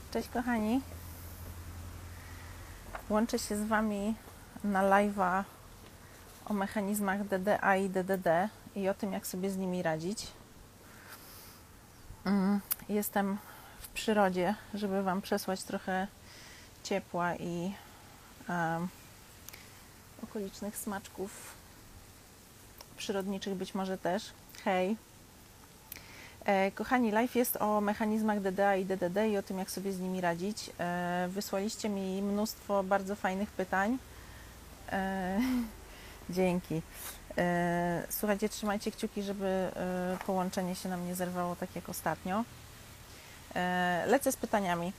Cześć kochani, łączę się z Wami na live'a o mechanizmach DDA i DDD i o tym, jak sobie z nimi radzić. Jestem w przyrodzie, żeby Wam przesłać trochę ciepła i okolicznych smaczków przyrodniczych być może też. Hej! Kochani, live jest o mechanizmach DDA i DDD i o tym, jak sobie z nimi radzić. Wysłaliście mi mnóstwo bardzo fajnych pytań. Dzięki. Słuchajcie, trzymajcie kciuki, żeby połączenie się nam nie zerwało tak jak ostatnio. Lecę z pytaniami.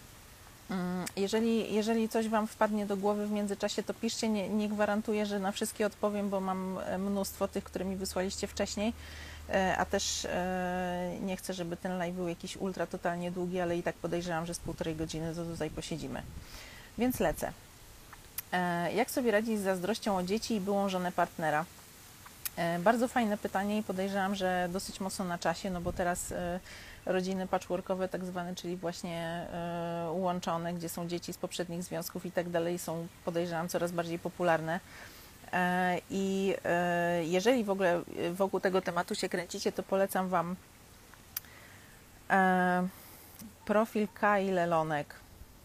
Jeżeli coś Wam wpadnie do głowy w międzyczasie, to piszcie. Nie gwarantuję, że na wszystkie odpowiem, bo mam mnóstwo tych, które mi wysłaliście wcześniej, a też nie chcę, żeby ten live był jakiś ultra totalnie długi, ale i tak podejrzewam, że z 1,5 godziny to tutaj posiedzimy. Więc lecę. Jak sobie radzić z zazdrością o dzieci i byłą żonę partnera? Bardzo fajne pytanie i podejrzewam, że dosyć mocno na czasie, no bo teraz rodziny patchworkowe tak zwane, czyli właśnie łączone, gdzie są dzieci z poprzednich związków i tak dalej, są, podejrzewam, coraz bardziej popularne. I jeżeli w ogóle wokół tego tematu się kręcicie, to polecam Wam profil Kai Lelonek,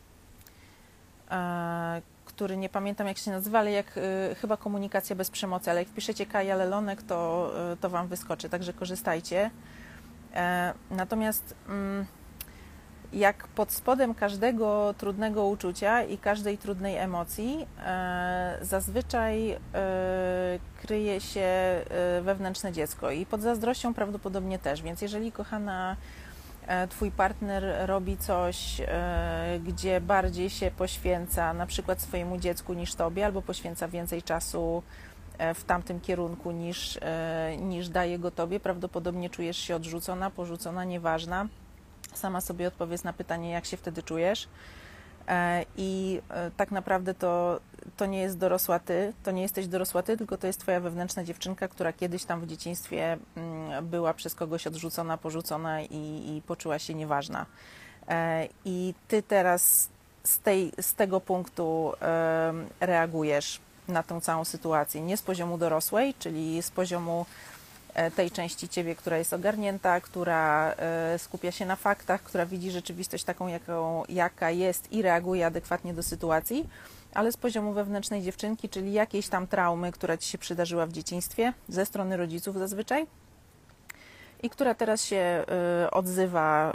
który nie pamiętam jak się nazywa, ale jak chyba komunikacja bez przemocy, ale jak wpiszecie Kaja Lelonek, to Wam wyskoczy, także korzystajcie. Natomiast jak pod spodem każdego trudnego uczucia i każdej trudnej emocji zazwyczaj kryje się wewnętrzne dziecko i pod zazdrością prawdopodobnie też, więc jeżeli kochana Twój partner robi coś, gdzie bardziej się poświęca na przykład swojemu dziecku niż Tobie, albo poświęca więcej czasu w tamtym kierunku niż daje go Tobie, prawdopodobnie czujesz się odrzucona, porzucona, nieważna. Sama sobie odpowiedz na pytanie, jak się wtedy czujesz. I tak naprawdę to nie jest dorosła Ty, to nie jesteś dorosła Ty, tylko to jest Twoja wewnętrzna dziewczynka, która kiedyś tam w dzieciństwie była przez kogoś odrzucona, porzucona i poczuła się nieważna. I Ty teraz z tego punktu reagujesz na tą całą sytuację, nie z poziomu dorosłej, czyli z poziomu tej części Ciebie, która jest ogarnięta, która skupia się na faktach, która widzi rzeczywistość taką, jaka jest i reaguje adekwatnie do sytuacji, ale z poziomu wewnętrznej dziewczynki, czyli jakiejś tam traumy, która Ci się przydarzyła w dzieciństwie, ze strony rodziców zazwyczaj, i która teraz się odzywa,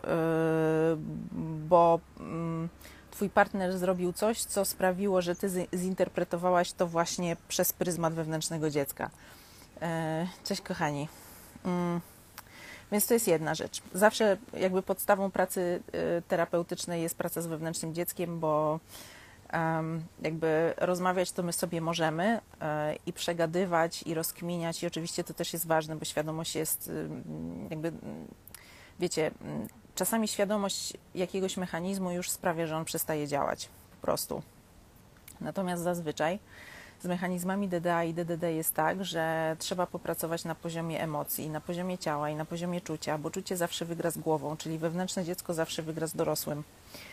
bo Twój partner zrobił coś, co sprawiło, że Ty zinterpretowałaś to właśnie przez pryzmat wewnętrznego dziecka. Cześć kochani. Więc to jest jedna rzecz. Zawsze jakby podstawą pracy terapeutycznej jest praca z wewnętrznym dzieckiem, bo jakby rozmawiać to my sobie możemy i przegadywać i rozkminiać, i oczywiście to też jest ważne, bo świadomość jest jakby, wiecie, czasami świadomość jakiegoś mechanizmu już sprawia, że on przestaje działać po prostu. Natomiast zazwyczaj z mechanizmami DDA i DDD jest tak, że trzeba popracować na poziomie emocji, na poziomie ciała i na poziomie czucia, bo czucie zawsze wygra z głową, czyli wewnętrzne dziecko zawsze wygra z dorosłym.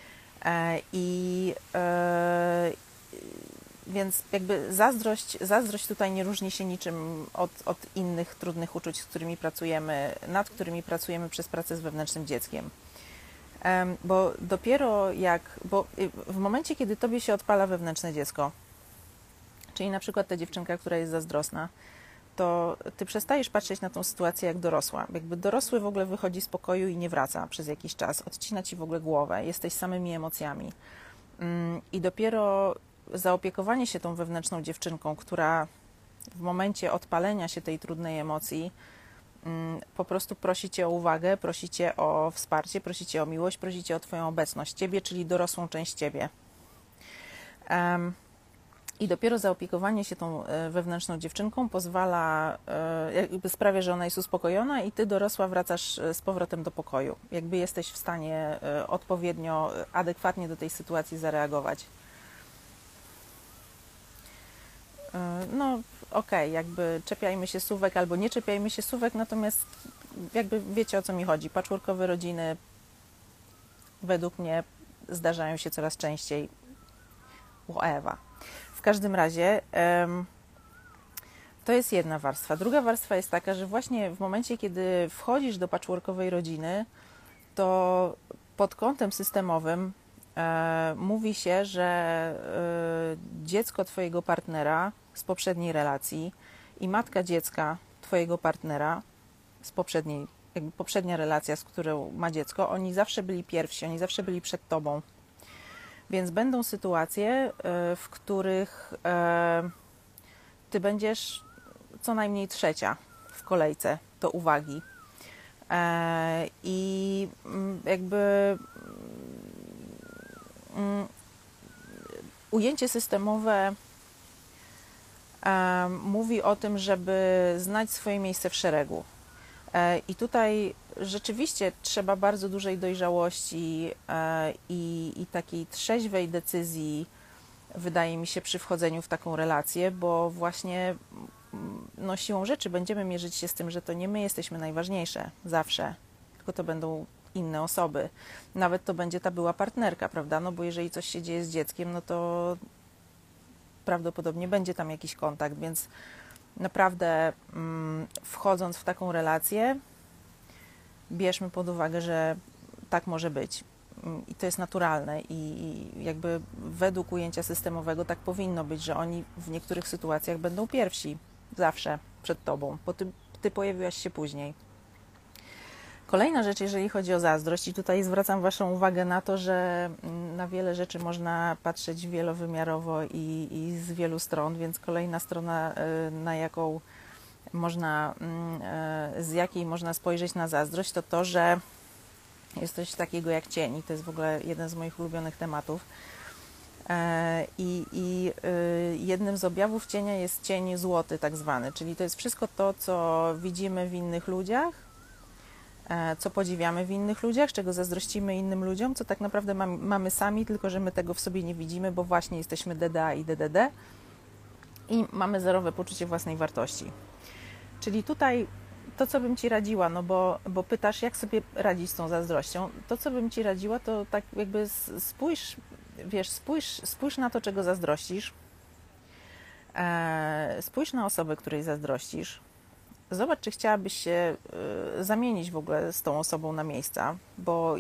Więc jakby zazdrość tutaj nie różni się niczym od innych trudnych uczuć, z którymi pracujemy, nad którymi pracujemy przez pracę z wewnętrznym dzieckiem. Bo bo w momencie, kiedy Tobie się odpala wewnętrzne dziecko, czyli na przykład ta dziewczynka, która jest zazdrosna, to Ty przestajesz patrzeć na tą sytuację jak dorosła. Jakby dorosły w ogóle wychodzi z pokoju i nie wraca przez jakiś czas, odcina Ci w ogóle głowę, jesteś samymi emocjami. I dopiero zaopiekowanie się tą wewnętrzną dziewczynką, która w momencie odpalenia się tej trudnej emocji po prostu prosi Cię o uwagę, prosi Cię o wsparcie, prosi Cię o miłość, prosi Cię o Twoją obecność, Ciebie, czyli dorosłą część Ciebie. I dopiero zaopiekowanie się tą wewnętrzną dziewczynką pozwala, jakby sprawia, że ona jest uspokojona i Ty, dorosła, wracasz z powrotem do pokoju. Jakby jesteś w stanie odpowiednio, adekwatnie do tej sytuacji zareagować. No okej, jakby czepiajmy się słówek albo nie czepiajmy się słówek, natomiast jakby wiecie, o co mi chodzi. Patchworkowe rodziny według mnie zdarzają się coraz częściej u Ewa. W każdym razie to jest jedna warstwa. Druga warstwa jest taka, że właśnie w momencie, kiedy wchodzisz do patchworkowej rodziny, to pod kątem systemowym mówi się, że dziecko twojego partnera z poprzedniej relacji i matka dziecka twojego partnera z poprzedniej, jakby poprzednia relacja, z którą ma dziecko, oni zawsze byli pierwsi, oni zawsze byli przed tobą. Więc będą sytuacje, w których ty będziesz co najmniej trzecia w kolejce do uwagi. I jakby ujęcie systemowe mówi o tym, żeby znać swoje miejsce w szeregu. I tutaj rzeczywiście trzeba bardzo dużej dojrzałości i takiej trzeźwej decyzji, wydaje mi się, przy wchodzeniu w taką relację, bo właśnie no, siłą rzeczy będziemy mierzyć się z tym, że to nie my jesteśmy najważniejsze zawsze, tylko to będą inne osoby. Nawet to będzie ta była partnerka, prawda? No bo jeżeli coś się dzieje z dzieckiem, no to prawdopodobnie będzie tam jakiś kontakt, więc naprawdę wchodząc w taką relację, bierzmy pod uwagę, że tak może być. I to jest naturalne i jakby według ujęcia systemowego tak powinno być, że oni w niektórych sytuacjach będą pierwsi, zawsze przed tobą, bo ty pojawiłaś się później. Kolejna rzecz, jeżeli chodzi o zazdrość, i tutaj zwracam waszą uwagę na to, że na wiele rzeczy można patrzeć wielowymiarowo i z wielu stron, więc kolejna strona, na jaką można, z jakiej można spojrzeć na zazdrość, to to, że jest coś takiego jak cień i to jest w ogóle jeden z moich ulubionych tematów. I jednym z objawów cienia jest cień złoty tak zwany, czyli to jest wszystko to, co widzimy w innych ludziach, co podziwiamy w innych ludziach, czego zazdrościmy innym ludziom, co tak naprawdę mamy sami, tylko że my tego w sobie nie widzimy, bo właśnie jesteśmy DDA i DDD i mamy zerowe poczucie własnej wartości. Czyli tutaj to, co bym Ci radziła, no bo pytasz, jak sobie radzić z tą zazdrością, to, co bym Ci radziła, to tak jakby spójrz na to, czego zazdrościsz, spójrz na osobę, której zazdrościsz, zobacz, czy chciałabyś się zamienić w ogóle z tą osobą na miejsca, bo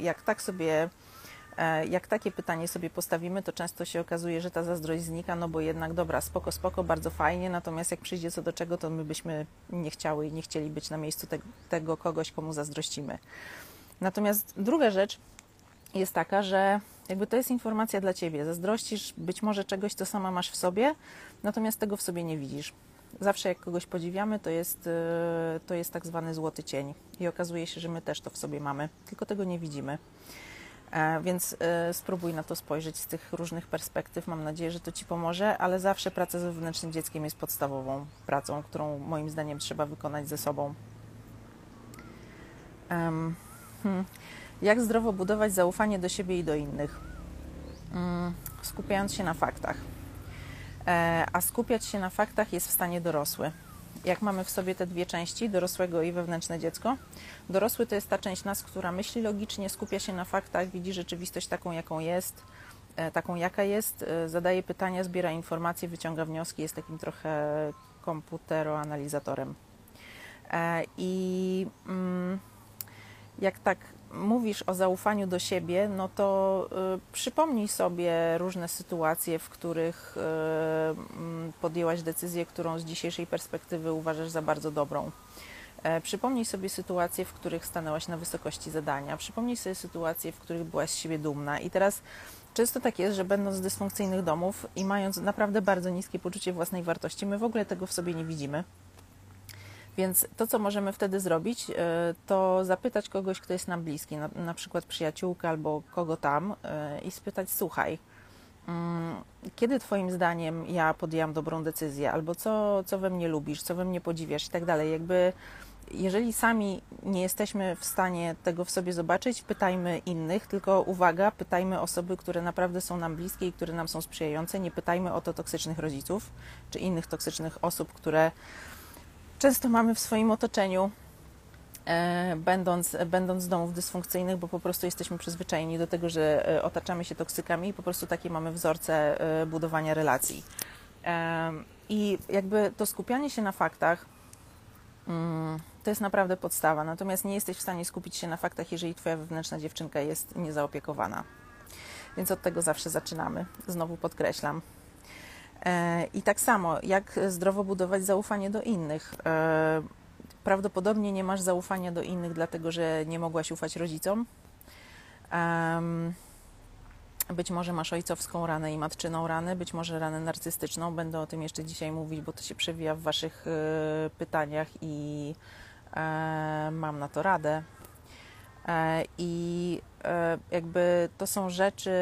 jak takie pytanie sobie postawimy, to często się okazuje, że ta zazdrość znika, no bo jednak dobra, spoko, bardzo fajnie, natomiast jak przyjdzie co do czego, to my byśmy nie chciały i nie chcieli być na miejscu tego kogoś, komu zazdrościmy. Natomiast druga rzecz jest taka, że jakby to jest informacja dla Ciebie. Zazdrościsz być może czegoś, co sama masz w sobie, natomiast tego w sobie nie widzisz. Zawsze jak kogoś podziwiamy, to jest tak zwany złoty cień i okazuje się, że my też to w sobie mamy, tylko tego nie widzimy. Więc spróbuj na to spojrzeć z tych różnych perspektyw. Mam nadzieję, że to Ci pomoże, ale zawsze praca z wewnętrznym dzieckiem jest podstawową pracą, którą moim zdaniem trzeba wykonać ze sobą. Jak zdrowo budować zaufanie do siebie i do innych? Skupiając się na faktach. A skupiać się na faktach jest w stanie dorosły. Jak mamy w sobie te dwie części, dorosłego i wewnętrzne dziecko, dorosły to jest ta część nas, która myśli logicznie, skupia się na faktach, widzi rzeczywistość taką, jaką jest, taką, jaka jest, zadaje pytania, zbiera informacje, wyciąga wnioski, jest takim trochę komputeroanalizatorem. I jak tak mówisz o zaufaniu do siebie, no to przypomnij sobie różne sytuacje, w których podjęłaś decyzję, którą z dzisiejszej perspektywy uważasz za bardzo dobrą. Przypomnij sobie sytuacje, w których stanęłaś na wysokości zadania. Przypomnij sobie sytuacje, w których byłaś z siebie dumna. I teraz często tak jest, że będąc z dysfunkcyjnych domów i mając naprawdę bardzo niskie poczucie własnej wartości, my w ogóle tego w sobie nie widzimy. Więc to, co możemy wtedy zrobić, to zapytać kogoś, kto jest nam bliski, na przykład przyjaciółkę albo kogo tam i spytać, słuchaj, kiedy Twoim zdaniem ja podjęłam dobrą decyzję, albo co we mnie lubisz, co we mnie podziwiasz i tak dalej. Jakby jeżeli sami nie jesteśmy w stanie tego w sobie zobaczyć, pytajmy innych, tylko uwaga, pytajmy osoby, które naprawdę są nam bliskie i które nam są sprzyjające. Nie pytajmy o to toksycznych rodziców, czy innych toksycznych osób, które często mamy w swoim otoczeniu, będąc z domów dysfunkcyjnych, bo po prostu jesteśmy przyzwyczajeni do tego, że otaczamy się toksykami i po prostu takie mamy wzorce budowania relacji. I jakby to skupianie się na faktach to jest naprawdę podstawa, natomiast nie jesteś w stanie skupić się na faktach, jeżeli twoja wewnętrzna dziewczynka jest niezaopiekowana. Więc od tego zawsze zaczynamy, znowu podkreślam. I tak samo, jak zdrowo budować zaufanie do innych. Prawdopodobnie nie masz zaufania do innych, dlatego że nie mogłaś ufać rodzicom. Być może masz ojcowską ranę i matczyną ranę, być może ranę narcystyczną. Będę o tym jeszcze dzisiaj mówić, bo to się przewija w waszych pytaniach i mam na to radę. I jakby to są rzeczy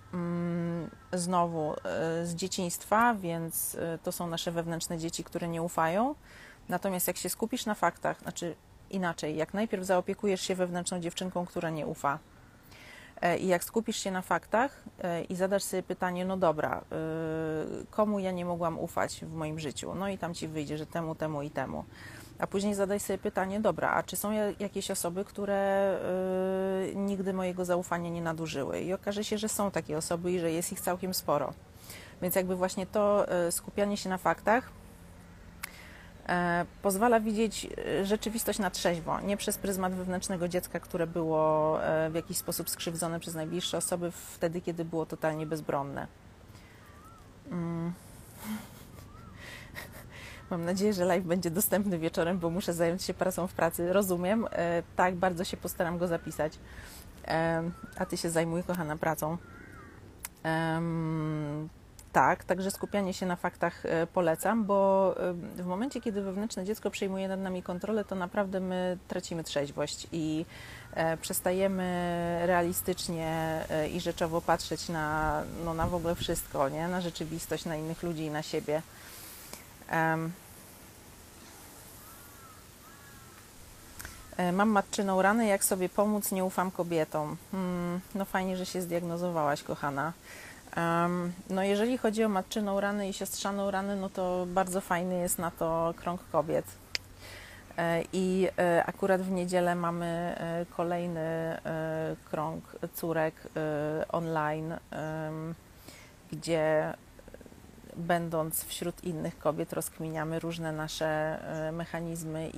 znowu z dzieciństwa, więc to są nasze wewnętrzne dzieci, które nie ufają. Natomiast jak się skupisz na faktach, znaczy inaczej, jak najpierw zaopiekujesz się wewnętrzną dziewczynką, która nie ufa, i jak skupisz się na faktach i zadasz sobie pytanie, no dobra, komu ja nie mogłam ufać w moim życiu? No i tam ci wyjdzie, że temu, temu i temu. A później zadaj sobie pytanie, dobra, a czy są jakieś osoby, które nigdy mojego zaufania nie nadużyły? I okaże się, że są takie osoby i że jest ich całkiem sporo. Więc jakby właśnie to skupianie się na faktach pozwala widzieć rzeczywistość na trzeźwo, nie przez pryzmat wewnętrznego dziecka, które było w jakiś sposób skrzywdzone przez najbliższe osoby wtedy, kiedy było totalnie bezbronne. Mam nadzieję, że live będzie dostępny wieczorem, bo muszę zająć się pracą w pracy. Rozumiem, tak, bardzo się postaram go zapisać. A ty się zajmuj, kochana, pracą. Tak, także skupianie się na faktach polecam, bo w momencie, kiedy wewnętrzne dziecko przejmuje nad nami kontrolę, to naprawdę my tracimy trzeźwość i przestajemy realistycznie i rzeczowo patrzeć na w ogóle wszystko, nie? Na rzeczywistość, na innych ludzi i na siebie. Mam matczyną ranę, jak sobie pomóc, nie ufam kobietom. No fajnie, że się zdiagnozowałaś, kochana. No jeżeli chodzi o matczyną ranę i siostrzaną ranę, no to bardzo fajny jest na to krąg kobiet. I akurat w niedzielę mamy kolejny krąg córek online, gdzie będąc wśród innych kobiet rozkminiamy różne nasze mechanizmy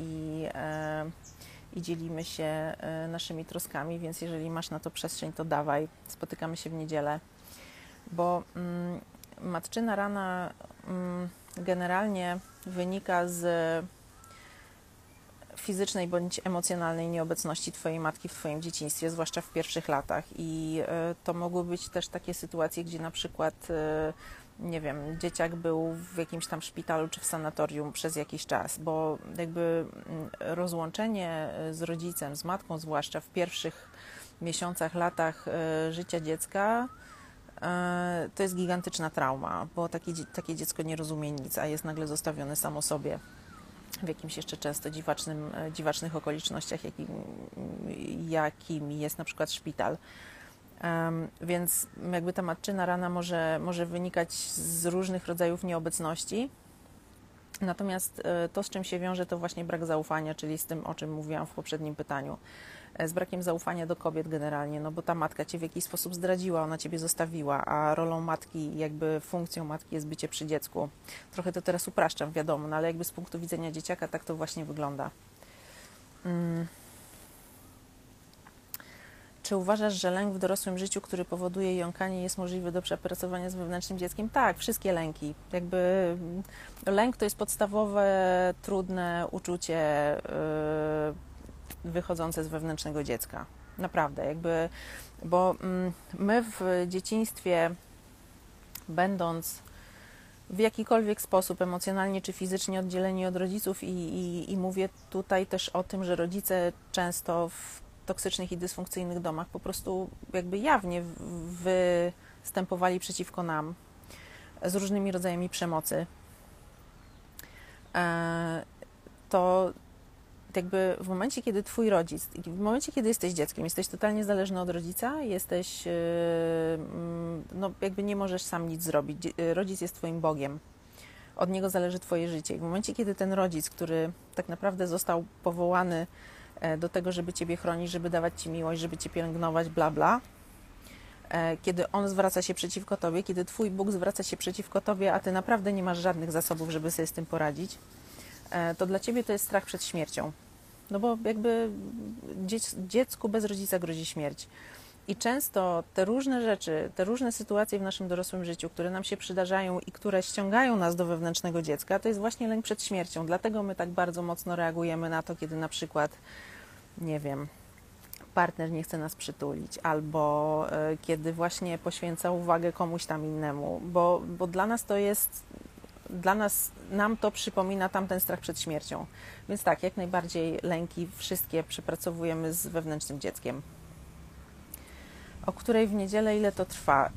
i dzielimy się naszymi troskami, więc jeżeli masz na to przestrzeń, to dawaj, spotykamy się w niedzielę. Bo matczyna rana generalnie wynika z fizycznej bądź emocjonalnej nieobecności twojej matki w twoim dzieciństwie, zwłaszcza w pierwszych latach. I to mogły być też takie sytuacje, gdzie na przykład, nie wiem, dzieciak był w jakimś tam szpitalu czy w sanatorium przez jakiś czas, bo jakby rozłączenie z rodzicem, z matką zwłaszcza w pierwszych miesiącach, latach życia dziecka, to jest gigantyczna trauma, bo takie dziecko nie rozumie nic, a jest nagle zostawione samo sobie w jakimś jeszcze często dziwacznych okolicznościach, jakim jest na przykład szpital. Więc jakby ta matczyna rana może wynikać z różnych rodzajów nieobecności. Natomiast to, z czym się wiąże, to właśnie brak zaufania, czyli z tym, o czym mówiłam w poprzednim pytaniu. Z brakiem zaufania do kobiet generalnie, no bo ta matka cię w jakiś sposób zdradziła, ona ciebie zostawiła, a rolą matki, jakby funkcją matki jest bycie przy dziecku. Trochę to teraz upraszczam, wiadomo, no ale jakby z punktu widzenia dzieciaka tak to właśnie wygląda. Czy uważasz, że lęk w dorosłym życiu, który powoduje jąkanie, jest możliwy do przepracowania z wewnętrznym dzieckiem? Tak, wszystkie lęki. Jakby lęk to jest podstawowe, trudne uczucie wychodzące z wewnętrznego dziecka. Naprawdę, jakby, bo my w dzieciństwie, będąc w jakikolwiek sposób emocjonalnie czy fizycznie oddzieleni od rodziców i mówię tutaj też o tym, że rodzice często w toksycznych i dysfunkcyjnych domach po prostu jakby jawnie występowali przeciwko nam z różnymi rodzajami przemocy, to jakby w momencie, kiedy twój rodzic, w momencie, kiedy jesteś dzieckiem, jesteś totalnie zależny od rodzica, jesteś, no jakby nie możesz sam nic zrobić. Rodzic jest twoim Bogiem. Od niego zależy twoje życie. I w momencie, kiedy ten rodzic, który tak naprawdę został powołany do tego, żeby Ciebie chronić, żeby dawać Ci miłość, żeby Cię pielęgnować, bla, bla. Kiedy On zwraca się przeciwko Tobie, kiedy Twój Bóg zwraca się przeciwko Tobie, a Ty naprawdę nie masz żadnych zasobów, żeby sobie z tym poradzić, to dla Ciebie to jest strach przed śmiercią. No bo jakby dziecku bez rodzica grozi śmierć. I często te różne rzeczy, te różne sytuacje w naszym dorosłym życiu, które nam się przydarzają i które ściągają nas do wewnętrznego dziecka, to jest właśnie lęk przed śmiercią. Dlatego my tak bardzo mocno reagujemy na to, kiedy na przykład, nie wiem, partner nie chce nas przytulić, albo kiedy właśnie poświęca uwagę komuś tam innemu, bo dla nas to jest, nam to przypomina tamten strach przed śmiercią. Więc tak, jak najbardziej lęki wszystkie przepracowujemy z wewnętrznym dzieckiem. O której w niedzielę, ile to trwa?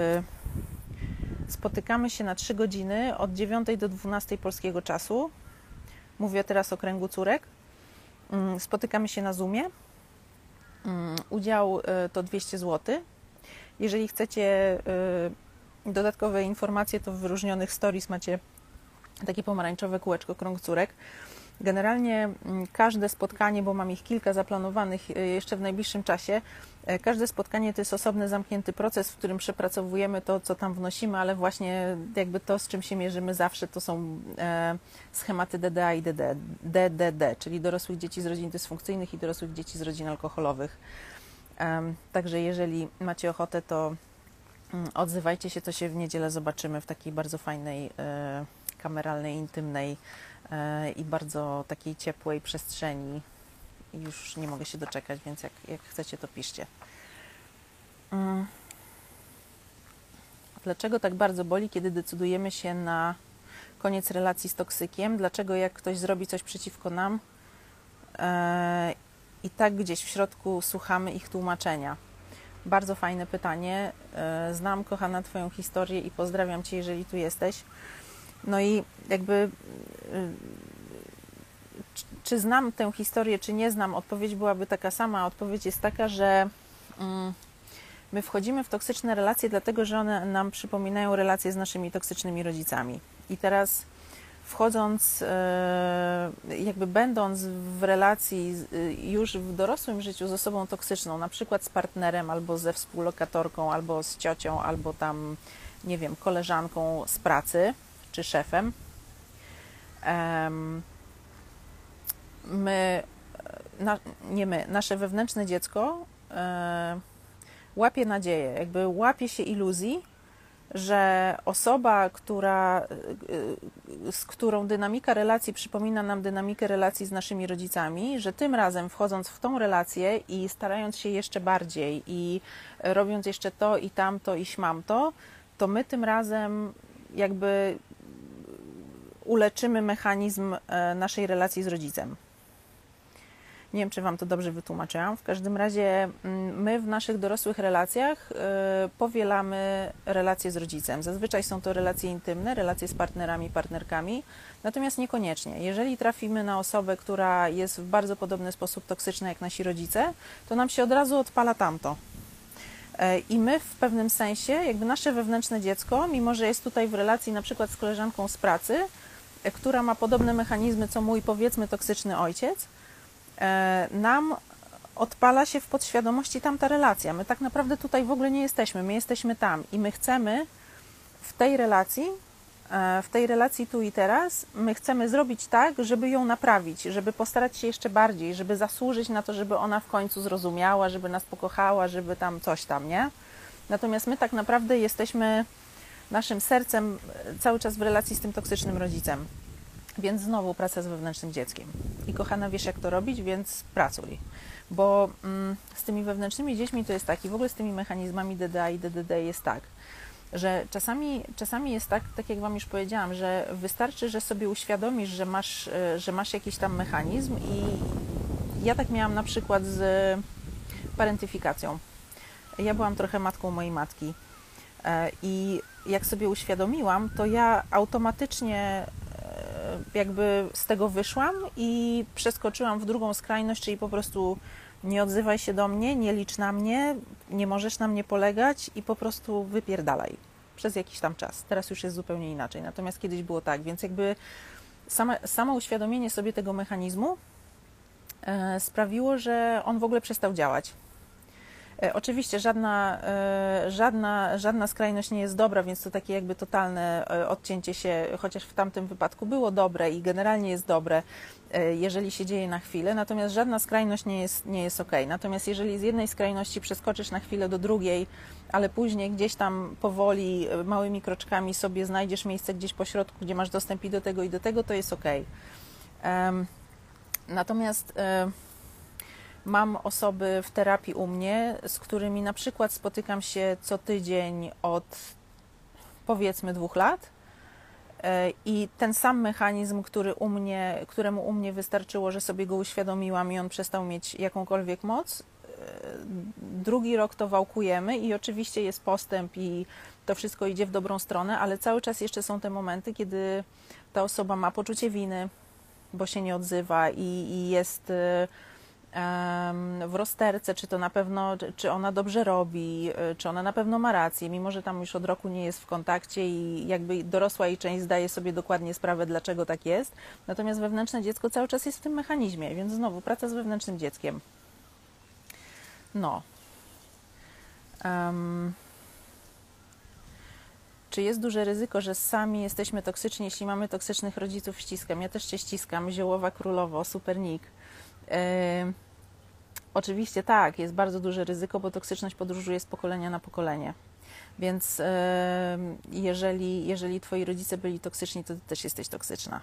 Spotykamy się na 3 godziny od 9 do 12 polskiego czasu. Mówię teraz o kręgu córek. Spotykamy się na Zoomie. Udział to 200 zł. Jeżeli chcecie dodatkowe informacje, to w wyróżnionych stories macie takie pomarańczowe kółeczko krąg córek. Generalnie każde spotkanie, bo mam ich kilka zaplanowanych jeszcze w najbliższym czasie, każde spotkanie to jest osobny, zamknięty proces, w którym przepracowujemy to, co tam wnosimy, ale właśnie jakby to, z czym się mierzymy zawsze, to są schematy DDA i DDD, czyli dorosłych dzieci z rodzin dysfunkcyjnych i dorosłych dzieci z rodzin alkoholowych. Także jeżeli macie ochotę, to odzywajcie się, to się w niedzielę zobaczymy w takiej bardzo fajnej, kameralnej, intymnej i bardzo takiej ciepłej przestrzeni. I już nie mogę się doczekać, więc jak chcecie, to piszcie. Dlaczego tak bardzo boli, kiedy decydujemy się na koniec relacji z toksykiem? Dlaczego jak ktoś zrobi coś przeciwko nam i tak gdzieś w środku słuchamy ich tłumaczenia? Bardzo fajne pytanie. Znam, kochana, Twoją historię i pozdrawiam Cię, jeżeli tu jesteś. No i jakby czy znam tę historię, czy nie znam, odpowiedź byłaby taka sama. Odpowiedź jest taka, że my wchodzimy w toksyczne relacje, dlatego że one nam przypominają relacje z naszymi toksycznymi rodzicami. I teraz wchodząc, jakby będąc w relacji już w dorosłym życiu z osobą toksyczną, na przykład z partnerem, albo ze współlokatorką, albo z ciocią, albo tam, nie wiem, koleżanką z pracy, czy szefem, nasze wewnętrzne dziecko łapie nadzieję, jakby łapie się iluzji, że osoba, z którą dynamika relacji przypomina nam dynamikę relacji z naszymi rodzicami, że tym razem wchodząc w tą relację i starając się jeszcze bardziej i robiąc jeszcze to i tamto i śmamto, to my tym razem jakby uleczymy mechanizm naszej relacji z rodzicem. Nie wiem, czy Wam to dobrze wytłumaczyłam. W każdym razie my w naszych dorosłych relacjach powielamy relacje z rodzicem. Zazwyczaj są to relacje intymne, relacje z partnerami, partnerkami, natomiast niekoniecznie. Jeżeli trafimy na osobę, która jest w bardzo podobny sposób toksyczna jak nasi rodzice, to nam się od razu odpala tamto. I my w pewnym sensie, jakby nasze wewnętrzne dziecko, mimo że jest tutaj w relacji na przykład z koleżanką z pracy, która ma podobne mechanizmy co mój, powiedzmy, toksyczny ojciec, nam odpala się w podświadomości tamta relacja. My tak naprawdę tutaj w ogóle nie jesteśmy, my jesteśmy tam i my chcemy w tej relacji tu i teraz, my chcemy zrobić tak, żeby ją naprawić, żeby postarać się jeszcze bardziej, żeby zasłużyć na to, żeby ona w końcu zrozumiała, żeby nas pokochała, żeby tam coś tam, nie? Natomiast my tak naprawdę jesteśmy naszym sercem cały czas w relacji z tym toksycznym rodzicem. Więc znowu praca z wewnętrznym dzieckiem. I kochana, wiesz jak to robić, więc pracuj. Bo z tymi wewnętrznymi dziećmi to jest tak, i w ogóle z tymi mechanizmami DDA i DDD jest tak, że czasami jest tak jak Wam już powiedziałam, że wystarczy, że sobie uświadomisz, że masz jakiś tam mechanizm i ja tak miałam na przykład z parentyfikacją. Ja byłam trochę matką mojej matki i jak sobie uświadomiłam, to ja automatycznie jakby z tego wyszłam i przeskoczyłam w drugą skrajność, czyli po prostu nie odzywaj się do mnie, nie licz na mnie, nie możesz na mnie polegać i po prostu wypierdalaj przez jakiś tam czas. Teraz już jest zupełnie inaczej, natomiast kiedyś było tak, więc jakby samo uświadomienie sobie tego mechanizmu sprawiło, że on w ogóle przestał działać. Oczywiście żadna skrajność nie jest dobra, więc to takie jakby totalne odcięcie się, chociaż w tamtym wypadku było dobre i generalnie jest dobre, jeżeli się dzieje na chwilę, natomiast żadna skrajność nie jest okej. Natomiast jeżeli z jednej skrajności przeskoczysz na chwilę do drugiej, ale później gdzieś tam powoli, małymi kroczkami sobie znajdziesz miejsce gdzieś po środku, gdzie masz dostęp i do tego, to jest okej. Natomiast mam osoby w terapii u mnie, z którymi na przykład spotykam się co tydzień od powiedzmy 2 lat i ten sam mechanizm, któremu u mnie wystarczyło, że sobie go uświadomiłam i on przestał mieć jakąkolwiek moc, drugi rok to wałkujemy i oczywiście jest postęp i to wszystko idzie w dobrą stronę, ale cały czas jeszcze są te momenty, kiedy ta osoba ma poczucie winy, bo się nie odzywa i jest w rozterce, czy to na pewno, czy ona dobrze robi, czy ona na pewno ma rację, mimo że tam już od roku nie jest w kontakcie i jakby dorosła jej część zdaje sobie dokładnie sprawę, dlaczego tak jest. Natomiast wewnętrzne dziecko cały czas jest w tym mechanizmie, więc znowu praca z wewnętrznym dzieckiem. No. Czy jest duże ryzyko, że sami jesteśmy toksyczni, jeśli mamy toksycznych rodziców? Ściskam. Ja też Cię ściskam. Ziołowa Królowo, super nick. Oczywiście tak, jest bardzo duże ryzyko, bo toksyczność podróżuje z pokolenia na pokolenie. Więc jeżeli Twoi rodzice byli toksyczni, to Ty też jesteś toksyczna.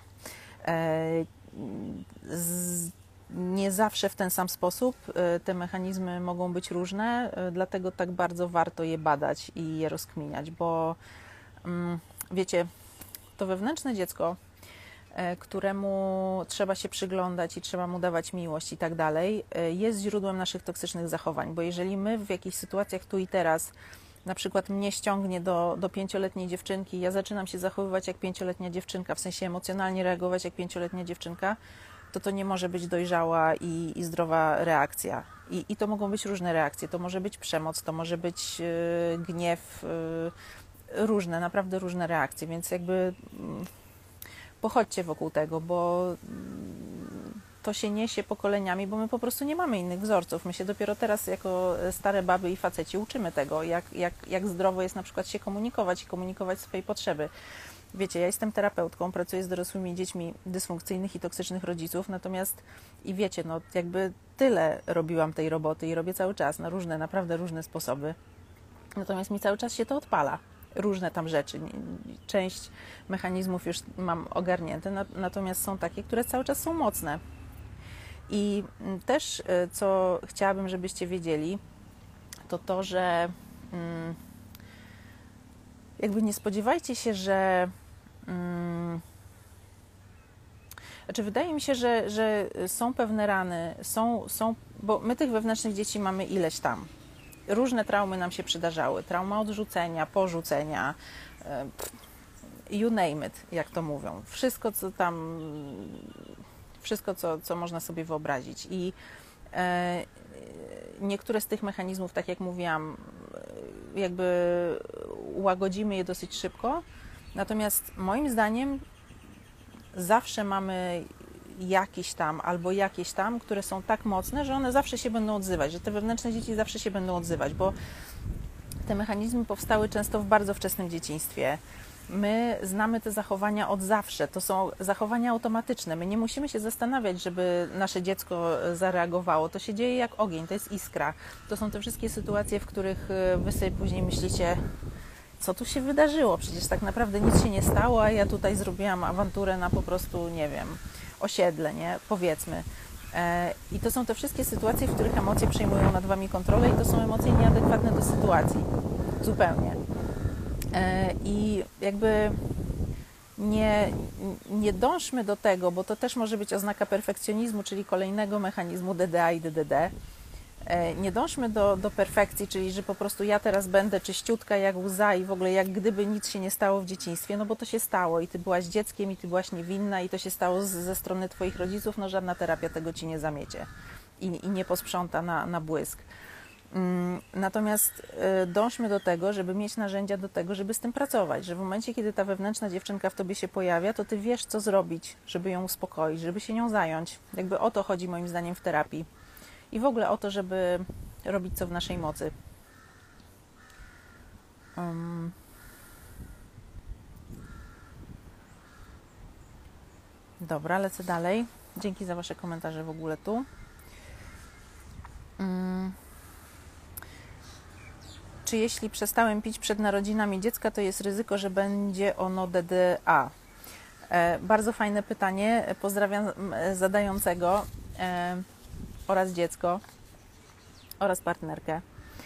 Nie zawsze w ten sam sposób. Te mechanizmy mogą być różne, dlatego tak bardzo warto je badać i je rozkminiać, bo wiecie, to wewnętrzne dziecko, któremu trzeba się przyglądać i trzeba mu dawać miłość i tak dalej, jest źródłem naszych toksycznych zachowań, bo jeżeli my w jakichś sytuacjach tu i teraz, na przykład mnie ściągnie do 5-letniej dziewczynki, ja zaczynam się zachowywać jak 5-letnia dziewczynka, w sensie emocjonalnie reagować jak 5-letnia dziewczynka, to nie może być dojrzała i zdrowa reakcja. I to mogą być różne reakcje, to może być przemoc, to może być gniew, różne, naprawdę różne reakcje, więc jakby pochodźcie wokół tego, bo to się niesie pokoleniami, bo my po prostu nie mamy innych wzorców. My się dopiero teraz jako stare baby i faceci uczymy tego, jak zdrowo jest na przykład się komunikować i komunikować swoje potrzeby. Wiecie, ja jestem terapeutką, pracuję z dorosłymi dziećmi dysfunkcyjnych i toksycznych rodziców, natomiast i wiecie, no jakby tyle robiłam tej roboty i robię cały czas na różne, naprawdę różne sposoby. Natomiast mi cały czas się to odpala. Różne tam rzeczy. Część mechanizmów już mam ogarnięte, natomiast są takie, które cały czas są mocne. I też, co chciałabym, żebyście wiedzieli, to, że jakby nie spodziewajcie się, że znaczy wydaje mi się, że są pewne rany, bo my tych wewnętrznych dzieci mamy ileś tam. Różne traumy nam się przydarzały. Trauma odrzucenia, porzucenia, you name it, jak to mówią. Wszystko, co tam, wszystko, co można sobie wyobrazić. I niektóre z tych mechanizmów, tak jak mówiłam, jakby łagodzimy je dosyć szybko. Natomiast moim zdaniem zawsze mamy jakiś tam albo jakieś tam, które są tak mocne, że one zawsze się będą odzywać, że te wewnętrzne dzieci zawsze się będą odzywać, bo te mechanizmy powstały często w bardzo wczesnym dzieciństwie. My znamy te zachowania od zawsze, to są zachowania automatyczne, my nie musimy się zastanawiać, żeby nasze dziecko zareagowało, to się dzieje jak ogień, to jest iskra. To są te wszystkie sytuacje, w których wy sobie później myślicie, co tu się wydarzyło, przecież tak naprawdę nic się nie stało, a ja tutaj zrobiłam awanturę na po prostu, nie wiem, osiedle, nie? Powiedzmy. I to są te wszystkie sytuacje, w których emocje przejmują nad Wami kontrolę i to są emocje nieadekwatne do sytuacji. Zupełnie. I jakby nie dążmy do tego, bo to też może być oznaka perfekcjonizmu, czyli kolejnego mechanizmu DDA i DDD. Nie dążmy do perfekcji, czyli że po prostu ja teraz będę czyściutka jak łza i w ogóle jak gdyby nic się nie stało w dzieciństwie, no bo to się stało i Ty byłaś dzieckiem i Ty byłaś niewinna i to się stało ze strony Twoich rodziców, no żadna terapia tego Ci nie zamiecie i nie posprząta na błysk. Natomiast dążmy do tego, żeby mieć narzędzia do tego, żeby z tym pracować, że w momencie, kiedy ta wewnętrzna dziewczynka w tobie się pojawia, to ty wiesz, co zrobić, żeby ją uspokoić, żeby się nią zająć. Jakby o to chodzi moim zdaniem w terapii. I w ogóle o to, żeby robić co w naszej mocy. Dobra, lecę dalej. Dzięki za wasze komentarze w ogóle tu. Czy jeśli przestałem pić przed narodzinami dziecka, to jest ryzyko, że będzie ono DDA? Bardzo fajne pytanie. Pozdrawiam zadającego oraz dziecko oraz partnerkę.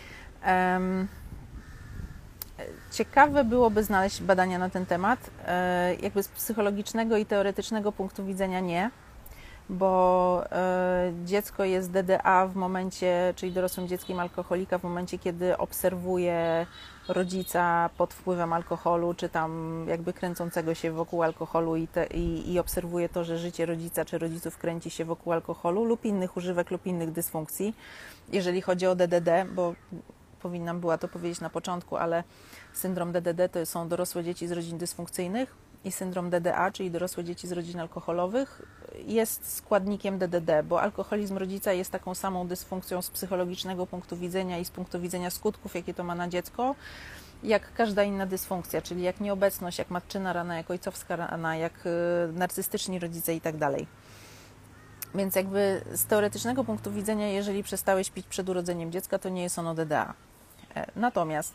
Ciekawe byłoby znaleźć badania na ten temat. Jakby z psychologicznego i teoretycznego punktu widzenia nie, bo dziecko jest DDA w momencie, czyli dorosłym dzieckiem alkoholika, w momencie, kiedy obserwuje rodzica pod wpływem alkoholu, czy tam jakby kręcącego się wokół alkoholu i obserwuje to, że życie rodzica czy rodziców kręci się wokół alkoholu lub innych używek lub innych dysfunkcji. Jeżeli chodzi o DDD, bo powinnam była to powiedzieć na początku, ale syndrom DDD to są dorosłe dzieci z rodzin dysfunkcyjnych i syndrom DDA, czyli dorosłe dzieci z rodzin alkoholowych, jest składnikiem DDD, bo alkoholizm rodzica jest taką samą dysfunkcją z psychologicznego punktu widzenia i z punktu widzenia skutków, jakie to ma na dziecko, jak każda inna dysfunkcja, czyli jak nieobecność, jak matczyna rana, jak ojcowska rana, jak narcystyczni rodzice i tak dalej. Więc jakby z teoretycznego punktu widzenia, jeżeli przestałeś pić przed urodzeniem dziecka, to nie jest ono DDA. Natomiast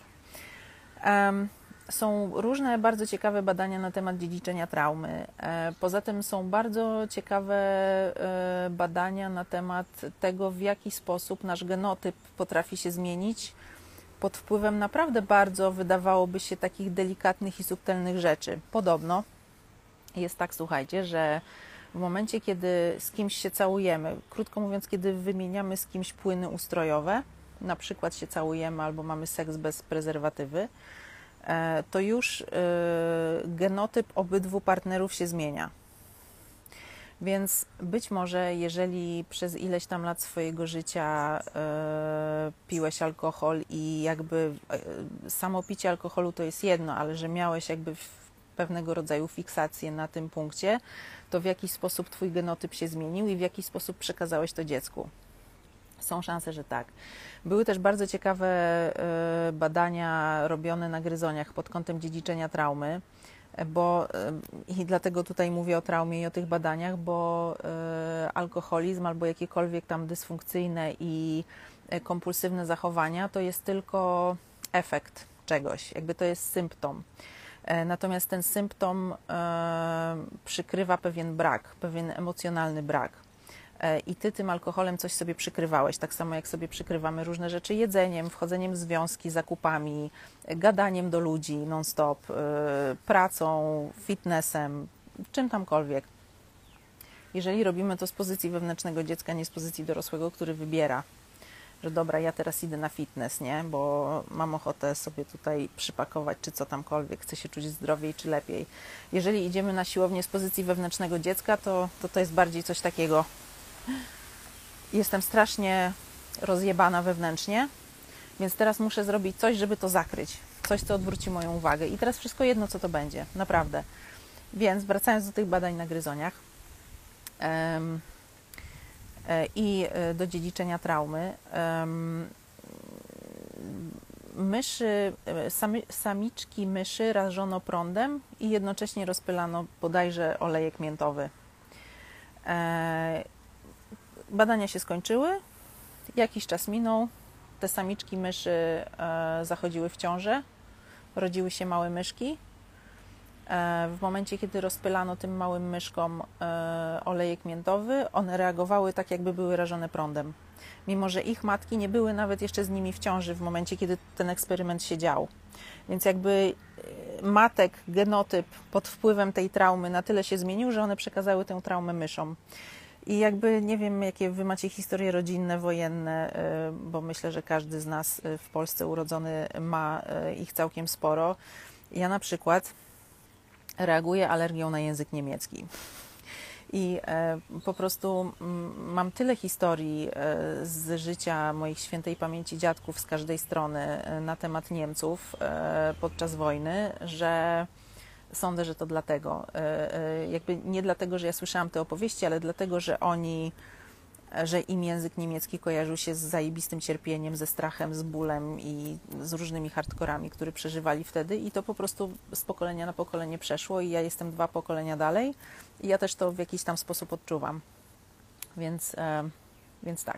są różne bardzo ciekawe badania na temat dziedziczenia traumy. Poza tym są bardzo ciekawe badania na temat tego, w jaki sposób nasz genotyp potrafi się zmienić pod wpływem naprawdę bardzo, wydawałoby się, takich delikatnych i subtelnych rzeczy. Podobno jest tak, słuchajcie, że w momencie, kiedy z kimś się całujemy, krótko mówiąc, kiedy wymieniamy z kimś płyny ustrojowe, na przykład się całujemy albo mamy seks bez prezerwatywy, to już genotyp obydwu partnerów się zmienia. Więc być może, jeżeli przez ileś tam lat swojego życia piłeś alkohol i jakby samo picie alkoholu to jest jedno, ale że miałeś jakby pewnego rodzaju fiksację na tym punkcie, to w jaki sposób twój genotyp się zmienił i w jaki sposób przekazałeś to dziecku. Są szanse, że tak. Były też bardzo ciekawe badania robione na gryzoniach pod kątem dziedziczenia traumy, bo i dlatego tutaj mówię o traumie i o tych badaniach, bo alkoholizm albo jakiekolwiek tam dysfunkcyjne i kompulsywne zachowania to jest tylko efekt czegoś, jakby to jest symptom. Natomiast ten symptom przykrywa pewien brak, pewien emocjonalny brak. I ty tym alkoholem coś sobie przykrywałeś, tak samo jak sobie przykrywamy różne rzeczy jedzeniem, wchodzeniem w związki, zakupami, gadaniem do ludzi non-stop, pracą, fitnessem, czym tamkolwiek. Jeżeli robimy to z pozycji wewnętrznego dziecka, nie z pozycji dorosłego, który wybiera, że dobra, ja teraz idę na fitness, nie, bo mam ochotę sobie tutaj przypakować, czy co tamkolwiek, chcę się czuć zdrowiej, czy lepiej. Jeżeli idziemy na siłownię z pozycji wewnętrznego dziecka, to jest bardziej coś takiego: jestem strasznie rozjebana wewnętrznie, więc teraz muszę zrobić coś, żeby to zakryć. Coś, co odwróci moją uwagę. I teraz wszystko jedno, co to będzie. Naprawdę. Więc wracając do tych badań na gryzoniach i do dziedziczenia traumy, samiczki myszy rażono prądem i jednocześnie rozpylano bodajże olejek miętowy. Badania się skończyły, jakiś czas minął, te samiczki myszy zachodziły w ciążę, rodziły się małe myszki. W momencie, kiedy rozpylano tym małym myszkom olejek miętowy, one reagowały tak, jakby były rażone prądem. Mimo że ich matki nie były nawet jeszcze z nimi w ciąży w momencie, kiedy ten eksperyment się dział. Więc jakby matek genotyp pod wpływem tej traumy na tyle się zmienił, że one przekazały tę traumę myszom. I jakby nie wiem, jakie wy macie historie rodzinne, wojenne, bo myślę, że każdy z nas w Polsce urodzony ma ich całkiem sporo. Ja na przykład reaguję alergią na język niemiecki. I po prostu mam tyle historii z życia moich świętej pamięci dziadków z każdej strony na temat Niemców podczas wojny, że sądzę, że to dlatego. Jakby nie dlatego, że ja słyszałam te opowieści, ale dlatego, że im język niemiecki kojarzył się z zajebistym cierpieniem, ze strachem, z bólem i z różnymi hardkorami, które przeżywali wtedy i to po prostu z pokolenia na pokolenie przeszło i ja jestem 2 pokolenia dalej i ja też to w jakiś tam sposób odczuwam. Więc tak.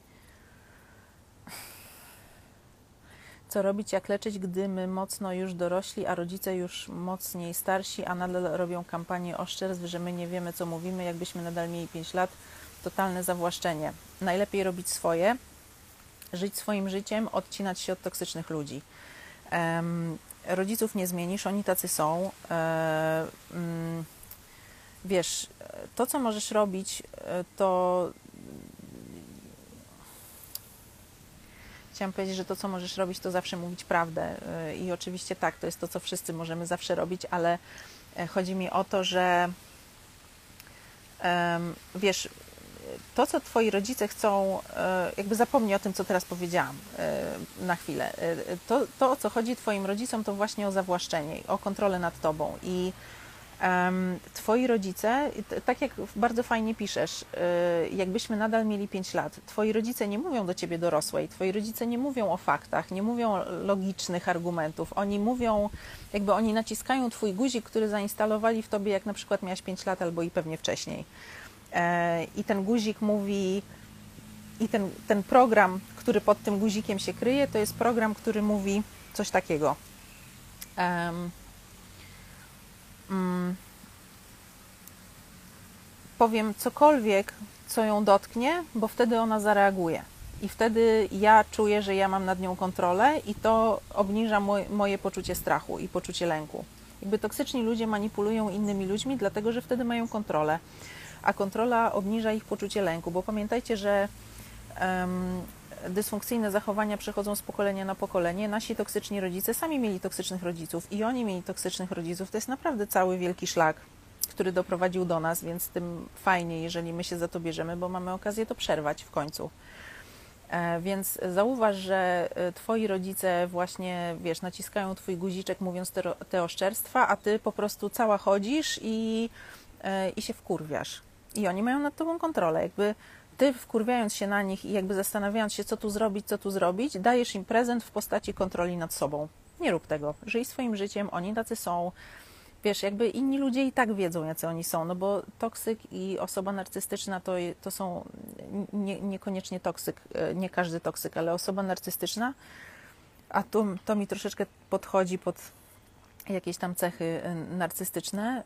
Co robić, jak leczyć, gdy my mocno już dorośli, a rodzice już mocniej starsi, a nadal robią kampanię oszczerstw, że my nie wiemy, co mówimy, jakbyśmy nadal mieli 5 lat. Totalne zawłaszczenie. Najlepiej robić swoje, żyć swoim życiem, odcinać się od toksycznych ludzi. Rodziców nie zmienisz, oni tacy są. Wiesz, to co możesz robić, to... Chciałam powiedzieć, że to co możesz robić, to zawsze mówić prawdę. I oczywiście tak, to jest to, co wszyscy możemy zawsze robić, ale chodzi mi o to, że wiesz, to, co twoi rodzice chcą, jakby zapomnij o tym, co teraz powiedziałam na chwilę. To, o co chodzi twoim rodzicom, to właśnie o zawłaszczenie, o kontrolę nad tobą. I twoi rodzice, tak jak bardzo fajnie piszesz, jakbyśmy nadal mieli 5 lat, twoi rodzice nie mówią do ciebie dorosłej, twoi rodzice nie mówią o faktach, nie mówią logicznych argumentów, oni mówią, jakby oni naciskają twój guzik, który zainstalowali w tobie, jak na przykład miałaś 5 lat albo i pewnie wcześniej. I ten guzik mówi, i ten program, który pod tym guzikiem się kryje, to jest program, który mówi coś takiego. Powiem cokolwiek, co ją dotknie, bo wtedy ona zareaguje. I wtedy ja czuję, że ja mam nad nią kontrolę i to obniża moje poczucie strachu i poczucie lęku. Jakby toksyczni ludzie manipulują innymi ludźmi, dlatego że wtedy mają kontrolę. A kontrola obniża ich poczucie lęku, bo pamiętajcie, że dysfunkcyjne zachowania przechodzą z pokolenia na pokolenie. Nasi toksyczni rodzice sami mieli toksycznych rodziców i oni mieli toksycznych rodziców. To jest naprawdę cały wielki szlak, który doprowadził do nas, więc tym fajnie, jeżeli my się za to bierzemy, bo mamy okazję to przerwać w końcu. Więc zauważ, że twoi rodzice właśnie, wiesz, naciskają twój guziczek mówiąc te oszczerstwa, a ty po prostu cała chodzisz i się wkurwiasz. I oni mają nad tobą kontrolę. Jakby ty wkurwiając się na nich i jakby zastanawiając się, co tu zrobić, dajesz im prezent w postaci kontroli nad sobą. Nie rób tego. Żyj swoim życiem, oni tacy są. Wiesz, jakby inni ludzie i tak wiedzą, jacy oni są, no bo toksyk i osoba narcystyczna to są niekoniecznie toksyk, nie każdy toksyk, ale osoba narcystyczna, a to mi troszeczkę podchodzi pod jakieś tam cechy narcystyczne,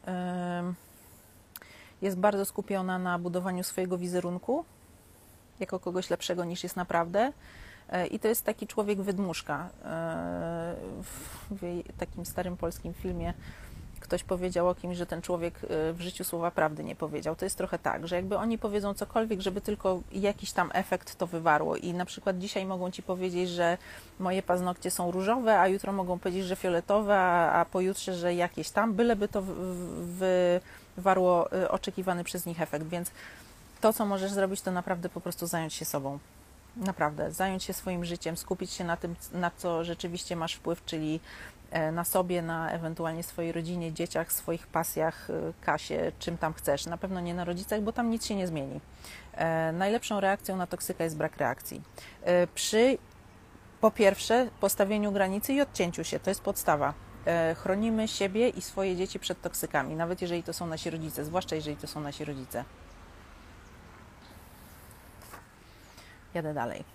jest bardzo skupiona na budowaniu swojego wizerunku jako kogoś lepszego niż jest naprawdę i to jest taki człowiek wydmuszka. W takim starym polskim filmie ktoś powiedział o kimś, że ten człowiek w życiu słowa prawdy nie powiedział. To jest trochę tak, że jakby oni powiedzą cokolwiek, żeby tylko jakiś tam efekt to wywarło i na przykład dzisiaj mogą ci powiedzieć, że moje paznokcie są różowe, a jutro mogą powiedzieć, że fioletowe, a pojutrze, że jakieś tam, byleby to wywarło oczekiwany przez nich efekt, więc to, co możesz zrobić, to naprawdę po prostu zająć się sobą. Naprawdę, zająć się swoim życiem, skupić się na tym, na co rzeczywiście masz wpływ, czyli na sobie, na ewentualnie swojej rodzinie, dzieciach, swoich pasjach, kasie, czym tam chcesz. Na pewno nie na rodzicach, bo tam nic się nie zmieni. Najlepszą reakcją na toksyka jest brak reakcji. Przy, po pierwsze, postawieniu granicy i odcięciu się, to jest podstawa. Chronimy siebie i swoje dzieci przed toksykami, nawet jeżeli to są nasi rodzice, zwłaszcza jeżeli to są nasi rodzice. Jadę dalej.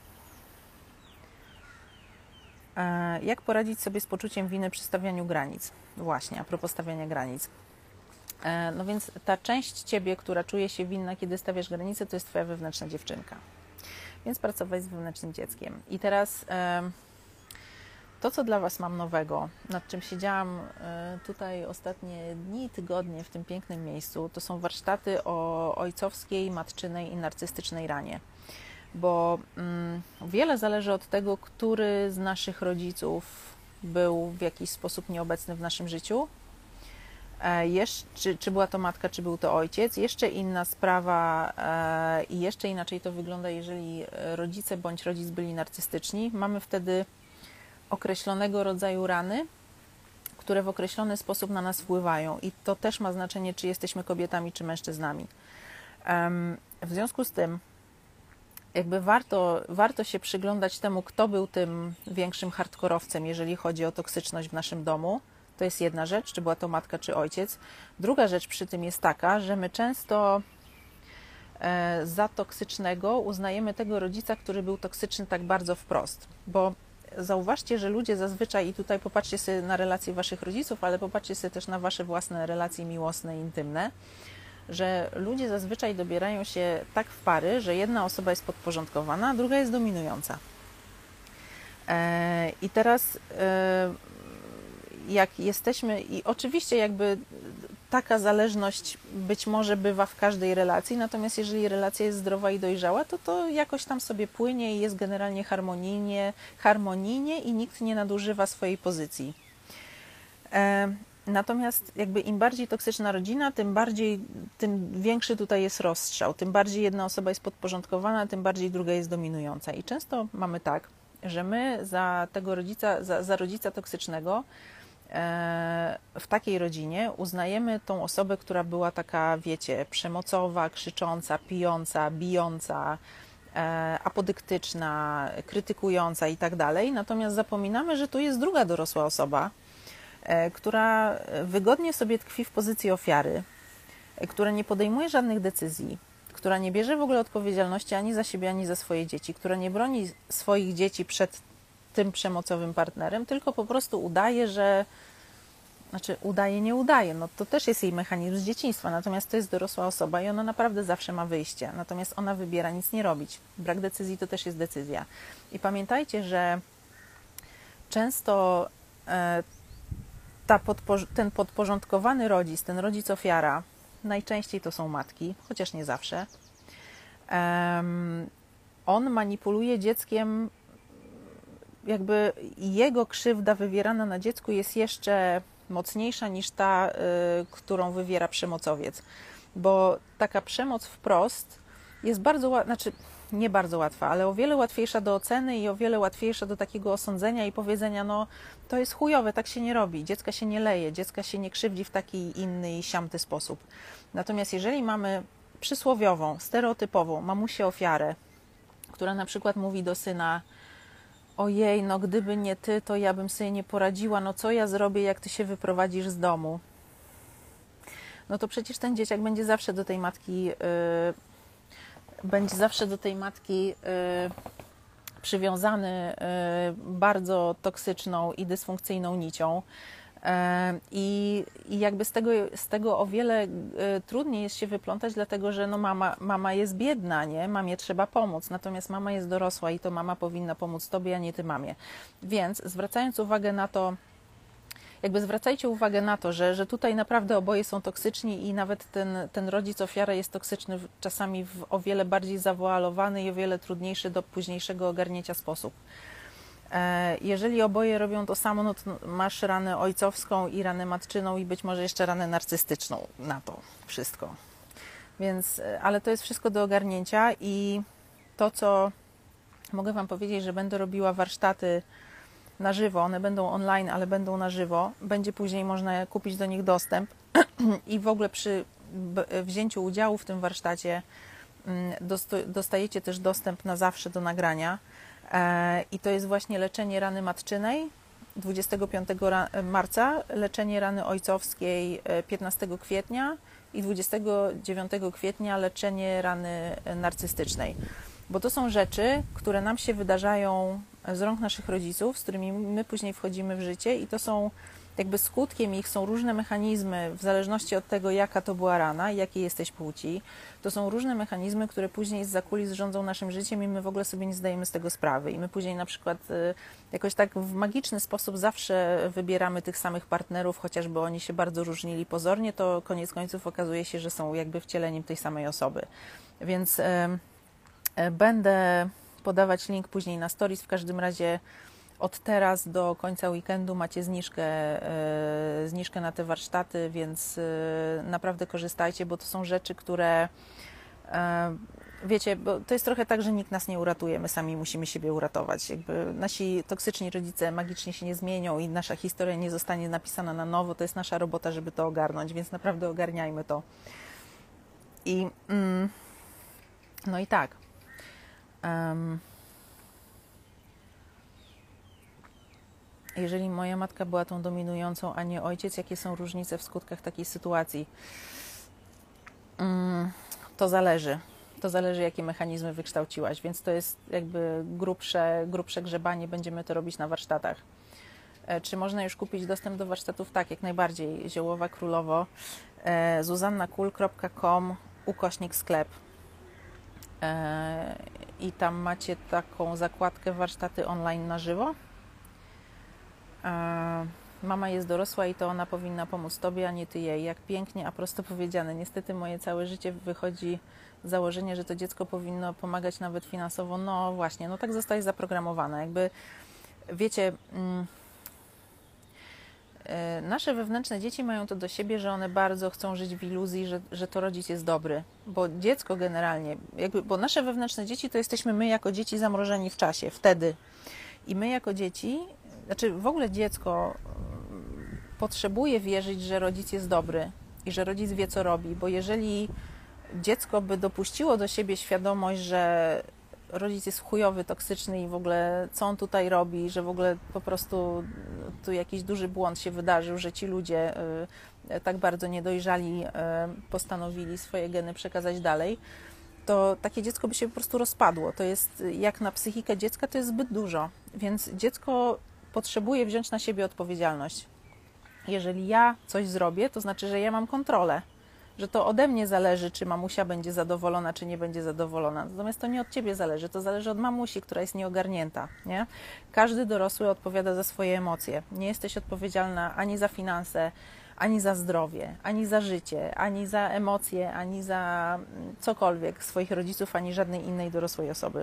Jak poradzić sobie z poczuciem winy przy stawianiu granic? Właśnie, a propos stawiania granic. No więc ta część ciebie, która czuje się winna, kiedy stawiasz granice, to jest twoja wewnętrzna dziewczynka. Więc pracować z wewnętrznym dzieckiem. I teraz to, co dla was mam nowego, nad czym siedziałam tutaj ostatnie dni, tygodnie w tym pięknym miejscu, to są warsztaty o ojcowskiej, matczynej i narcystycznej ranie. Bo wiele zależy od tego, który z naszych rodziców był w jakiś sposób nieobecny w naszym życiu Czy była to matka, czy był to ojciec. Jeszcze inna sprawa i jeszcze inaczej to wygląda, jeżeli rodzice bądź rodzic byli narcystyczni. Mamy wtedy określonego rodzaju rany, które w określony sposób na nas wpływają i to też ma znaczenie, czy jesteśmy kobietami, czy mężczyznami. W związku z tym jakby warto się przyglądać temu, kto był tym większym hardkorowcem, jeżeli chodzi o toksyczność w naszym domu. To jest jedna rzecz, czy była to matka, czy ojciec. Druga rzecz przy tym jest taka, że my często za toksycznego uznajemy tego rodzica, który był toksyczny tak bardzo wprost, bo zauważcie, że ludzie zazwyczaj, i tutaj popatrzcie sobie na relacje waszych rodziców, ale popatrzcie sobie też na wasze własne relacje miłosne i intymne, że ludzie zazwyczaj dobierają się tak w pary, że jedna osoba jest podporządkowana, a druga jest dominująca. I teraz jak jesteśmy, i oczywiście jakby taka zależność być może bywa w każdej relacji, natomiast jeżeli relacja jest zdrowa i dojrzała, to jakoś tam sobie płynie i jest generalnie harmonijnie i nikt nie nadużywa swojej pozycji. Natomiast jakby im bardziej toksyczna rodzina, tym większy tutaj jest rozstrzał, tym bardziej jedna osoba jest podporządkowana, tym bardziej druga jest dominująca. I często mamy tak, że my za tego rodzica, za rodzica toksycznego w takiej rodzinie uznajemy tą osobę, która była taka, wiecie, przemocowa, krzycząca, pijąca, bijąca, apodyktyczna, krytykująca i tak dalej. Natomiast zapominamy, że tu jest druga dorosła osoba, która wygodnie sobie tkwi w pozycji ofiary, która nie podejmuje żadnych decyzji, która nie bierze w ogóle odpowiedzialności ani za siebie, ani za swoje dzieci, która nie broni swoich dzieci przed tym przemocowym partnerem, tylko po prostu udaje, nie udaje, no to też jest jej mechanizm z dzieciństwa, natomiast to jest dorosła osoba i ona naprawdę zawsze ma wyjście, natomiast ona wybiera nic nie robić. Brak decyzji to też jest decyzja. I pamiętajcie, że często ten podporządkowany rodzic, ten rodzic ofiara, najczęściej to są matki, chociaż nie zawsze, on manipuluje dzieckiem, jakby jego krzywda wywierana na dziecku jest jeszcze mocniejsza niż ta, którą wywiera przemocowiec, bo taka przemoc wprost jest bardzo łatwa, znaczy nie bardzo łatwa, ale o wiele łatwiejsza do oceny i o wiele łatwiejsza do takiego osądzenia i powiedzenia, no to jest chujowe, tak się nie robi, dziecka się nie leje, dziecka się nie krzywdzi w taki, inny i siamty sposób. Natomiast jeżeli mamy przysłowiową, stereotypową mamusię ofiarę, która na przykład mówi do syna: ojej, no gdyby nie ty, to ja bym sobie nie poradziła, no co ja zrobię, jak ty się wyprowadzisz z domu? No to przecież ten dzieciak będzie zawsze do tej matki przywiązany bardzo toksyczną i dysfunkcyjną nicią. I jakby z tego o wiele trudniej jest się wyplątać, dlatego że no mama jest biedna, nie? Mamie trzeba pomóc, natomiast mama jest dorosła i to mama powinna pomóc tobie, a nie ty mamie. Więc zwracajcie uwagę na to, że tutaj naprawdę oboje są toksyczni i nawet ten rodzic ofiara jest toksyczny czasami w o wiele bardziej zawoalowany i o wiele trudniejszy do późniejszego ogarnięcia sposób. Jeżeli oboje robią to samo, no to masz ranę ojcowską i ranę matczyną i być może jeszcze ranę narcystyczną na to wszystko. Więc, ale to jest wszystko do ogarnięcia i to, co mogę Wam powiedzieć, że będę robiła warsztaty na żywo, one będą online, ale będą na żywo, będzie później można kupić do nich dostęp i w ogóle przy wzięciu udziału w tym warsztacie dostajecie też dostęp na zawsze do nagrania. I to jest właśnie leczenie rany matczynej 25 marca, leczenie rany ojcowskiej 15 kwietnia i 29 kwietnia leczenie rany narcystycznej. Bo to są rzeczy, które nam się wydarzają z rąk naszych rodziców, z którymi my później wchodzimy w życie i to są jakby skutkiem ich są różne mechanizmy w zależności od tego, jaka to była rana i jakiej jesteś płci. To są różne mechanizmy, które później zza kulis rządzą naszym życiem i my w ogóle sobie nie zdajemy z tego sprawy. I my później na przykład jakoś tak w magiczny sposób zawsze wybieramy tych samych partnerów, chociażby oni się bardzo różnili pozornie, to koniec końców okazuje się, że są jakby wcieleniem tej samej osoby. Więc będę podawać link później na stories. W każdym razie Od teraz do końca weekendu macie zniżkę na te warsztaty, więc naprawdę korzystajcie, bo to są rzeczy, które wiecie, bo to jest trochę tak, że nikt nas nie uratuje, my sami musimy siebie uratować. Jakby nasi toksyczni rodzice magicznie się nie zmienią i nasza historia nie zostanie napisana na nowo, to jest nasza robota, żeby to ogarnąć, więc naprawdę ogarniajmy to. I no i tak. Jeżeli moja matka była tą dominującą, a nie ojciec, jakie są różnice w skutkach takiej sytuacji? To zależy. To zależy, jakie mechanizmy wykształciłaś, więc to jest jakby grubsze grzebanie, będziemy to robić na warsztatach. Czy można już kupić dostęp do warsztatów? Tak, jak najbardziej. Ziołowa Królowo, zuzannakul.com/sklep. I tam macie taką zakładkę warsztaty online na żywo. Mama jest dorosła i to ona powinna pomóc Tobie, a nie Ty jej. Jak pięknie, a prosto powiedziane. Niestety moje całe życie wychodzi założenie, że to dziecko powinno pomagać nawet finansowo. No właśnie, no tak zostaje zaprogramowane. Jakby, wiecie, nasze wewnętrzne dzieci mają to do siebie, że one bardzo chcą żyć w iluzji, że to rodzic jest dobry. Bo dziecko generalnie, bo nasze wewnętrzne dzieci to jesteśmy my jako dzieci zamrożeni w czasie, wtedy. I my jako dzieci, znaczy w ogóle dziecko potrzebuje wierzyć, że rodzic jest dobry i że rodzic wie, co robi, bo jeżeli dziecko by dopuściło do siebie świadomość, że rodzic jest chujowy, toksyczny i w ogóle co on tutaj robi, że w ogóle po prostu tu jakiś duży błąd się wydarzył, że ci ludzie tak bardzo niedojrzali postanowili swoje geny przekazać dalej, to takie dziecko by się po prostu rozpadło. To jest, jak na psychikę dziecka, to jest zbyt dużo. Więc dziecko potrzebuje wziąć na siebie odpowiedzialność. Jeżeli ja coś zrobię, to znaczy, że ja mam kontrolę. Że to ode mnie zależy, czy mamusia będzie zadowolona, czy nie będzie zadowolona. Natomiast to nie od Ciebie zależy, to zależy od mamusi, która jest nieogarnięta. Nie? Każdy dorosły odpowiada za swoje emocje. Nie jesteś odpowiedzialna ani za finanse, ani za zdrowie, ani za życie, ani za emocje, ani za cokolwiek swoich rodziców, ani żadnej innej dorosłej osoby.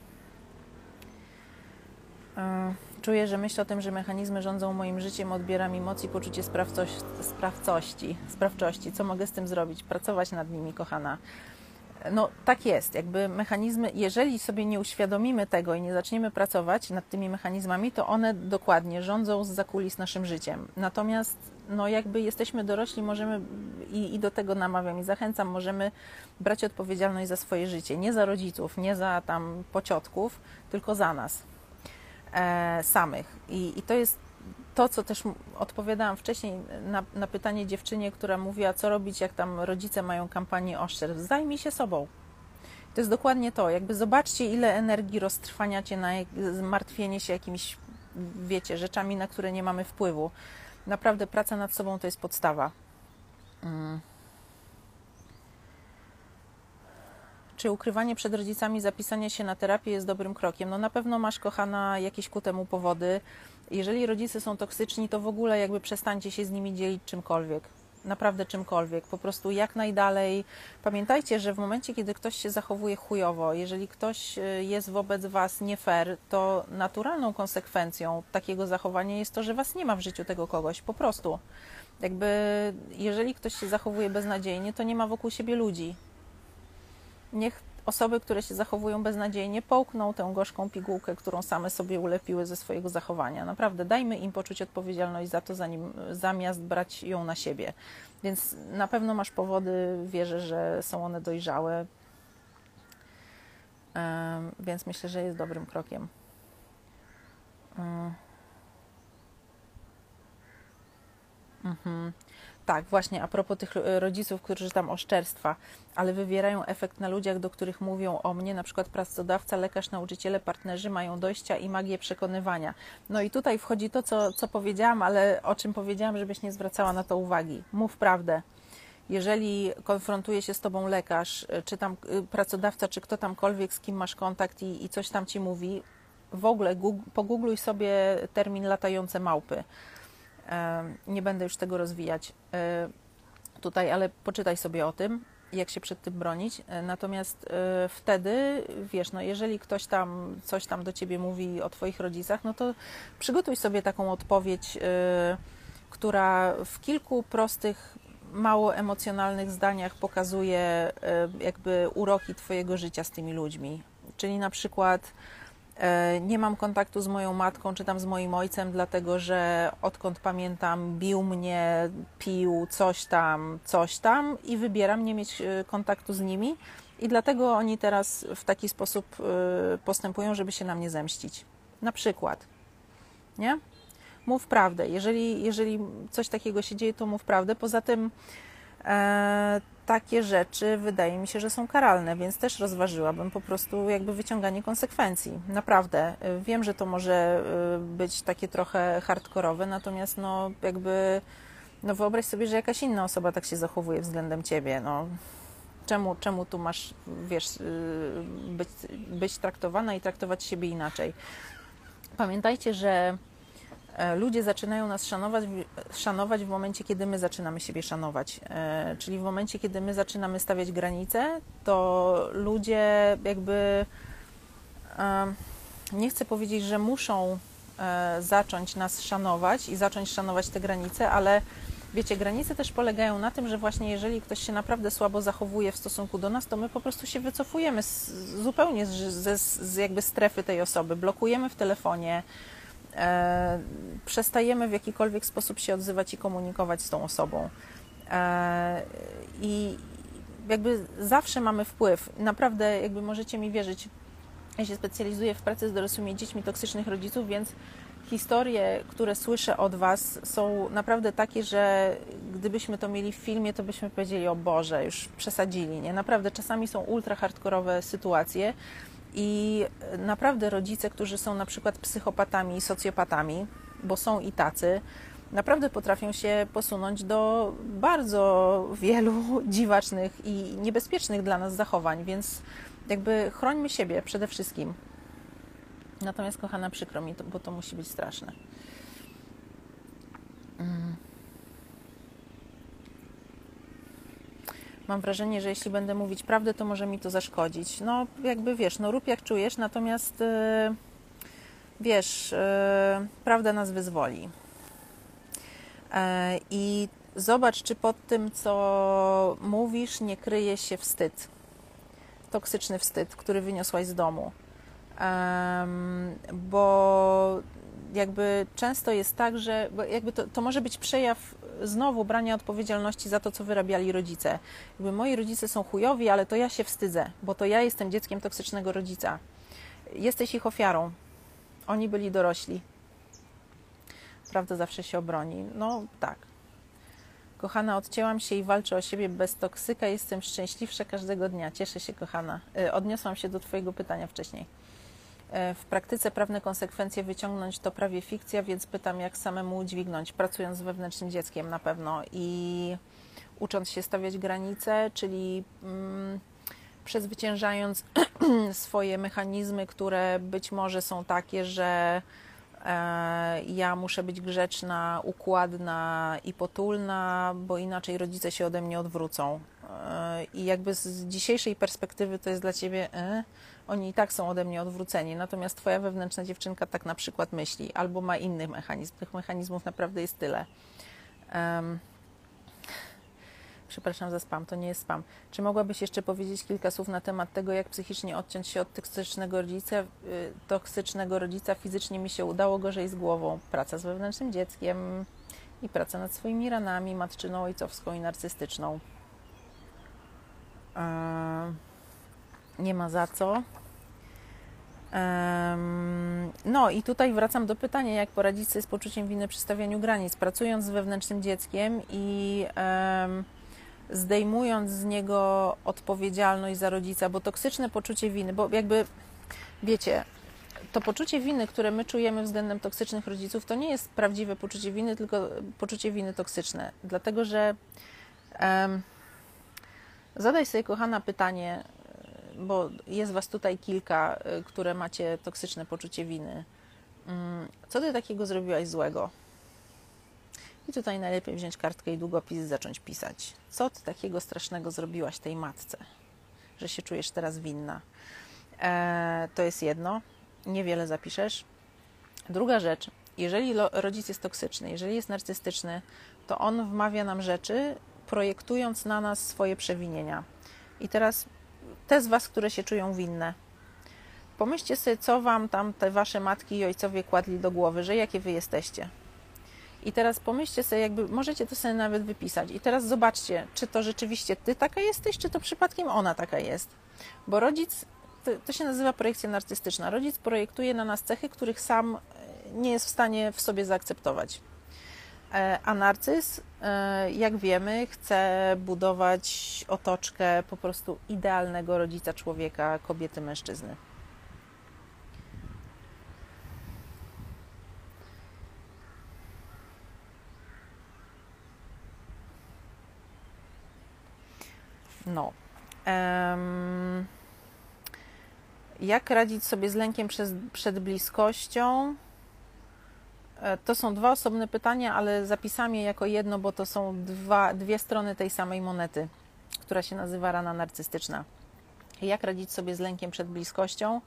Czuję, że myśl o tym, że mechanizmy rządzą moim życiem, odbiera mi moc i poczucie sprawczości. Co mogę z tym zrobić? Pracować nad nimi, kochana. No tak jest, jakby mechanizmy, jeżeli sobie nie uświadomimy tego i nie zaczniemy pracować nad tymi mechanizmami, to one dokładnie rządzą zza kulis naszym życiem. Natomiast no jakby jesteśmy dorośli, możemy i do tego namawiam i zachęcam, możemy brać odpowiedzialność za swoje życie. Nie za rodziców, nie za tam pociotków, tylko za nas samych. I to jest to, co też odpowiadałam wcześniej na pytanie dziewczynie, która mówiła, co robić, jak tam rodzice mają kampanię oszczerstw. Zajmij się sobą. To jest dokładnie to. Jakby zobaczcie, ile energii roztrwaniacie na martwienie się jakimiś, wiecie, rzeczami, na które nie mamy wpływu. Naprawdę praca nad sobą to jest podstawa. Czy ukrywanie przed rodzicami zapisania się na terapię jest dobrym krokiem? No na pewno masz, kochana, jakieś ku temu powody. Jeżeli rodzice są toksyczni, to w ogóle jakby przestańcie się z nimi dzielić czymkolwiek. Naprawdę czymkolwiek. Po prostu jak najdalej. Pamiętajcie, że w momencie, kiedy ktoś się zachowuje chujowo, jeżeli ktoś jest wobec Was nie fair, to naturalną konsekwencją takiego zachowania jest to, że Was nie ma w życiu tego kogoś. Po prostu. Jakby jeżeli ktoś się zachowuje beznadziejnie, to nie ma wokół siebie ludzi. Niech osoby, które się zachowują beznadziejnie, połkną tę gorzką pigułkę, którą same sobie ulepiły ze swojego zachowania. Naprawdę dajmy im poczuć odpowiedzialność za to, zamiast brać ją na siebie. Więc na pewno masz powody, wierzę, że są one dojrzałe, więc myślę, że jest dobrym krokiem. Tak, właśnie, a propos tych rodziców, którzy tam oszczerstwa, ale wywierają efekt na ludziach, do których mówią o mnie, na przykład pracodawca, lekarz, nauczyciele, partnerzy mają dojścia i magię przekonywania. No i tutaj wchodzi to, co powiedziałam, ale o czym powiedziałam, żebyś nie zwracała na to uwagi. Mów prawdę. Jeżeli konfrontuje się z Tobą lekarz, czy tam pracodawca, czy kto tamkolwiek, z kim masz kontakt i coś tam Ci mówi, w ogóle pogoogluj sobie termin latające małpy. Nie będę już tego rozwijać tutaj, ale poczytaj sobie o tym. jak się przed tym bronić. Natomiast wtedy, wiesz, no jeżeli ktoś tam coś tam do ciebie mówi o twoich rodzicach, no to przygotuj sobie taką odpowiedź, która w kilku prostych, mało emocjonalnych zdaniach pokazuje jakby uroki twojego życia z tymi ludźmi. Czyli na przykład nie mam kontaktu z moją matką czy tam z moim ojcem, dlatego że odkąd pamiętam bił mnie, pił, coś tam i wybieram nie mieć kontaktu z nimi i dlatego oni teraz w taki sposób postępują, żeby się na mnie zemścić. Na przykład, nie? Mów prawdę. Jeżeli coś takiego się dzieje, to mów prawdę. Poza tym takie rzeczy wydaje mi się, że są karalne, więc też rozważyłabym po prostu jakby wyciąganie konsekwencji. Naprawdę. Wiem, że to może być takie trochę hardkorowe, natomiast no jakby no wyobraź sobie, że jakaś inna osoba tak się zachowuje względem ciebie. No. Czemu tu masz, wiesz, być traktowana i traktować siebie inaczej? Pamiętajcie, że ludzie zaczynają nas szanować w momencie, kiedy my zaczynamy siebie szanować. Czyli w momencie, kiedy my zaczynamy stawiać granice, to ludzie jakby, nie chcę powiedzieć, że muszą zacząć nas szanować i zacząć szanować te granice, ale wiecie, granice też polegają na tym, że właśnie jeżeli ktoś się naprawdę słabo zachowuje w stosunku do nas, to my po prostu się wycofujemy zupełnie z jakby strefy tej osoby, blokujemy w telefonie, przestajemy w jakikolwiek sposób się odzywać i komunikować z tą osobą. I jakby zawsze mamy wpływ. Naprawdę jakby możecie mi wierzyć, ja się specjalizuję w pracy z dorosłymi dziećmi toksycznych rodziców, więc historie, które słyszę od Was, są naprawdę takie, że gdybyśmy to mieli w filmie, to byśmy powiedzieli, o Boże, już przesadzili, nie? Naprawdę czasami są ultra hardkorowe sytuacje i naprawdę rodzice, którzy są na przykład psychopatami i socjopatami, bo są i tacy, naprawdę potrafią się posunąć do bardzo wielu dziwacznych i niebezpiecznych dla nas zachowań, więc jakby chrońmy siebie przede wszystkim. Natomiast, kochana, przykro mi, bo to musi być straszne. Mam wrażenie, że jeśli będę mówić prawdę, to może mi to zaszkodzić. No, jakby wiesz, no rób jak czujesz, natomiast wiesz, prawda nas wyzwoli. I zobacz, czy pod tym, co mówisz, nie kryje się wstyd. Toksyczny wstyd, który wyniosłaś z domu. Bo jakby często jest tak, że jakby to może być przejaw znowu brania odpowiedzialności za to, co wyrabiali rodzice. Jakby moi rodzice są chujowi, ale to ja się wstydzę, bo to ja jestem dzieckiem toksycznego rodzica. Jesteś ich ofiarą. Oni byli dorośli. Prawda zawsze się obroni. No tak. Kochana, odcięłam się i walczę o siebie bez toksyka. Jestem szczęśliwsza każdego dnia. Cieszę się, kochana. Odniosłam się do Twojego pytania wcześniej. W praktyce prawne konsekwencje wyciągnąć to prawie fikcja, więc pytam, jak samemu udźwignąć, pracując z wewnętrznym dzieckiem na pewno i ucząc się stawiać granice, czyli przezwyciężając swoje mechanizmy, które być może są takie, że ja muszę być grzeczna, układna i potulna, bo inaczej rodzice się ode mnie odwrócą. I jakby z dzisiejszej perspektywy to jest dla Ciebie, oni i tak są ode mnie odwróceni, natomiast Twoja wewnętrzna dziewczynka tak na przykład myśli, albo ma inny mechanizm. Tych mechanizmów naprawdę jest tyle. Przepraszam za spam, to nie jest spam. Czy mogłabyś jeszcze powiedzieć kilka słów na temat tego, jak psychicznie odciąć się od toksycznego rodzica? Fizycznie mi się udało, gorzej z głową. Praca z wewnętrznym dzieckiem i praca nad swoimi ranami, matczyną, ojcowską i narcystyczną. Nie ma za co. No i tutaj wracam do pytania, jak poradzić sobie z poczuciem winy przy stawianiu granic. Pracując z wewnętrznym dzieckiem i zdejmując z niego odpowiedzialność za rodzica, bo toksyczne poczucie winy, bo jakby wiecie, to poczucie winy, które my czujemy względem toksycznych rodziców, to nie jest prawdziwe poczucie winy, tylko poczucie winy toksyczne. Dlatego, że zadaj sobie, kochana, pytanie, bo jest Was tutaj kilka, które macie toksyczne poczucie winy. Co Ty takiego zrobiłaś złego? I tutaj najlepiej wziąć kartkę i długopis i zacząć pisać. Co ty takiego strasznego zrobiłaś tej matce, że się czujesz teraz winna? To jest jedno, niewiele zapiszesz. Druga rzecz, jeżeli rodzic jest toksyczny, jeżeli jest narcystyczny, to on wmawia nam rzeczy, projektując na nas swoje przewinienia. I teraz te z Was, które się czują winne, pomyślcie sobie, co Wam tam te Wasze matki i ojcowie kładli do głowy, że jakie Wy jesteście. I teraz pomyślcie sobie, jakby możecie to sobie nawet wypisać. I teraz zobaczcie, czy to rzeczywiście Ty taka jesteś, czy to przypadkiem ona taka jest. Bo rodzic, to się nazywa projekcja narcystyczna. Rodzic projektuje na nas cechy, których sam nie jest w stanie w sobie zaakceptować. A narcyz, jak wiemy, chce budować otoczkę po prostu idealnego rodzica człowieka, kobiety, mężczyzny. No. Jak radzić sobie z lękiem przed bliskością? To są dwa osobne pytania, ale zapisam je jako jedno, bo to są dwie strony tej samej monety, która się nazywa rana narcystyczna. Jak radzić sobie z lękiem przed bliskością?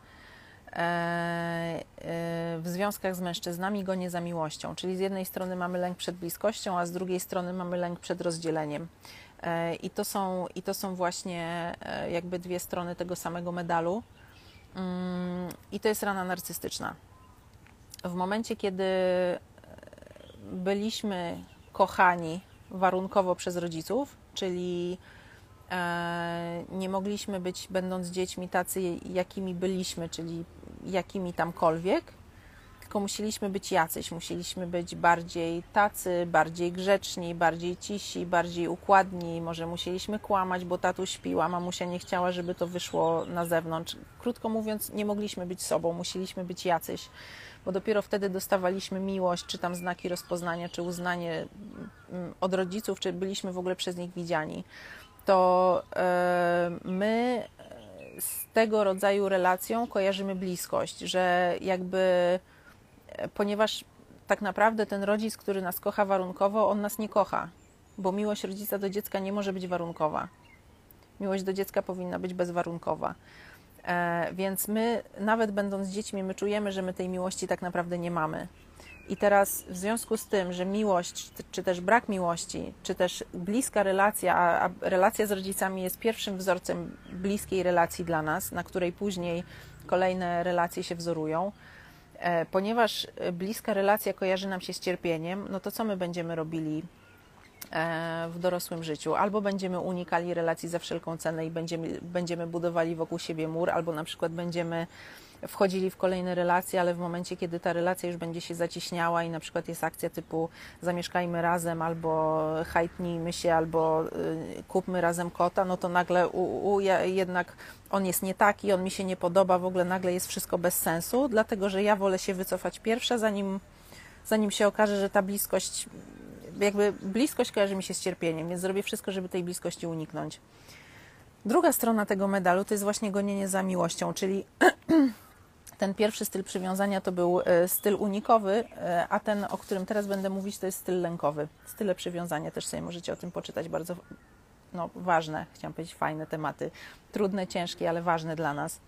W związkach z mężczyznami gonię za miłością, czyli z jednej strony mamy lęk przed bliskością, a z drugiej strony mamy lęk przed rozdzieleniem. I to są właśnie jakby dwie strony tego samego medalu. I to jest rana narcystyczna. W momencie, kiedy byliśmy kochani warunkowo przez rodziców, czyli nie mogliśmy być, będąc dziećmi, tacy, jakimi byliśmy, czyli jakimi tamkolwiek, tylko musieliśmy być jacyś, musieliśmy być bardziej tacy, bardziej grzeczni, bardziej cisi, bardziej układni, może musieliśmy kłamać, bo tatuś śpił, a mamusia nie chciała, żeby to wyszło na zewnątrz. Krótko mówiąc, nie mogliśmy być sobą, musieliśmy być jacyś, bo dopiero wtedy dostawaliśmy miłość, czy tam znaki rozpoznania, czy uznanie od rodziców, czy byliśmy w ogóle przez nich widziani. To my z tego rodzaju relacją kojarzymy bliskość, że jakby, ponieważ tak naprawdę ten rodzic, który nas kocha warunkowo, on nas nie kocha, bo miłość rodzica do dziecka nie może być warunkowa. Miłość do dziecka powinna być bezwarunkowa. Więc my, nawet będąc dziećmi, my czujemy, że my tej miłości tak naprawdę nie mamy. I teraz w związku z tym, że miłość, czy też brak miłości, czy też bliska relacja, a relacja z rodzicami jest pierwszym wzorcem bliskiej relacji dla nas, na której później kolejne relacje się wzorują, ponieważ bliska relacja kojarzy nam się z cierpieniem, no to co my będziemy robili w dorosłym życiu? Albo będziemy unikali relacji za wszelką cenę i będziemy budowali wokół siebie mur, albo na przykład będziemy wchodzili w kolejne relacje, ale w momencie, kiedy ta relacja już będzie się zacieśniała i na przykład jest akcja typu zamieszkajmy razem, albo hajtnijmy się, albo kupmy razem kota, no to nagle jednak on jest nie taki, on mi się nie podoba, w ogóle nagle jest wszystko bez sensu, dlatego że ja wolę się wycofać pierwsza, zanim się okaże, że ta bliskość, jakby bliskość kojarzy mi się z cierpieniem, więc zrobię wszystko, żeby tej bliskości uniknąć. Druga strona tego medalu to jest właśnie gonienie za miłością, czyli ten pierwszy styl przywiązania to był styl unikowy, a ten, o którym teraz będę mówić, to jest styl lękowy. Style przywiązania, też sobie możecie o tym poczytać, bardzo ważne, chciałam powiedzieć fajne tematy, trudne, ciężkie, ale ważne dla nas.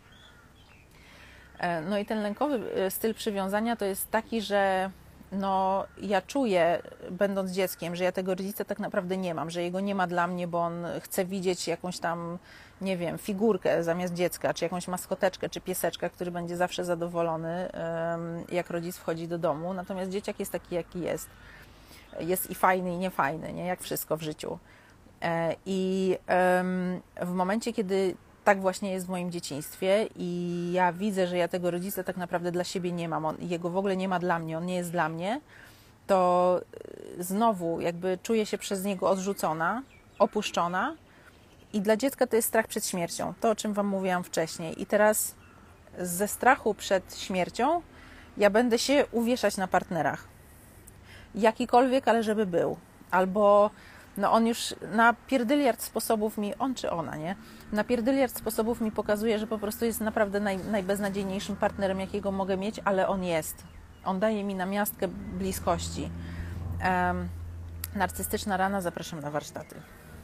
No i ten lękowy styl przywiązania to jest taki, że ja czuję, będąc dzieckiem, że ja tego rodzica tak naprawdę nie mam, że jego nie ma dla mnie, bo on chce widzieć jakąś tam, nie wiem, figurkę zamiast dziecka, czy jakąś maskoteczkę, czy pieseczka, który będzie zawsze zadowolony, jak rodzic wchodzi do domu. Natomiast dzieciak jest taki, jaki jest. Jest i fajny, i niefajny, nie? Jak wszystko w życiu. I w momencie, kiedy tak właśnie jest w moim dzieciństwie i ja widzę, że ja tego rodzica tak naprawdę dla siebie nie mam, jego w ogóle nie ma dla mnie, on nie jest dla mnie, to znowu jakby czuję się przez niego odrzucona, opuszczona i dla dziecka to jest strach przed śmiercią, to o czym Wam mówiłam wcześniej. I teraz ze strachu przed śmiercią ja będę się uwieszać na partnerach. Jakikolwiek, ale żeby był. Albo on już na pierdyliard sposobów on czy ona, nie? Na pierdyliard sposobów mi pokazuje, że po prostu jest naprawdę najbeznadziejniejszym partnerem, jakiego mogę mieć, ale on jest. On daje mi namiastkę bliskości. Narcystyczna rana, zapraszam na warsztaty.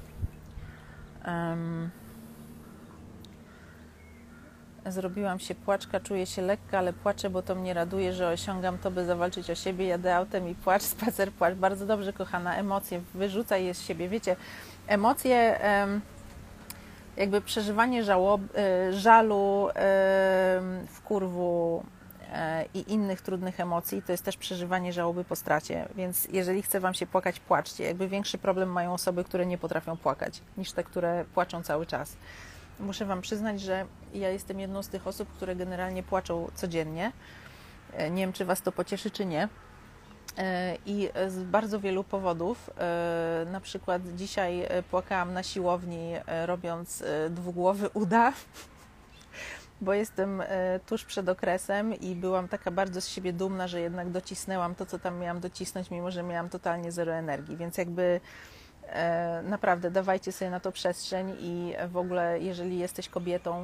Zrobiłam się płaczka, czuję się lekka, ale płaczę, bo to mnie raduje, że osiągam to, by zawalczyć o siebie. Jadę autem i płacz, spacer, płacz. Bardzo dobrze, kochana, emocje, wyrzucaj je z siebie. Wiecie, emocje, jakby przeżywanie żalu, wkurwu i innych trudnych emocji, to jest też przeżywanie żałoby po stracie. Więc jeżeli chce Wam się płakać, płaczcie. Jakby większy problem mają osoby, które nie potrafią płakać, niż te, które płaczą cały czas. Muszę Wam przyznać, że ja jestem jedną z tych osób, które generalnie płaczą codziennie. Nie wiem, czy Was to pocieszy, czy nie. I z bardzo wielu powodów. Na przykład dzisiaj płakałam na siłowni, robiąc dwugłowy uda, bo jestem tuż przed okresem i byłam taka bardzo z siebie dumna, że jednak docisnęłam to, co tam miałam docisnąć, mimo że miałam totalnie zero energii. Więc jakby naprawdę dawajcie sobie na to przestrzeń i w ogóle jeżeli jesteś kobietą,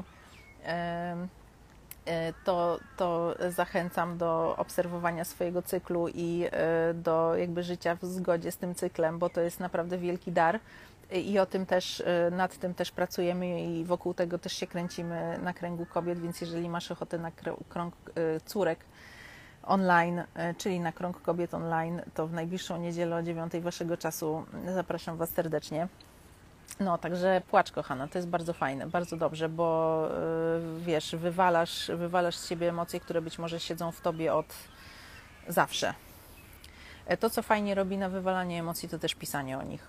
to zachęcam do obserwowania swojego cyklu i do jakby życia w zgodzie z tym cyklem, bo to jest naprawdę wielki dar i o tym też, nad tym też pracujemy i wokół tego też się kręcimy na kręgu kobiet, więc jeżeli masz ochotę na krąg córek online, czyli na krąg kobiet online, to w najbliższą niedzielę o 9 Waszego czasu zapraszam Was serdecznie. No, także płacz, kochana, to jest bardzo fajne, bardzo dobrze, bo wiesz, wywalasz z siebie emocje, które być może siedzą w Tobie od zawsze. To, co fajnie robi na wywalanie emocji, to też pisanie o nich.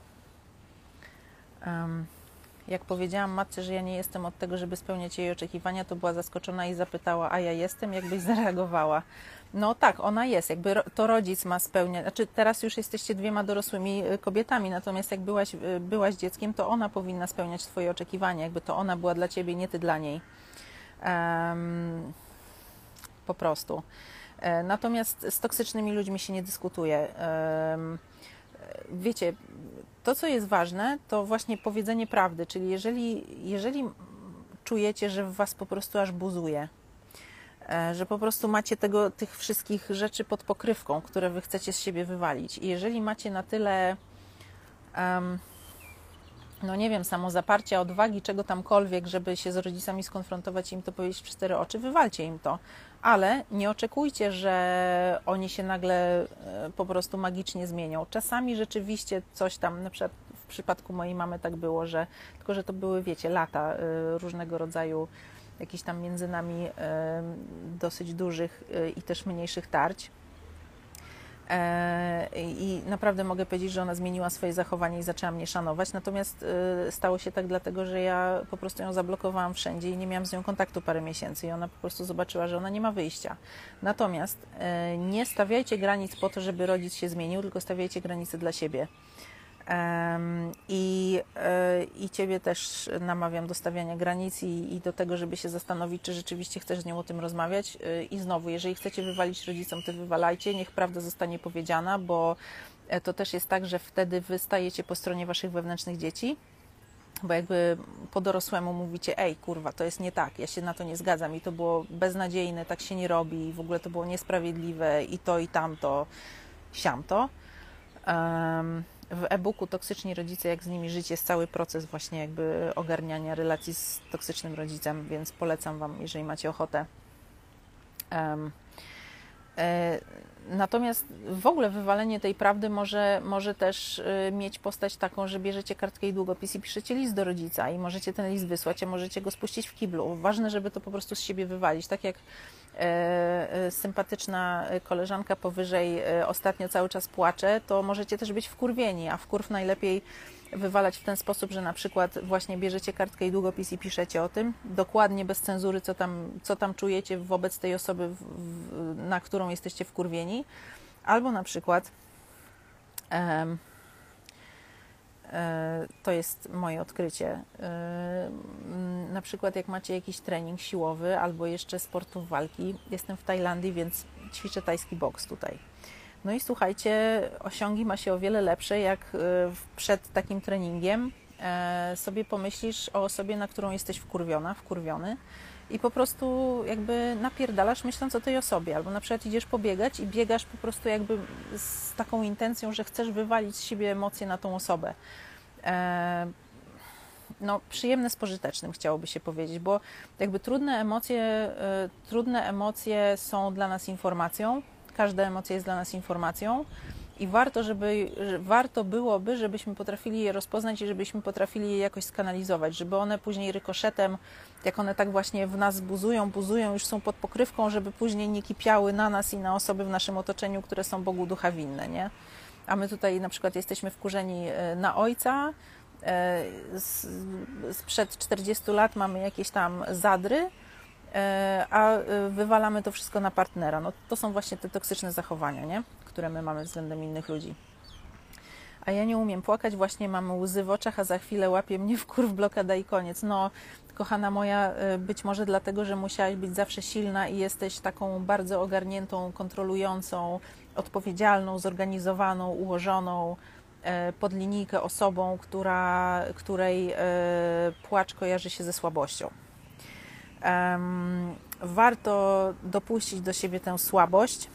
Jak powiedziałam matce, że ja nie jestem od tego, żeby spełniać jej oczekiwania, to była zaskoczona i zapytała, a ja jestem, jakbyś zareagowała. No tak, ona jest, jakby to rodzic ma spełniać, znaczy teraz już jesteście 2 dorosłymi kobietami, natomiast jak byłaś dzieckiem, to ona powinna spełniać Twoje oczekiwania, jakby to ona była dla Ciebie, nie Ty dla niej. Po prostu. Natomiast z toksycznymi ludźmi się nie dyskutuje. Wiecie, to, co jest ważne, to właśnie powiedzenie prawdy, czyli jeżeli czujecie, że w Was po prostu aż buzuje, że po prostu macie tych wszystkich rzeczy pod pokrywką, które Wy chcecie z siebie wywalić i jeżeli macie na tyle, no nie wiem, samozaparcia, odwagi, czego tamkolwiek, żeby się z rodzicami skonfrontować i im to powiedzieć w 4 oczy, wywalcie im to, ale nie oczekujcie, że oni się nagle po prostu magicznie zmienią. Czasami rzeczywiście coś tam, na przykład w przypadku mojej mamy tak było, tylko że to były, wiecie, lata różnego rodzaju jakichś tam między nami dosyć dużych i też mniejszych tarć. I naprawdę mogę powiedzieć, że ona zmieniła swoje zachowanie i zaczęła mnie szanować, natomiast stało się tak dlatego, że ja po prostu ją zablokowałam wszędzie i nie miałam z nią kontaktu parę miesięcy i ona po prostu zobaczyła, że ona nie ma wyjścia. Natomiast nie stawiajcie granic po to, żeby rodzic się zmienił, tylko stawiajcie granice dla siebie. I Ciebie też namawiam do stawiania granic i do tego, żeby się zastanowić, czy rzeczywiście chcesz z nią o tym rozmawiać. I znowu, jeżeli chcecie wywalić rodzicom, to wywalajcie, niech prawda zostanie powiedziana, bo to też jest tak, że wtedy wy stajecie po stronie Waszych wewnętrznych dzieci, bo jakby po dorosłemu mówicie, ej, kurwa, to jest nie tak, ja się na to nie zgadzam i to było beznadziejne, tak się nie robi, w ogóle to było niesprawiedliwe i to i tamto, siamto. W e-booku Toksyczni rodzice, jak z nimi żyć, jest cały proces właśnie jakby ogarniania relacji z toksycznym rodzicem, więc polecam Wam, jeżeli macie ochotę. Natomiast w ogóle wywalenie tej prawdy może też mieć postać taką, że bierzecie kartkę i długopis i piszecie list do rodzica i możecie ten list wysłać, a możecie go spuścić w kiblu. Ważne, żeby to po prostu z siebie wywalić. Tak jak sympatyczna koleżanka powyżej ostatnio cały czas płacze, to możecie też być wkurwieni, a wkurw najlepiej wywalać w ten sposób, że na przykład właśnie bierzecie kartkę i długopis i piszecie o tym, dokładnie bez cenzury, co tam czujecie wobec tej osoby, na którą jesteście wkurwieni, albo na przykład to jest moje odkrycie. Na przykład jak macie jakiś trening siłowy albo jeszcze sportów walki, jestem w Tajlandii, więc ćwiczę tajski boks tutaj. No i słuchajcie, osiągi ma się o wiele lepsze, jak przed takim treningiem sobie pomyślisz o osobie, na którą jesteś wkurwiony i po prostu jakby napierdalasz myśląc o tej osobie, albo na przykład idziesz pobiegać i biegasz po prostu jakby z taką intencją, że chcesz wywalić z siebie emocje na tą osobę. No, przyjemne z pożytecznym chciałoby się powiedzieć, bo jakby trudne emocje są dla nas informacją, każda emocja jest dla nas informacją i warto byłoby, żebyśmy potrafili je rozpoznać i żebyśmy potrafili je jakoś skanalizować, żeby one później rykoszetem, jak one tak właśnie w nas buzują, już są pod pokrywką, żeby później nie kipiały na nas i na osoby w naszym otoczeniu, które są Bogu ducha winne, nie? A my tutaj na przykład jesteśmy wkurzeni na ojca, sprzed 40 lat mamy jakieś tam zadry, a wywalamy to wszystko na partnera. No, to są właśnie te toksyczne zachowania, nie? Które my mamy względem innych ludzi. A ja nie umiem płakać, właśnie mam łzy w oczach, a za chwilę łapie mnie wkurw, blokada i koniec. No, kochana moja, być może dlatego, że musiałaś być zawsze silna i jesteś taką bardzo ogarniętą, kontrolującą, odpowiedzialną, zorganizowaną, ułożoną, pod linijkę osobą, której płacz kojarzy się ze słabością. Warto dopuścić do siebie tę słabość.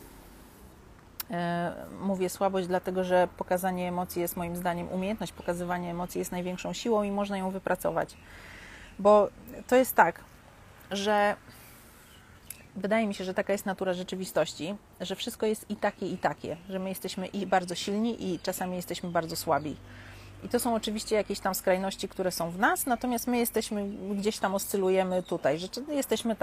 Mówię słabość, dlatego że pokazanie emocji jest moim zdaniem, umiejętność pokazywania emocji jest największą siłą i można ją wypracować. Bo to jest tak, że wydaje mi się, że taka jest natura rzeczywistości, że wszystko jest i takie, że my jesteśmy i bardzo silni i czasami jesteśmy bardzo słabi. I to są oczywiście jakieś tam skrajności, które są w nas, natomiast my jesteśmy, gdzieś tam oscylujemy tutaj, że jesteśmy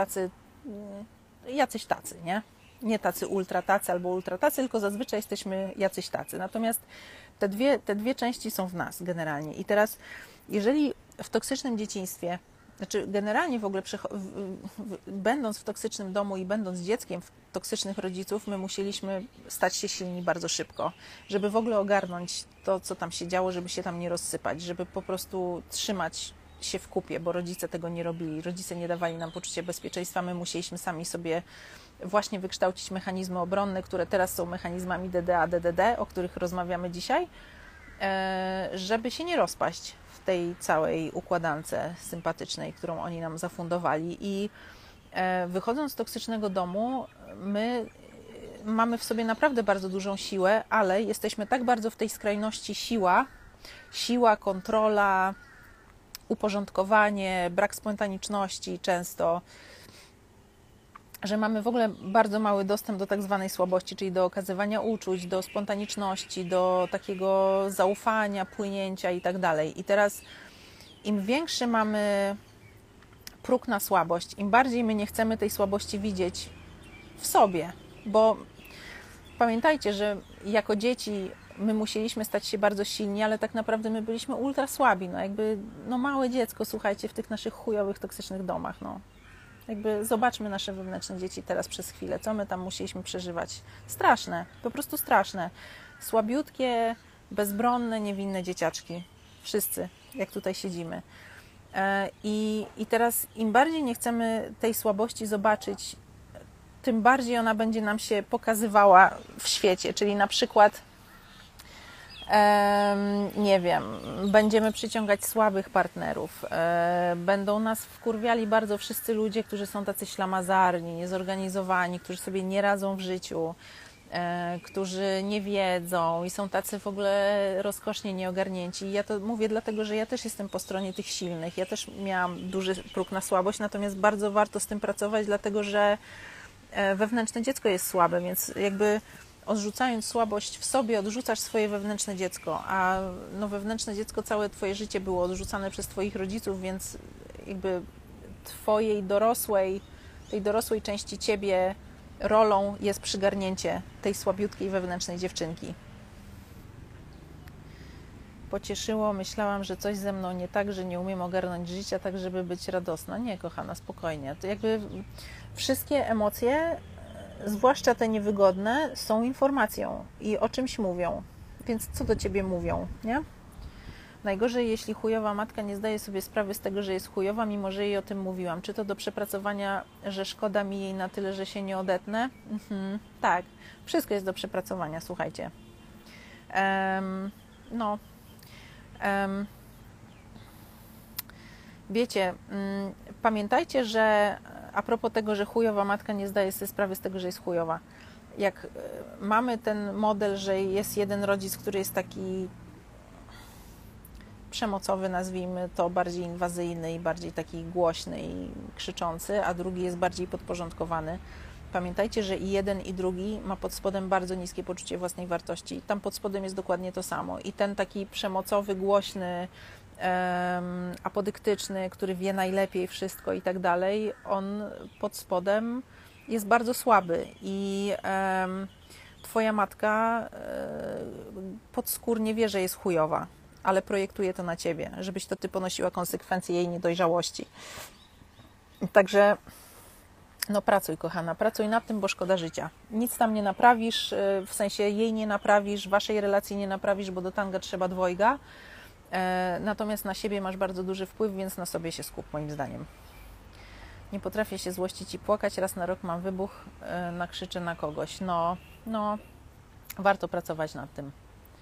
jacyś tacy, nie? Nie tacy ultra tacy albo ultra tacy, tylko zazwyczaj jesteśmy jacyś tacy. Natomiast te dwie części są w nas generalnie. I teraz, jeżeli w toksycznym dzieciństwie, znaczy generalnie w ogóle będąc w toksycznym domu i będąc dzieckiem toksycznych rodziców, my musieliśmy stać się silni bardzo szybko, żeby w ogóle ogarnąć to, co tam się działo, żeby się tam nie rozsypać, żeby po prostu trzymać się w kupie, bo rodzice tego nie robili. Rodzice nie dawali nam poczucia bezpieczeństwa, my musieliśmy sami sobie właśnie wykształcić mechanizmy obronne, które teraz są mechanizmami DDA, DDD, o których rozmawiamy dzisiaj, żeby się nie rozpaść w tej całej układance sympatycznej, którą oni nam zafundowali. I wychodząc z toksycznego domu, my mamy w sobie naprawdę bardzo dużą siłę, ale jesteśmy tak bardzo w tej skrajności siła, kontrola, uporządkowanie, brak spontaniczności często, że mamy w ogóle bardzo mały dostęp do tak zwanej słabości, czyli do okazywania uczuć, do spontaniczności, do takiego zaufania, płynięcia i tak dalej. I teraz im większy mamy próg na słabość, im bardziej my nie chcemy tej słabości widzieć w sobie, bo pamiętajcie, że jako dzieci my musieliśmy stać się bardzo silni, ale tak naprawdę my byliśmy ultra słabi, małe dziecko, słuchajcie, w tych naszych chujowych, toksycznych domach, Jakby zobaczmy nasze wewnętrzne dzieci teraz przez chwilę, co my tam musieliśmy przeżywać. Straszne, po prostu straszne. Słabiutkie, bezbronne, niewinne dzieciaczki. Wszyscy, jak tutaj siedzimy. I teraz im bardziej nie chcemy tej słabości zobaczyć, tym bardziej ona będzie nam się pokazywała w świecie. Czyli na przykład nie wiem, będziemy przyciągać słabych partnerów, będą nas wkurwiali bardzo wszyscy ludzie, którzy są tacy ślamazarni, niezorganizowani, którzy sobie nie radzą w życiu, którzy nie wiedzą i są tacy w ogóle rozkosznie nieogarnięci. I ja to mówię dlatego, że ja też jestem po stronie tych silnych, ja też miałam duży próg na słabość, natomiast bardzo warto z tym pracować, dlatego że wewnętrzne dziecko jest słabe, więc jakby odrzucając słabość w sobie, odrzucasz swoje wewnętrzne dziecko, a wewnętrzne dziecko całe twoje życie było odrzucane przez twoich rodziców, więc jakby tej dorosłej części ciebie rolą jest przygarnięcie tej słabiutkiej wewnętrznej dziewczynki. Pocieszyło, myślałam, że coś ze mną nie tak, że nie umiem ogarnąć życia tak, żeby być radosna. Nie, kochana, spokojnie. To jakby wszystkie emocje, zwłaszcza te niewygodne, są informacją i o czymś mówią. Więc co do ciebie mówią, nie? Najgorzej, jeśli chujowa matka nie zdaje sobie sprawy z tego, że jest chujowa, mimo że jej o tym mówiłam. Czy to do przepracowania, że szkoda mi jej na tyle, że się nie odetnę? Tak, wszystko jest do przepracowania, słuchajcie. Wiecie, pamiętajcie, że a propos tego, że chujowa matka nie zdaje sobie sprawy z tego, że jest chujowa. Jak mamy ten model, że jest jeden rodzic, który jest taki przemocowy, nazwijmy to, bardziej inwazyjny i bardziej taki głośny i krzyczący, a drugi jest bardziej podporządkowany. Pamiętajcie, że i jeden, i drugi ma pod spodem bardzo niskie poczucie własnej wartości. Tam pod spodem jest dokładnie to samo. I ten taki przemocowy, głośny, apodyktyczny, który wie najlepiej wszystko i tak dalej, on pod spodem jest bardzo słaby i twoja matka podskórnie wie, że jest chujowa, ale projektuje to na ciebie, żebyś to ty ponosiła konsekwencje jej niedojrzałości. Także no pracuj, kochana, pracuj nad tym, bo szkoda życia. Nic tam nie naprawisz, w sensie jej nie naprawisz, waszej relacji nie naprawisz, bo do tanga trzeba dwojga. Natomiast na siebie masz bardzo duży wpływ, więc na sobie się skup, moim zdaniem. Nie potrafię się złościć i płakać, raz na rok mam wybuch, nakrzyczę na kogoś. No, warto pracować nad tym.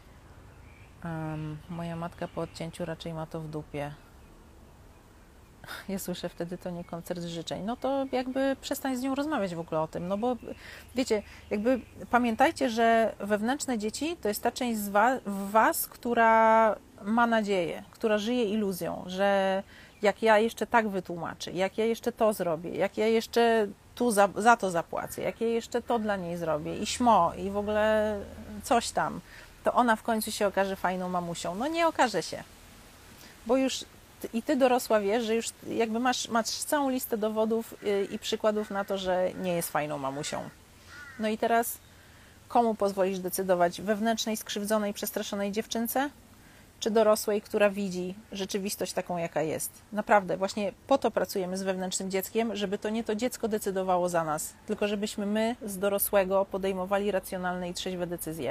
Moja matka po odcięciu raczej ma to w dupie. Ja słyszę wtedy, to nie koncert życzeń. No to jakby przestań z nią rozmawiać w ogóle o tym, no bo wiecie, jakby pamiętajcie, że wewnętrzne dzieci to jest ta część w was, która ma nadzieję, która żyje iluzją, że jak ja jeszcze tak wytłumaczę, jak ja jeszcze to zrobię, jak ja jeszcze tu za to zapłacę, jak ja jeszcze to dla niej zrobię i śmo, i w ogóle coś tam, to ona w końcu się okaże fajną mamusią. No nie okaże się, bo już i ty dorosła wiesz, że już jakby masz całą listę dowodów i przykładów na to, że nie jest fajną mamusią. No i teraz komu pozwolisz decydować? Wewnętrznej, skrzywdzonej, przestraszonej dziewczynce? Czy dorosłej, która widzi rzeczywistość taką, jaka jest? Naprawdę, właśnie po to pracujemy z wewnętrznym dzieckiem, żeby to nie to dziecko decydowało za nas, tylko żebyśmy my z dorosłego podejmowali racjonalne i trzeźwe decyzje.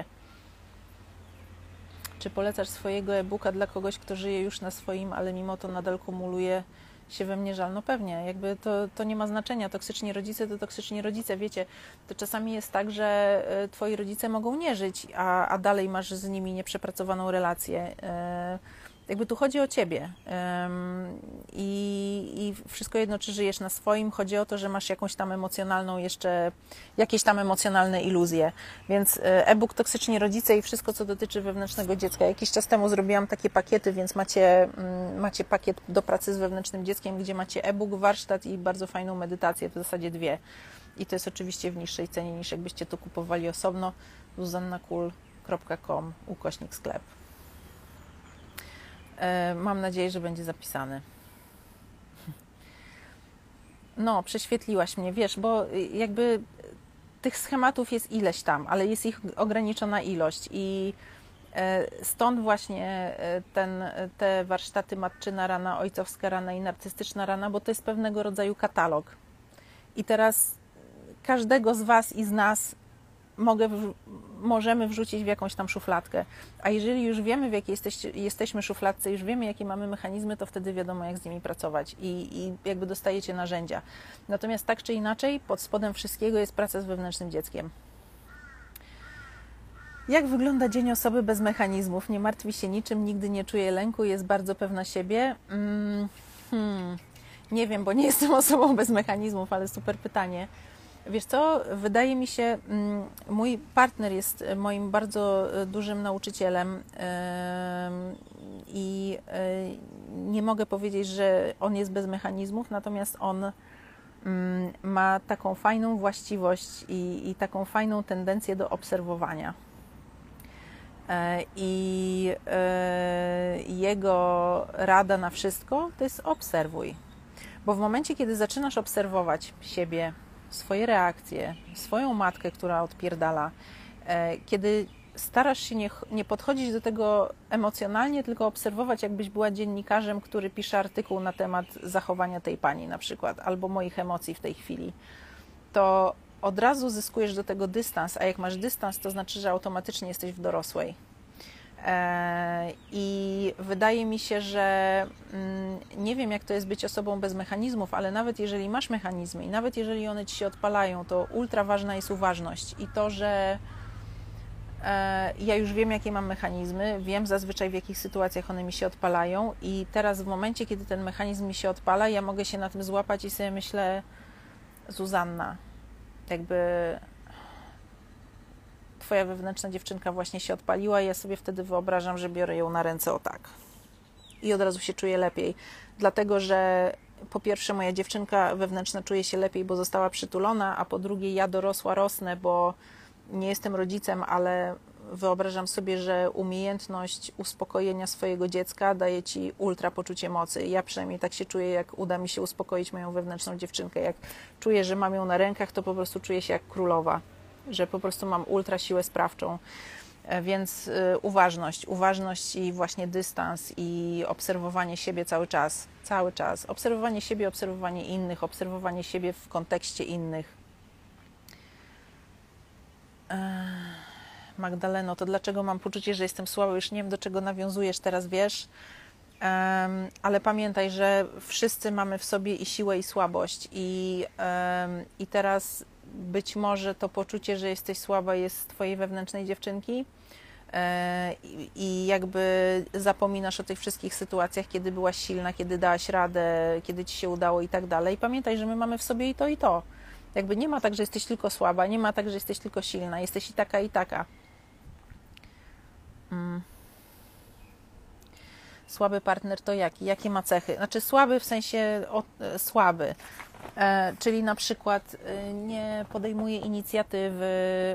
Czy polecasz swojego e-booka dla kogoś, kto żyje już na swoim, ale mimo to nadal kumuluje się we mnie żal? No pewnie, jakby to nie ma znaczenia. Toksyczni rodzice to toksyczni rodzice. Wiecie, to czasami jest tak, że twoi rodzice mogą nie żyć, a dalej masz z nimi nieprzepracowaną relację. Jakby tu chodzi o ciebie i wszystko jedno, czy żyjesz na swoim, chodzi o to, że masz jakąś tam emocjonalną jeszcze, jakieś tam emocjonalne iluzje. Więc e-book Toksyczni rodzice i wszystko, co dotyczy wewnętrznego dziecka. Jakiś czas temu zrobiłam takie pakiety, więc macie pakiet do pracy z wewnętrznym dzieckiem, gdzie macie e-book, warsztat i bardzo fajną medytację, w zasadzie 2. I to jest oczywiście w niższej cenie niż jakbyście to kupowali osobno. zuzannakul.com/sklep. Mam nadzieję, że będzie zapisany. No, prześwietliłaś mnie, wiesz, bo jakby tych schematów jest ileś tam, ale jest ich ograniczona ilość i stąd właśnie te warsztaty matczyna rana, ojcowska rana i narcystyczna rana, bo to jest pewnego rodzaju katalog. I teraz każdego z was i z nas możemy wrzucić w jakąś tam szufladkę. A jeżeli już wiemy, w jakiej jesteśmy szufladce, już wiemy, jakie mamy mechanizmy, to wtedy wiadomo, jak z nimi pracować i jakby dostajecie narzędzia. Natomiast tak czy inaczej, pod spodem wszystkiego jest praca z wewnętrznym dzieckiem. Jak wygląda dzień osoby bez mechanizmów? Nie martwi się niczym, nigdy nie czuje lęku, jest bardzo pewna siebie. Nie wiem, bo nie jestem osobą bez mechanizmów, ale super pytanie. Wiesz co, wydaje mi się, mój partner jest moim bardzo dużym nauczycielem i nie mogę powiedzieć, że on jest bez mechanizmów, natomiast on ma taką fajną właściwość i taką fajną tendencję do obserwowania. I jego rada na wszystko to jest obserwuj. Bo w momencie, kiedy zaczynasz obserwować siebie, swoje reakcje, swoją matkę, która odpierdala, kiedy starasz się nie podchodzić do tego emocjonalnie, tylko obserwować, jakbyś była dziennikarzem, który pisze artykuł na temat zachowania tej pani na przykład, albo moich emocji w tej chwili, to od razu zyskujesz do tego dystans, a jak masz dystans, to znaczy, że automatycznie jesteś w dorosłej. I wydaje mi się, że nie wiem, jak to jest być osobą bez mechanizmów, ale nawet jeżeli masz mechanizmy i nawet jeżeli one ci się odpalają, to ultra ważna jest uważność i to, że ja już wiem, jakie mam mechanizmy, wiem zazwyczaj, w jakich sytuacjach one mi się odpalają i teraz w momencie, kiedy ten mechanizm mi się odpala, ja mogę się na tym złapać i sobie myślę, Zuzanna, jakby twoja wewnętrzna dziewczynka właśnie się odpaliła i ja sobie wtedy wyobrażam, że biorę ją na ręce o tak. I od razu się czuję lepiej. Dlatego, że po pierwsze moja dziewczynka wewnętrzna czuje się lepiej, bo została przytulona, a po drugie ja dorosła rosnę, bo nie jestem rodzicem, ale wyobrażam sobie, że umiejętność uspokojenia swojego dziecka daje ci ultra poczucie mocy. Ja przynajmniej tak się czuję, jak uda mi się uspokoić moją wewnętrzną dziewczynkę. Jak czuję, że mam ją na rękach, to po prostu czuję się jak królowa, że po prostu mam ultra siłę sprawczą. Więc uważność i właśnie dystans i obserwowanie siebie cały czas. Obserwowanie siebie, obserwowanie innych, obserwowanie siebie w kontekście innych. Magdaleno, to dlaczego mam poczucie, że jestem słaba? Już nie wiem, do czego nawiązujesz, teraz wiesz, ale pamiętaj, że wszyscy mamy w sobie i siłę, i słabość i teraz być może to poczucie, że jesteś słaba jest z twojej wewnętrznej dziewczynki i jakby zapominasz o tych wszystkich sytuacjach, kiedy byłaś silna, kiedy dałaś radę, kiedy ci się udało i tak dalej. Pamiętaj, że my mamy w sobie i to, i to. Jakby nie ma tak, że jesteś tylko słaba, nie ma tak, że jesteś tylko silna, jesteś i taka, i taka. Słaby partner to jaki? Jakie ma cechy? Znaczy słaby w sensie słaby, czyli na przykład nie podejmuje inicjatywy,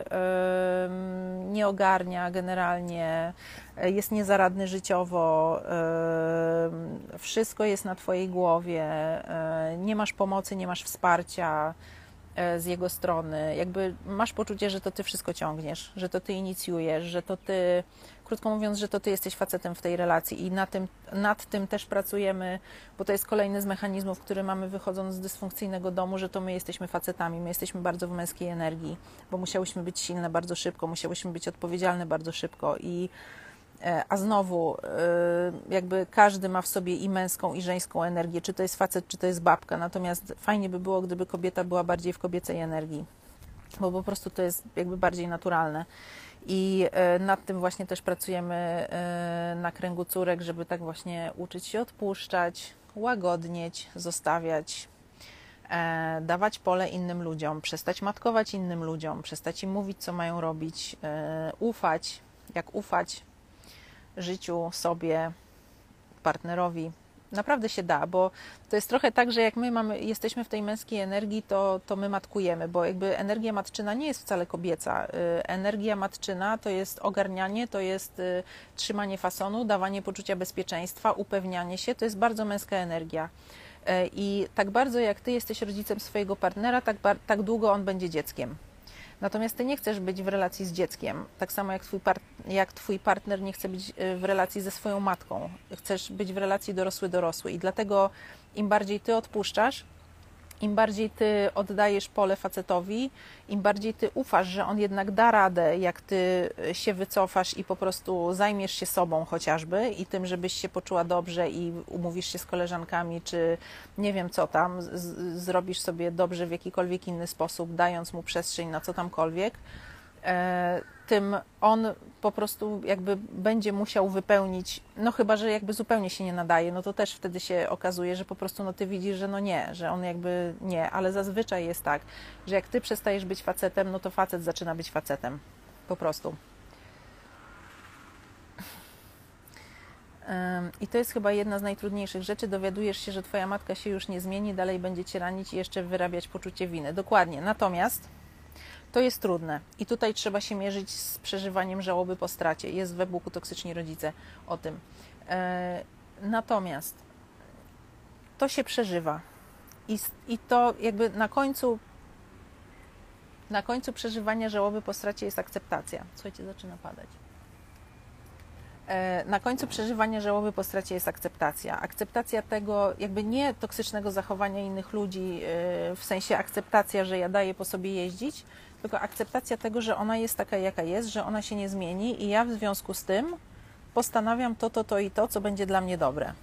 nie ogarnia generalnie, jest niezaradny życiowo, wszystko jest na twojej głowie, nie masz pomocy, nie masz wsparcia z jego strony, jakby masz poczucie, że to ty wszystko ciągniesz, że to ty inicjujesz, że to ty, krótko mówiąc, że to ty jesteś facetem w tej relacji i nad tym też pracujemy, bo to jest kolejny z mechanizmów, który mamy wychodząc z dysfunkcyjnego domu, że to my jesteśmy facetami, my jesteśmy bardzo w męskiej energii, bo musiałyśmy być silne bardzo szybko, musiałyśmy być odpowiedzialne bardzo szybko a znowu jakby każdy ma w sobie i męską, i żeńską energię, czy to jest facet, czy to jest babka, natomiast fajnie by było, gdyby kobieta była bardziej w kobiecej energii, bo po prostu to jest jakby bardziej naturalne i nad tym właśnie też pracujemy na kręgu córek, żeby tak właśnie uczyć się odpuszczać, łagodnieć, zostawiać, dawać pole innym ludziom, przestać matkować innym ludziom, przestać im mówić, co mają robić, ufać, jak ufać życiu, sobie, partnerowi. Naprawdę się da, bo to jest trochę tak, że jak my jesteśmy w tej męskiej energii, to my matkujemy, bo jakby energia matczyna nie jest wcale kobieca. Energia matczyna to jest ogarnianie, to jest trzymanie fasonu, dawanie poczucia bezpieczeństwa, upewnianie się, to jest bardzo męska energia. I tak bardzo jak ty jesteś rodzicem swojego partnera, tak długo on będzie dzieckiem. Natomiast ty nie chcesz być w relacji z dzieckiem, tak samo jak twój partner nie chce być w relacji ze swoją matką. Chcesz być w relacji dorosły-dorosły i dlatego im bardziej ty odpuszczasz, im bardziej ty oddajesz pole facetowi, im bardziej ty ufasz, że on jednak da radę, jak ty się wycofasz i po prostu zajmiesz się sobą chociażby i tym, żebyś się poczuła dobrze i umówisz się z koleżankami, czy nie wiem co tam, zrobisz sobie dobrze w jakikolwiek inny sposób, dając mu przestrzeń na co tamkolwiek, tym on po prostu jakby będzie musiał wypełnić, no chyba, że jakby zupełnie się nie nadaje, no to też wtedy się okazuje, że po prostu no ty widzisz, że no nie, że on jakby nie, ale zazwyczaj jest tak, że jak ty przestajesz być facetem, no to facet zaczyna być facetem, po prostu. I to jest chyba jedna z najtrudniejszych rzeczy, dowiadujesz się, że twoja matka się już nie zmieni, dalej będzie cię ranić i jeszcze wyrabiać poczucie winy. Dokładnie, natomiast to jest trudne i tutaj trzeba się mierzyć z przeżywaniem żałoby po stracie. Jest w e-booku Toksyczni Rodzice o tym. Natomiast to się przeżywa i to jakby na końcu przeżywania żałoby po stracie jest akceptacja. Słuchajcie, zaczyna padać. Na końcu przeżywania żałoby po stracie jest akceptacja. Akceptacja tego jakby nie toksycznego zachowania innych ludzi, w sensie akceptacja, że ja daję po sobie jeździć, tylko akceptacja tego, że ona jest taka, jaka jest, że ona się nie zmieni i ja w związku z tym postanawiam to i to, co będzie dla mnie dobre.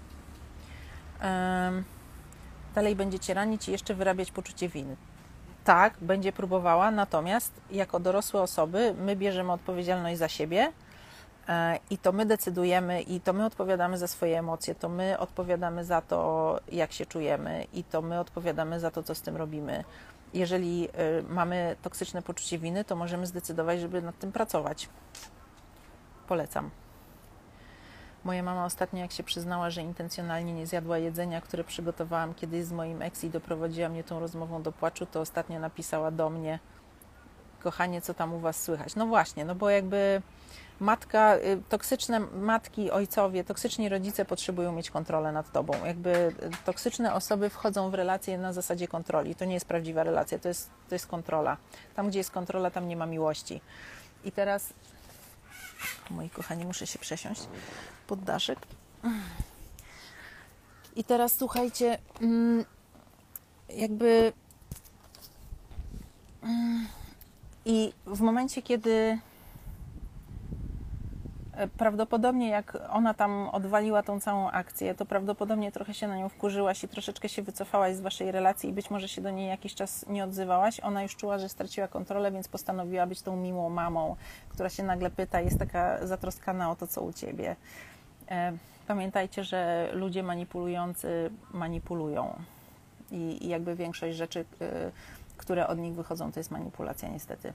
Dalej będzie cię ranić i jeszcze wyrabiać poczucie winy. Tak, będzie próbowała, natomiast jako dorosłe osoby my bierzemy odpowiedzialność za siebie i to my decydujemy i to my odpowiadamy za swoje emocje, to my odpowiadamy za to, jak się czujemy i to my odpowiadamy za to, co z tym robimy. Jeżeli mamy toksyczne poczucie winy, to możemy zdecydować, żeby nad tym pracować. Polecam. Moja mama ostatnio, jak się przyznała, że intencjonalnie nie zjadła jedzenia, które przygotowałam kiedyś z moim ex i doprowadziła mnie tą rozmową do płaczu, to ostatnio napisała do mnie: kochanie, co tam u was słychać? No właśnie, no bo jakby toksyczne matki, ojcowie, toksyczni rodzice potrzebują mieć kontrolę nad tobą. Jakby toksyczne osoby wchodzą w relacje na zasadzie kontroli. To nie jest prawdziwa relacja, to jest kontrola. Tam, gdzie jest kontrola, tam nie ma miłości. I teraz, moi kochani, muszę się przesiąść pod daszek. I teraz słuchajcie, jakby i w momencie, kiedy prawdopodobnie jak ona tam odwaliła tą całą akcję, to prawdopodobnie trochę się na nią wkurzyłaś i troszeczkę się wycofałaś z waszej relacji i być może się do niej jakiś czas nie odzywałaś. Ona już czuła, że straciła kontrolę, więc postanowiła być tą miłą mamą, która się nagle pyta, jest taka zatroskana o to, co u ciebie. Pamiętajcie, że ludzie manipulujący manipulują i jakby większość rzeczy, które od nich wychodzą, to jest manipulacja niestety.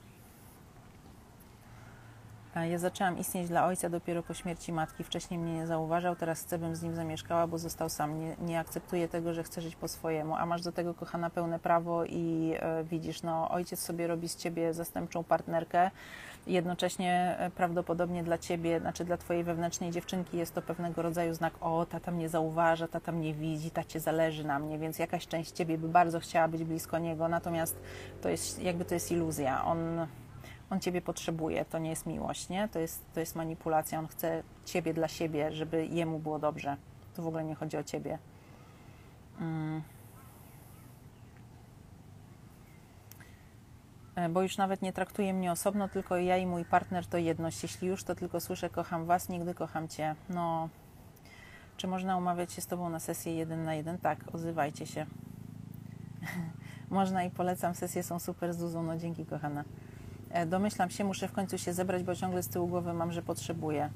Ja zaczęłam istnieć dla ojca dopiero po śmierci matki. Wcześniej mnie nie zauważał, teraz chcę, bym z nim zamieszkała, bo został sam. Nie akceptuję tego, że chce żyć po swojemu. A masz do tego, kochana, pełne prawo i widzisz, no ojciec sobie robi z ciebie zastępczą partnerkę. Jednocześnie prawdopodobnie dla ciebie, znaczy dla twojej wewnętrznej dziewczynki jest to pewnego rodzaju znak: o, tata mnie zauważa, tata mnie widzi, tacie zależy na mnie, więc jakaś część ciebie by bardzo chciała być blisko niego, natomiast to jest iluzja. On ciebie potrzebuje, to nie jest miłość, nie? To jest manipulacja. On chce ciebie dla siebie, żeby jemu było dobrze. Tu w ogóle nie chodzi o ciebie. Bo już nawet nie traktuje mnie osobno, tylko ja i mój partner to jedność. Jeśli już, to tylko słyszę: kocham was, nigdy kocham cię. No, czy można umawiać się z tobą na sesję 1 na 1? Tak, odzywajcie się. Można i polecam, sesje są super z Zuzą, no dzięki, kochana. Domyślam się, muszę w końcu się zebrać, bo ciągle z tyłu głowy mam, że potrzebuję.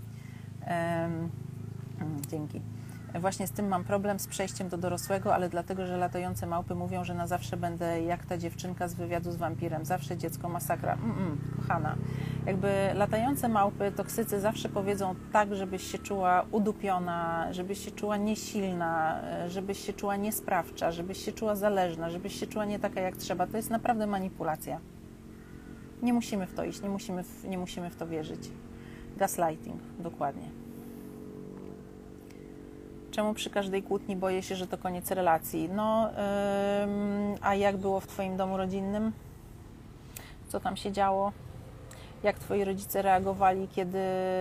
Dzięki. Właśnie z tym mam problem, z przejściem do dorosłego, ale dlatego, że latające małpy mówią, że na zawsze będę jak ta dziewczynka z wywiadu z wampirem. Zawsze dziecko masakra. Kochana. Jakby latające małpy, toksycy zawsze powiedzą tak, żebyś się czuła udupiona, żebyś się czuła niesilna, żebyś się czuła niesprawcza, żebyś się czuła zależna, żebyś się czuła nie taka jak trzeba. To jest naprawdę manipulacja. Nie musimy w to iść, nie musimy w to wierzyć. Gaslighting, dokładnie. Czemu przy każdej kłótni boję się, że to koniec relacji? No, a jak było w twoim domu rodzinnym? Co tam się działo? Jak twoi rodzice reagowali, kiedy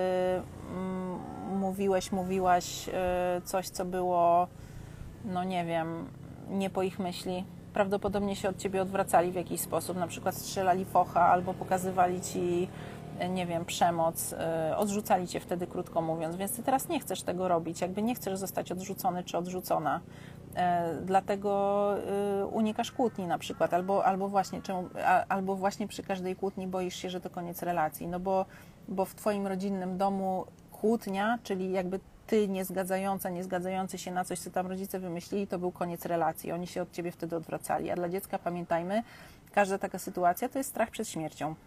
mówiłaś coś, co było, no nie wiem, nie po ich myśli? Prawdopodobnie się od ciebie odwracali w jakiś sposób, na przykład strzelali focha albo pokazywali ci, nie wiem, przemoc, odrzucali cię wtedy, krótko mówiąc, więc ty teraz nie chcesz tego robić, jakby nie chcesz zostać odrzucony czy odrzucona, dlatego unikasz kłótni na przykład, albo właśnie przy każdej kłótni boisz się, że to koniec relacji, no bo w twoim rodzinnym domu kłótnia, czyli jakby ty niezgadzający się na coś, co tam rodzice wymyślili, to był koniec relacji. Oni się od ciebie wtedy odwracali. A dla dziecka, pamiętajmy, każda taka sytuacja to jest strach przed śmiercią.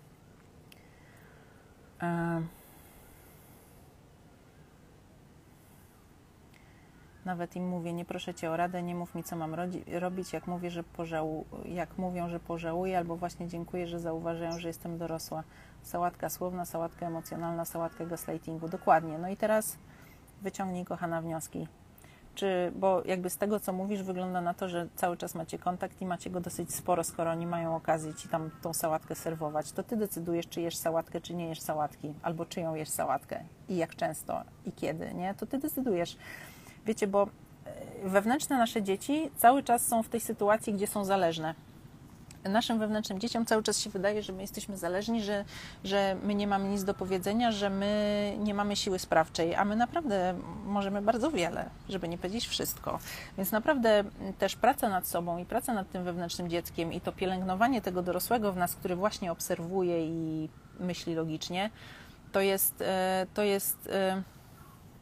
Nawet im mówię: nie proszę cię o radę, nie mów mi, co mam robić, jak mówią, że pożałuję, albo właśnie dziękuję, że zauważają, że jestem dorosła. Sałatka słowna, sałatka emocjonalna, sałatka gaslightingu. Dokładnie. No i teraz wyciągnij, kochana, wnioski. Bo jakby z tego, co mówisz, wygląda na to, że cały czas macie kontakt i macie go dosyć sporo, skoro oni mają okazję ci tam tą sałatkę serwować, to ty decydujesz, czy jesz sałatkę, czy nie jesz sałatki, albo czyją jesz sałatkę i jak często i kiedy, nie? To ty decydujesz. Wiecie, bo wewnętrzne nasze dzieci cały czas są w tej sytuacji, gdzie są zależne. Naszym wewnętrznym dzieciom cały czas się wydaje, że my jesteśmy zależni, że my nie mamy nic do powiedzenia, że my nie mamy siły sprawczej, a my naprawdę możemy bardzo wiele, żeby nie powiedzieć wszystko. Więc naprawdę też praca nad sobą i praca nad tym wewnętrznym dzieckiem i to pielęgnowanie tego dorosłego w nas, który właśnie obserwuje i myśli logicznie, to jest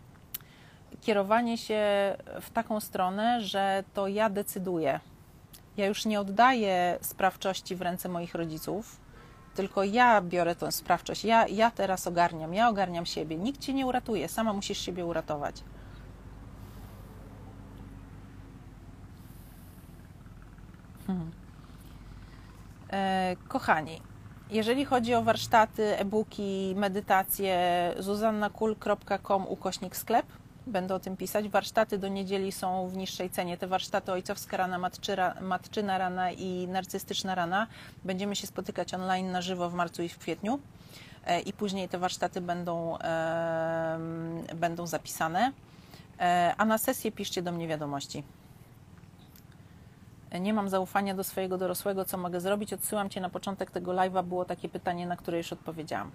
kierowanie się w taką stronę, że to ja decyduję. Ja już nie oddaję sprawczości w ręce moich rodziców, tylko ja biorę tę sprawczość, ja teraz ogarniam, ja ogarniam siebie. Nikt Cię nie uratuje, sama musisz siebie uratować. Kochani, jeżeli chodzi o warsztaty, e-booki, medytacje, zuzannakul.com/sklep, będę o tym pisać. Warsztaty do niedzieli są w niższej cenie. Te warsztaty ojcowska rana, matczyna rana i narcystyczna rana. Będziemy się spotykać online na żywo w marcu i w kwietniu. I później te warsztaty będą zapisane. A na sesję piszcie do mnie wiadomości. Nie mam zaufania do swojego dorosłego, co mogę zrobić? Odsyłam Cię na początek tego live'a, było takie pytanie, na które już odpowiedziałam.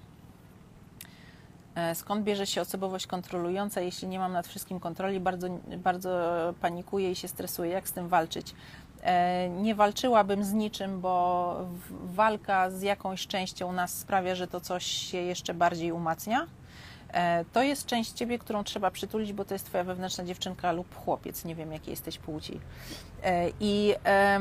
Skąd bierze się osobowość kontrolująca, jeśli nie mam nad wszystkim kontroli? Bardzo panikuję i się stresuję. Jak z tym walczyć? Nie walczyłabym z niczym, bo walka z jakąś częścią nas sprawia, że to coś się jeszcze bardziej umacnia. To jest część Ciebie, którą trzeba przytulić, bo to jest Twoja wewnętrzna dziewczynka lub chłopiec, nie wiem jakiej jesteś płci. I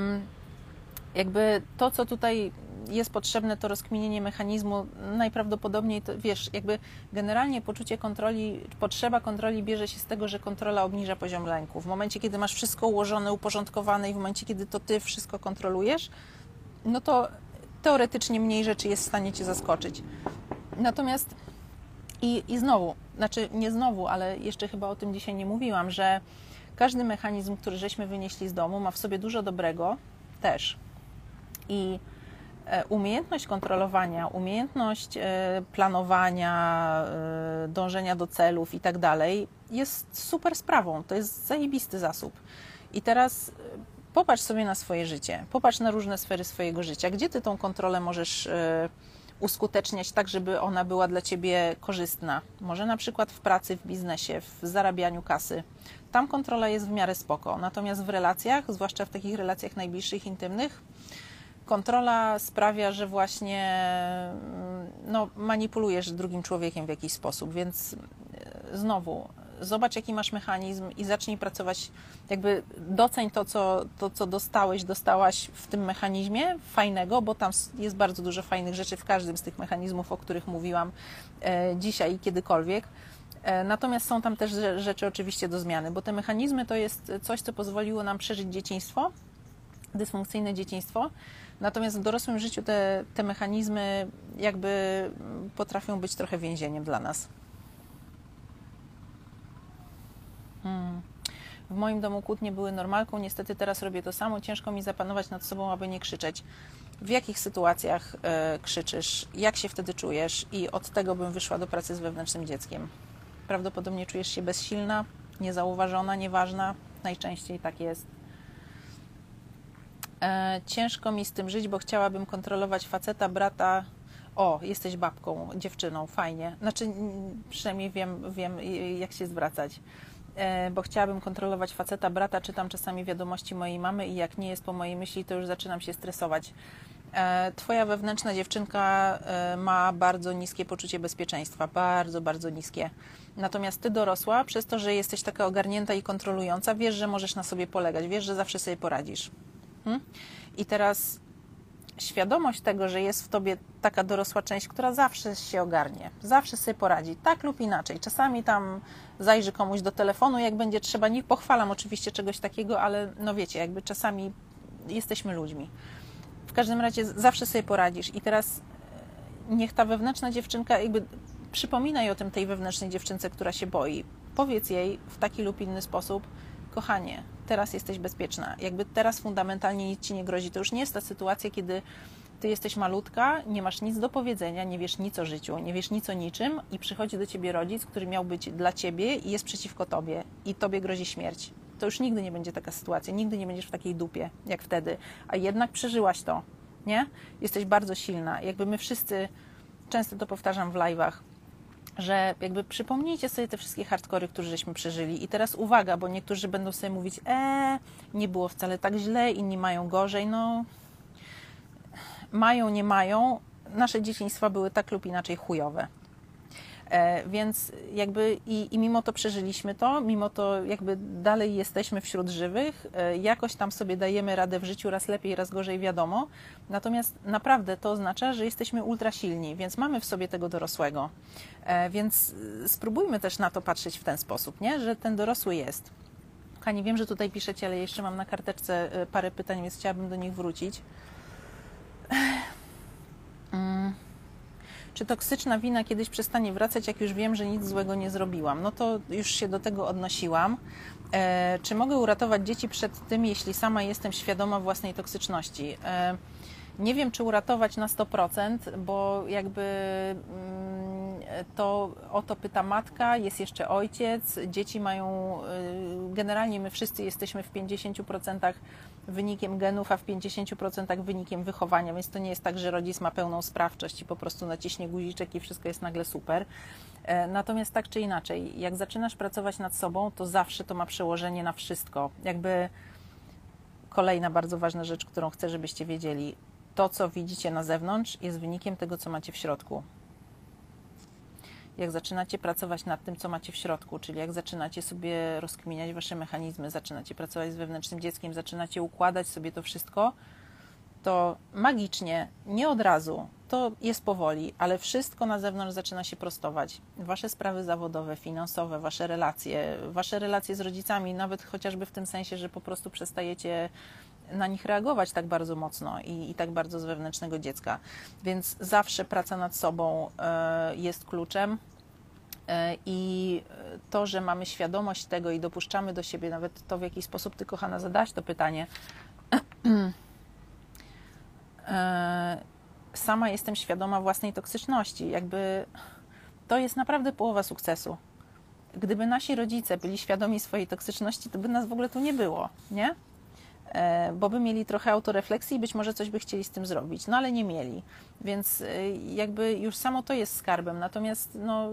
jakby to, co tutaj jest potrzebne, to rozkminienie mechanizmu. Najprawdopodobniej, to, wiesz, jakby generalnie poczucie kontroli, potrzeba kontroli bierze się z tego, że kontrola obniża poziom lęku. W momencie, kiedy masz wszystko ułożone, uporządkowane i w momencie, kiedy to Ty wszystko kontrolujesz, no to teoretycznie mniej rzeczy jest w stanie Cię zaskoczyć. Natomiast i znowu, znaczy nie znowu, ale jeszcze chyba o tym dzisiaj nie mówiłam, że każdy mechanizm, który żeśmy wynieśli z domu, ma w sobie dużo dobrego też. I umiejętność kontrolowania, umiejętność planowania, dążenia do celów i tak dalej jest super sprawą. To jest zajebisty zasób. I teraz popatrz sobie na swoje życie, popatrz na różne sfery swojego życia. Gdzie Ty tą kontrolę możesz uskuteczniać tak, żeby ona była dla Ciebie korzystna? Może na przykład w pracy, w biznesie, w zarabianiu kasy. Tam kontrola jest w miarę spoko. Natomiast w relacjach, zwłaszcza w takich relacjach najbliższych, intymnych, kontrola sprawia, że właśnie manipulujesz drugim człowiekiem w jakiś sposób, więc znowu zobacz, jaki masz mechanizm i zacznij pracować, jakby doceń to, co dostałaś w tym mechanizmie fajnego, bo tam jest bardzo dużo fajnych rzeczy w każdym z tych mechanizmów, o których mówiłam dzisiaj i kiedykolwiek. Natomiast są tam też rzeczy oczywiście do zmiany, bo te mechanizmy to jest coś, co pozwoliło nam przeżyć dzieciństwo, dysfunkcyjne dzieciństwo. Natomiast w dorosłym życiu te mechanizmy jakby potrafią być trochę więzieniem dla nas. W moim domu kłótnie były normalką, niestety teraz robię to samo. Ciężko mi zapanować nad sobą, aby nie krzyczeć. W jakich sytuacjach krzyczysz? Jak się wtedy czujesz? I od tego bym wyszła do pracy z wewnętrznym dzieckiem. Prawdopodobnie czujesz się bezsilna, niezauważona, nieważna. Najczęściej tak jest. Ciężko mi z tym żyć, bo chciałabym kontrolować faceta, brata. O, jesteś babką, dziewczyną, fajnie. Znaczy, przynajmniej wiem jak się zwracać. Bo chciałabym kontrolować faceta, brata, czytam czasami wiadomości mojej mamy i jak nie jest po mojej myśli, to już zaczynam się stresować. Twoja wewnętrzna dziewczynka ma bardzo niskie poczucie bezpieczeństwa, bardzo, bardzo niskie. Natomiast Ty dorosła, przez to, że jesteś taka ogarnięta i kontrolująca, wiesz, że możesz na sobie polegać, wiesz, że zawsze sobie poradzisz. I teraz świadomość tego, że jest w Tobie taka dorosła część, która zawsze się ogarnie, zawsze sobie poradzi, tak lub inaczej. Czasami tam zajrzy komuś do telefonu, jak będzie trzeba. Nie pochwalam oczywiście czegoś takiego, ale no wiecie, jakby czasami jesteśmy ludźmi. W każdym razie zawsze sobie poradzisz. I teraz niech ta wewnętrzna dziewczynka, jakby przypominaj o tym tej wewnętrznej dziewczynce, która się boi. Powiedz jej w taki lub inny sposób: kochanie, teraz jesteś bezpieczna. Jakby teraz fundamentalnie nic Ci nie grozi. To już nie jest ta sytuacja, kiedy Ty jesteś malutka, nie masz nic do powiedzenia, nie wiesz nic o życiu, nie wiesz nic o niczym i przychodzi do Ciebie rodzic, który miał być dla Ciebie i jest przeciwko Tobie i Tobie grozi śmierć. To już nigdy nie będzie taka sytuacja, nigdy nie będziesz w takiej dupie jak wtedy, a jednak przeżyłaś to, nie? Jesteś bardzo silna. Jakby my wszyscy, często to powtarzam w live'ach, że jakby przypomnijcie sobie te wszystkie hardkory, które żeśmy przeżyli i teraz uwaga, bo niektórzy będą sobie mówić: nie było wcale tak źle, inni mają gorzej. No, mają, nie mają. Nasze dzieciństwa były tak lub inaczej chujowe. Więc jakby i mimo to przeżyliśmy to, mimo to jakby dalej jesteśmy wśród żywych, jakoś tam sobie dajemy radę w życiu, raz lepiej, raz gorzej, wiadomo. Natomiast naprawdę to oznacza, że jesteśmy ultra silni, więc mamy w sobie tego dorosłego. Więc spróbujmy też na to patrzeć w ten sposób, nie? Że ten dorosły jest. Kochani, wiem, że tutaj piszecie, ale jeszcze mam na karteczce parę pytań, więc chciałabym do nich wrócić. Czy toksyczna wina kiedyś przestanie wracać, jak już wiem, że nic złego nie zrobiłam? No to już się do tego odnosiłam. Czy mogę uratować dzieci przed tym, jeśli sama jestem świadoma własnej toksyczności? Nie wiem, czy uratować na 100%, bo jakby to o to pyta matka, jest jeszcze ojciec, dzieci mają, generalnie my wszyscy jesteśmy w 50% wynikiem genów, a w 50% wynikiem wychowania, więc to nie jest tak, że rodzic ma pełną sprawczość i po prostu naciśnie guziczek i wszystko jest nagle super. Natomiast tak czy inaczej, jak zaczynasz pracować nad sobą, to zawsze to ma przełożenie na wszystko. Jakby kolejna bardzo ważna rzecz, którą chcę, żebyście wiedzieli. To, co widzicie na zewnątrz, jest wynikiem tego, co macie w środku. Jak zaczynacie pracować nad tym, co macie w środku, czyli jak zaczynacie sobie rozkminiać wasze mechanizmy, zaczynacie pracować z wewnętrznym dzieckiem, zaczynacie układać sobie to wszystko, to magicznie, nie od razu, to jest powoli, ale wszystko na zewnątrz zaczyna się prostować. Wasze sprawy zawodowe, finansowe, wasze relacje z rodzicami, nawet chociażby w tym sensie, że po prostu przestajecie na nich reagować tak bardzo mocno i tak bardzo z wewnętrznego dziecka. Więc zawsze praca nad sobą jest kluczem i to, że mamy świadomość tego i dopuszczamy do siebie nawet to, w jaki sposób Ty, kochana, zadałaś to pytanie. Sama jestem świadoma własnej toksyczności. Jakby to jest naprawdę połowa sukcesu. Gdyby nasi rodzice byli świadomi swojej toksyczności, to by nas w ogóle tu nie było, nie? Bo by mieli trochę autorefleksji i być może coś by chcieli z tym zrobić, no ale nie mieli, więc jakby już samo to jest skarbem, natomiast no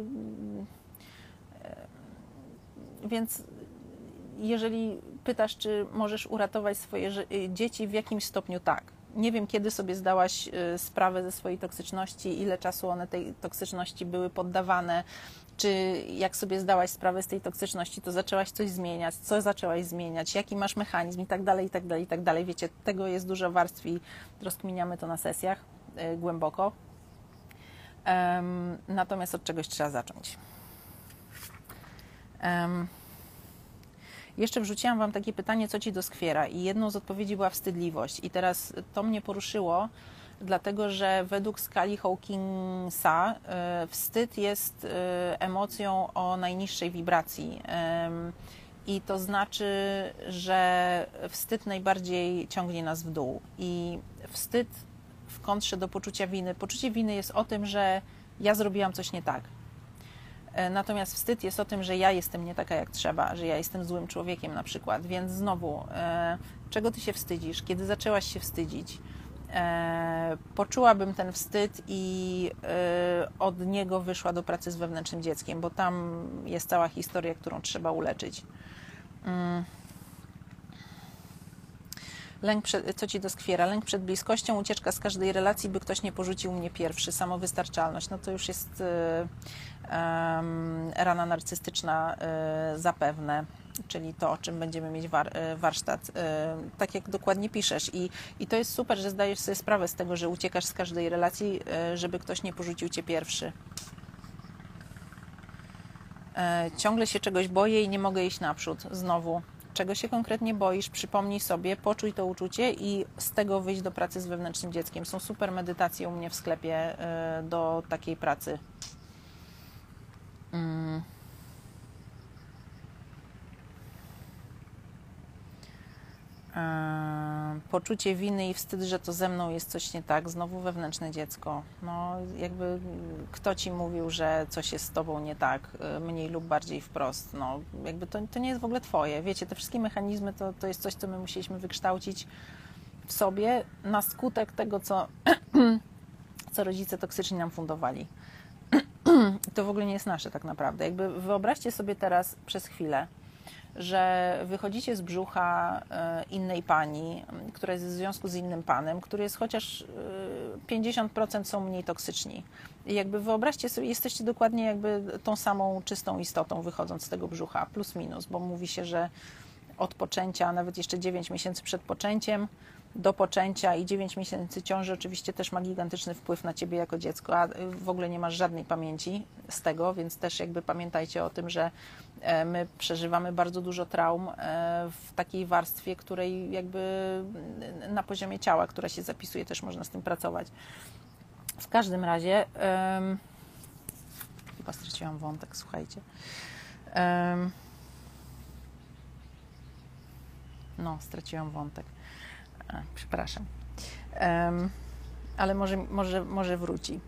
więc jeżeli pytasz, czy możesz uratować swoje dzieci, w jakimś stopniu tak. Nie wiem, kiedy sobie zdałaś sprawę ze swojej toksyczności, ile czasu one tej toksyczności były poddawane, czy jak sobie zdałaś sprawę z tej toksyczności, to zaczęłaś coś zmieniać, co zaczęłaś zmieniać, jaki masz mechanizm i tak dalej, i tak dalej, i tak dalej. Wiecie, tego jest dużo warstw i rozkminiamy to na sesjach głęboko. Natomiast od czegoś trzeba zacząć. Jeszcze wrzuciłam Wam takie pytanie, co Ci doskwiera i jedną z odpowiedzi była wstydliwość i teraz to mnie poruszyło, dlatego że według skali Hawkingsa wstyd jest emocją o najniższej wibracji i to znaczy, że wstyd najbardziej ciągnie nas w dół i wstyd w kontrze do poczucia winy. Poczucie winy jest o tym, że ja zrobiłam coś nie tak. Natomiast wstyd jest o tym, że ja jestem nie taka jak trzeba, że ja jestem złym człowiekiem na przykład. Więc znowu, czego Ty się wstydzisz? Kiedy zaczęłaś się wstydzić? Poczułabym ten wstyd i od niego wyszła do pracy z wewnętrznym dzieckiem, bo tam jest cała historia, którą trzeba uleczyć. Co Ci doskwiera? Lęk przed bliskością, ucieczka z każdej relacji, by ktoś nie porzucił mnie pierwszy, samowystarczalność. No to już jest rana narcystyczna zapewne, czyli to, o czym będziemy mieć warsztat. Tak jak dokładnie piszesz. I to jest super, że zdajesz sobie sprawę z tego, że uciekasz z każdej relacji, żeby ktoś nie porzucił Cię pierwszy. Ciągle się czegoś boję i nie mogę iść naprzód. Znowu. Czego się konkretnie boisz? Przypomnij sobie, poczuj to uczucie i z tego wyjść do pracy z wewnętrznym dzieckiem. Są super medytacje u mnie w sklepie do takiej pracy. Poczucie winy i wstyd, że to ze mną jest coś nie tak. Znowu wewnętrzne dziecko. No jakby kto Ci mówił, że coś jest z Tobą nie tak, mniej lub bardziej wprost. No jakby to nie jest w ogóle Twoje. Wiecie, te wszystkie mechanizmy to jest coś, co my musieliśmy wykształcić w sobie na skutek tego, co rodzice toksyczni nam fundowali. To w ogóle nie jest nasze tak naprawdę. Jakby wyobraźcie sobie teraz przez chwilę, że wychodzicie z brzucha innej pani, która jest w związku z innym panem, który jest chociaż 50% są mniej toksyczni. I jakby wyobraźcie sobie, jesteście dokładnie jakby tą samą czystą istotą wychodząc z tego brzucha, plus minus, bo mówi się, że od poczęcia, nawet jeszcze 9 miesięcy przed poczęciem, do poczęcia i 9 miesięcy ciąży oczywiście też ma gigantyczny wpływ na Ciebie jako dziecko, a w ogóle nie masz żadnej pamięci z tego, więc też jakby pamiętajcie o tym, że my przeżywamy bardzo dużo traum w takiej warstwie, której jakby na poziomie ciała, która się zapisuje, też można z tym pracować. W każdym razie chyba straciłam wątek, słuchajcie. No, straciłam wątek. Przepraszam. Ale może wróci.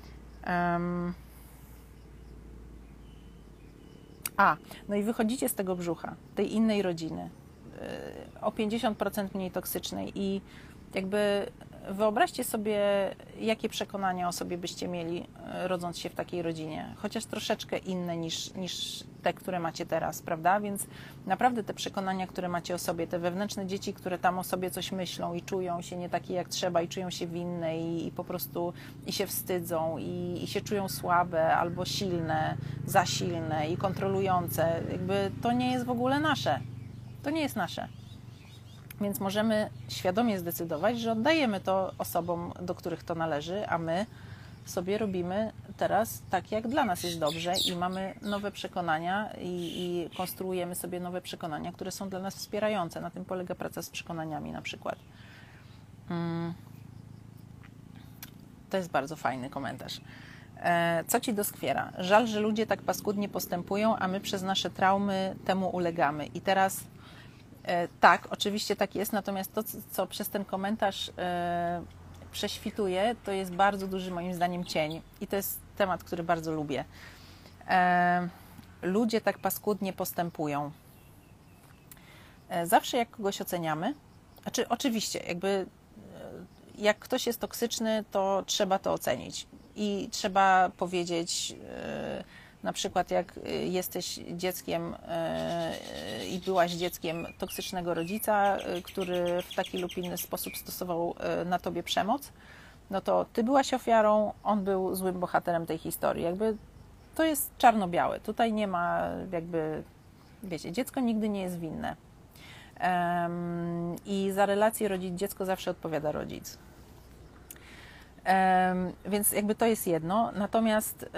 No i wychodzicie z tego brzucha, tej innej rodziny, o 50% mniej toksycznej i jakby wyobraźcie sobie, jakie przekonania o sobie byście mieli, rodząc się w takiej rodzinie, chociaż troszeczkę inne niż te, które macie teraz, prawda? Więc naprawdę te przekonania, które macie o sobie, te wewnętrzne dzieci, które tam o sobie coś myślą i czują się nie takie jak trzeba i czują się winne i po prostu i się wstydzą i się czują słabe albo silne, za silne i kontrolujące, jakby to nie jest w ogóle nasze. To nie jest nasze. Więc możemy świadomie zdecydować, że oddajemy to osobom, do których to należy, a my sobie robimy teraz tak, jak dla nas jest dobrze i mamy nowe przekonania i konstruujemy sobie nowe przekonania, które są dla nas wspierające. Na tym polega praca z przekonaniami na przykład. To jest bardzo fajny komentarz. Co Ci doskwiera? Żal, że ludzie tak paskudnie postępują, a my przez nasze traumy temu ulegamy. I teraz tak, oczywiście tak jest, natomiast to, co przez ten komentarz prześwituje, to jest bardzo duży moim zdaniem cień i to jest temat, który bardzo lubię. Ludzie tak paskudnie postępują. Zawsze jak kogoś oceniamy, znaczy oczywiście jakby jak ktoś jest toksyczny, to trzeba to ocenić i trzeba powiedzieć, na przykład jak jesteś dzieckiem i byłaś dzieckiem toksycznego rodzica, który w taki lub inny sposób stosował na tobie przemoc, no to ty byłaś ofiarą, on był złym bohaterem tej historii. Jakby to jest czarno-białe. Tutaj nie ma jakby, wiecie, dziecko nigdy nie jest winne. I za relację rodzic-dziecko zawsze odpowiada rodzic. Więc jakby to jest jedno. Natomiast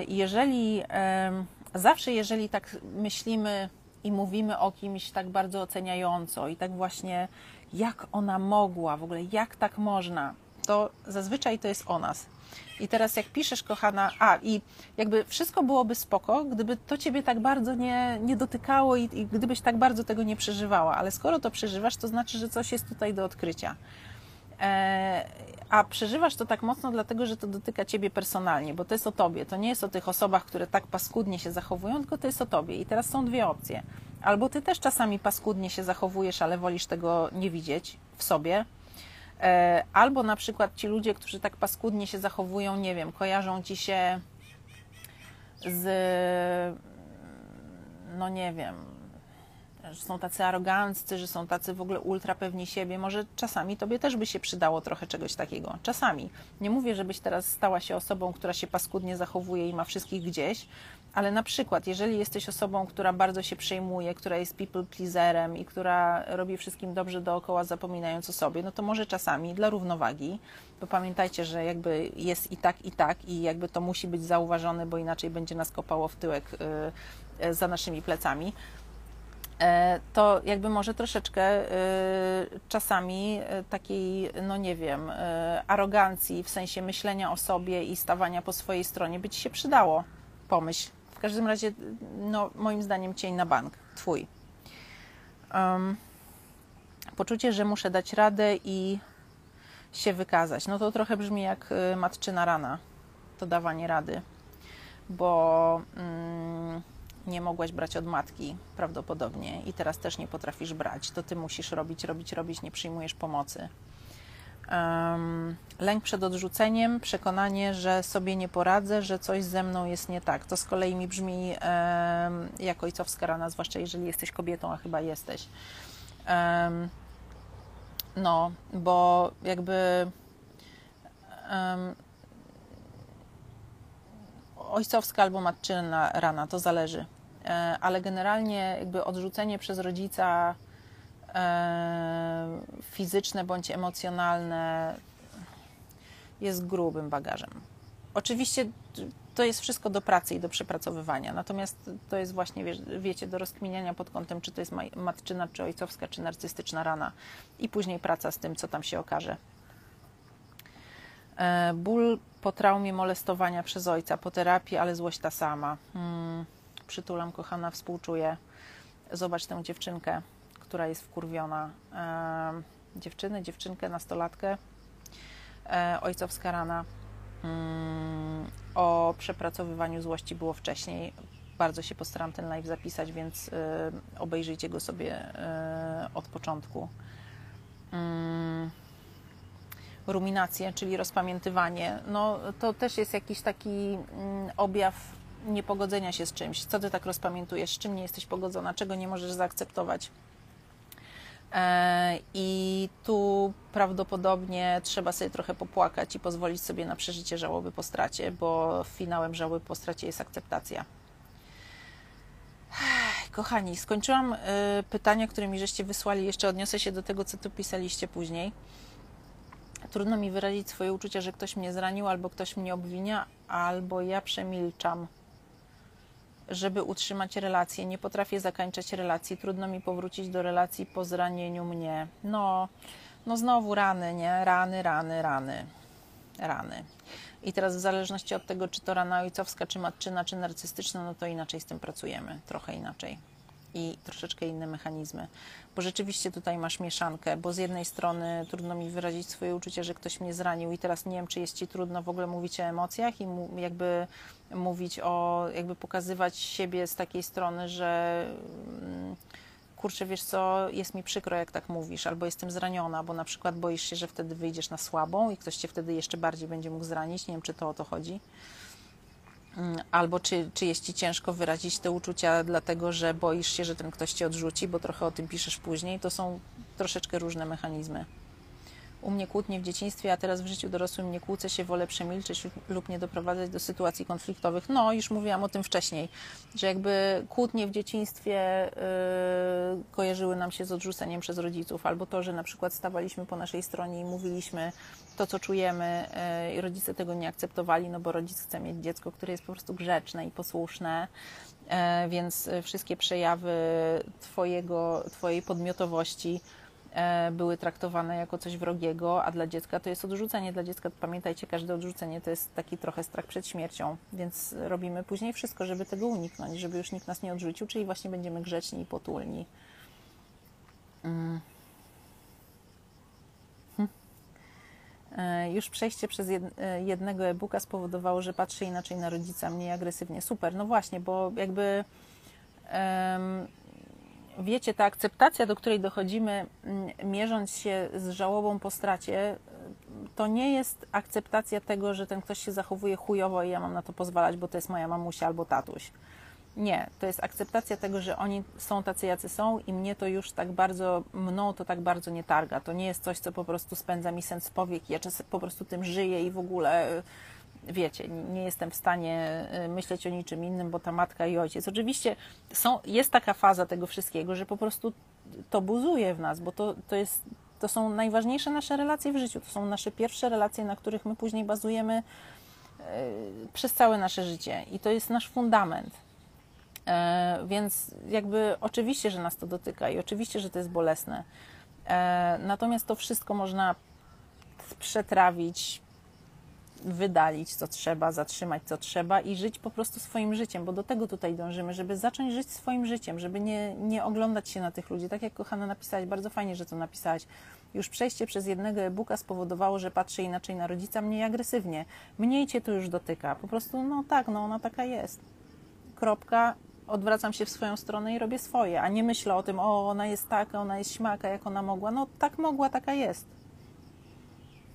jeżeli tak myślimy i mówimy o kimś tak bardzo oceniająco i tak właśnie jak ona mogła, w ogóle jak tak można, to zazwyczaj to jest o nas. I teraz jak piszesz, kochana, i jakby wszystko byłoby spoko, gdyby to Ciebie tak bardzo nie dotykało i gdybyś tak bardzo tego nie przeżywała, ale skoro to przeżywasz, to znaczy, że coś jest tutaj do odkrycia. A przeżywasz to tak mocno dlatego, że to dotyka Ciebie personalnie, bo to jest o Tobie, to nie jest o tych osobach, które tak paskudnie się zachowują, tylko to jest o Tobie. I teraz są dwie opcje. Albo Ty też czasami paskudnie się zachowujesz, ale wolisz tego nie widzieć w sobie, albo na przykład ci ludzie, którzy tak paskudnie się zachowują, nie wiem, kojarzą Ci się z, no nie wiem, że są tacy aroganccy, że są tacy w ogóle ultra pewni siebie. Może czasami Tobie też by się przydało trochę czegoś takiego. Czasami. Nie mówię, żebyś teraz stała się osobą, która się paskudnie zachowuje i ma wszystkich gdzieś, ale na przykład, jeżeli jesteś osobą, która bardzo się przejmuje, która jest people pleaserem i która robi wszystkim dobrze dookoła, zapominając o sobie, no to może czasami dla równowagi, bo pamiętajcie, że jakby jest i tak i jakby to musi być zauważone, bo inaczej będzie nas kopało w tyłek za naszymi plecami, to jakby może troszeczkę czasami takiej, no nie wiem, arogancji w sensie myślenia o sobie i stawania po swojej stronie by Ci się przydało. Pomyśl. W każdym razie, no moim zdaniem cień na bank. Twój. Poczucie, że muszę dać radę i się wykazać. No to trochę brzmi jak matczyna rana. To dawanie rady. Bo nie mogłaś brać od matki prawdopodobnie i teraz też nie potrafisz brać. To Ty musisz robić, nie przyjmujesz pomocy. Lęk przed odrzuceniem, przekonanie, że sobie nie poradzę, że coś ze mną jest nie tak. To z kolei mi brzmi jak ojcowska rana, zwłaszcza jeżeli jesteś kobietą, a chyba jesteś. No, bo jakby ojcowska albo matczyna rana, to zależy. Ale generalnie jakby odrzucenie przez rodzica fizyczne bądź emocjonalne jest grubym bagażem. Oczywiście to jest wszystko do pracy i do przepracowywania, natomiast to jest właśnie, wiecie, do rozkminiania pod kątem, czy to jest matczyna, czy ojcowska, czy narcystyczna rana i później praca z tym, co tam się okaże. Ból po traumie molestowania przez ojca, po terapii, ale złość ta sama. Przytulam, kochana, współczuję. Zobacz tę dziewczynkę, która jest wkurwiona. Dziewczynkę, nastolatkę. Ojcowska rana. O przepracowywaniu złości było wcześniej. Bardzo się postaram ten live zapisać, więc obejrzyjcie go sobie od początku. Ruminacje, czyli rozpamiętywanie, no to też jest jakiś taki objaw niepogodzenia się z czymś. Co ty tak rozpamiętujesz, z czym nie jesteś pogodzona, czego nie możesz zaakceptować. I tu prawdopodobnie trzeba sobie trochę popłakać i pozwolić sobie na przeżycie żałoby po stracie, bo finałem żałoby po stracie jest akceptacja. Kochani, skończyłam pytania, które mi żeście wysłali. Jeszcze odniosę się do tego, co tu pisaliście później. Trudno mi wyrazić swoje uczucia, że ktoś mnie zranił, albo ktoś mnie obwinia, albo ja przemilczam, żeby utrzymać relację. Nie potrafię zakończyć relacji. Trudno mi powrócić do relacji po zranieniu mnie. No znowu rany, nie? Rany. I teraz w zależności od tego, czy to rana ojcowska, czy matczyna, czy narcystyczna, no to inaczej z tym pracujemy. Trochę inaczej. I troszeczkę inne mechanizmy. Bo rzeczywiście tutaj masz mieszankę, bo z jednej strony trudno mi wyrazić swoje uczucie, że ktoś mnie zranił i teraz nie wiem, czy jest Ci trudno w ogóle mówić o emocjach i jakby mówić jakby pokazywać siebie z takiej strony, że kurczę, wiesz co, jest mi przykro, jak tak mówisz, albo jestem zraniona, bo na przykład boisz się, że wtedy wyjdziesz na słabą i ktoś Cię wtedy jeszcze bardziej będzie mógł zranić. Nie wiem, czy to o to chodzi. Albo czy jest Ci ciężko wyrazić te uczucia, dlatego że boisz się, że ten ktoś Cię odrzuci, bo trochę o tym piszesz później. To są troszeczkę różne mechanizmy. U mnie kłótnie w dzieciństwie, a teraz w życiu dorosłym nie kłócę się, wolę przemilczeć lub nie doprowadzać do sytuacji konfliktowych. No, już mówiłam o tym wcześniej, że jakby kłótnie w dzieciństwie kojarzyły nam się z odrzuceniem przez rodziców, albo to, że na przykład stawaliśmy po naszej stronie i mówiliśmy to, co czujemy i rodzice tego nie akceptowali, no bo rodzic chce mieć dziecko, które jest po prostu grzeczne i posłuszne, więc wszystkie przejawy Twojej podmiotowości były traktowane jako coś wrogiego, a dla dziecka to jest odrzucenie. Dla dziecka, pamiętajcie, każde odrzucenie to jest taki trochę strach przed śmiercią, więc robimy później wszystko, żeby tego uniknąć, żeby już nikt nas nie odrzucił, czyli właśnie będziemy grzeczni i potulni. Już przejście przez jednego e-booka spowodowało, że patrzę inaczej na rodzica, mniej agresywnie. Super, no właśnie, bo jakby wiecie, ta akceptacja, do której dochodzimy, mierząc się z żałobą po stracie, to nie jest akceptacja tego, że ten ktoś się zachowuje chujowo i ja mam na to pozwalać, bo to jest moja mamusia albo tatuś. Nie, to jest akceptacja tego, że oni są tacy, jacy są i mną to tak bardzo nie targa. To nie jest coś, co po prostu spędza mi sens powiek. Ja czasem po prostu tym żyję i w ogóle, wiecie, nie jestem w stanie myśleć o niczym innym, bo ta matka i ojciec. Oczywiście jest taka faza tego wszystkiego, że po prostu to buzuje w nas, bo to są najważniejsze nasze relacje w życiu. To są nasze pierwsze relacje, na których my później bazujemy przez całe nasze życie i to jest nasz fundament. Więc jakby oczywiście, że nas to dotyka i oczywiście, że to jest bolesne. Natomiast to wszystko można przetrawić, wydalić co trzeba, zatrzymać co trzeba i żyć po prostu swoim życiem, bo do tego tutaj dążymy, żeby zacząć żyć swoim życiem, żeby nie oglądać się na tych ludzi. Tak jak, kochana, napisałaś, bardzo fajnie, że to napisałaś. Już przejście przez jednego e-booka spowodowało, że patrzę inaczej na rodzica, mniej agresywnie. Mniej Cię to już dotyka. Po prostu, no tak, no ona taka jest. Kropka. Odwracam się w swoją stronę i robię swoje, a nie myślę o tym, ona jest taka, ona jest śmaka, jak ona mogła. No tak mogła, taka jest.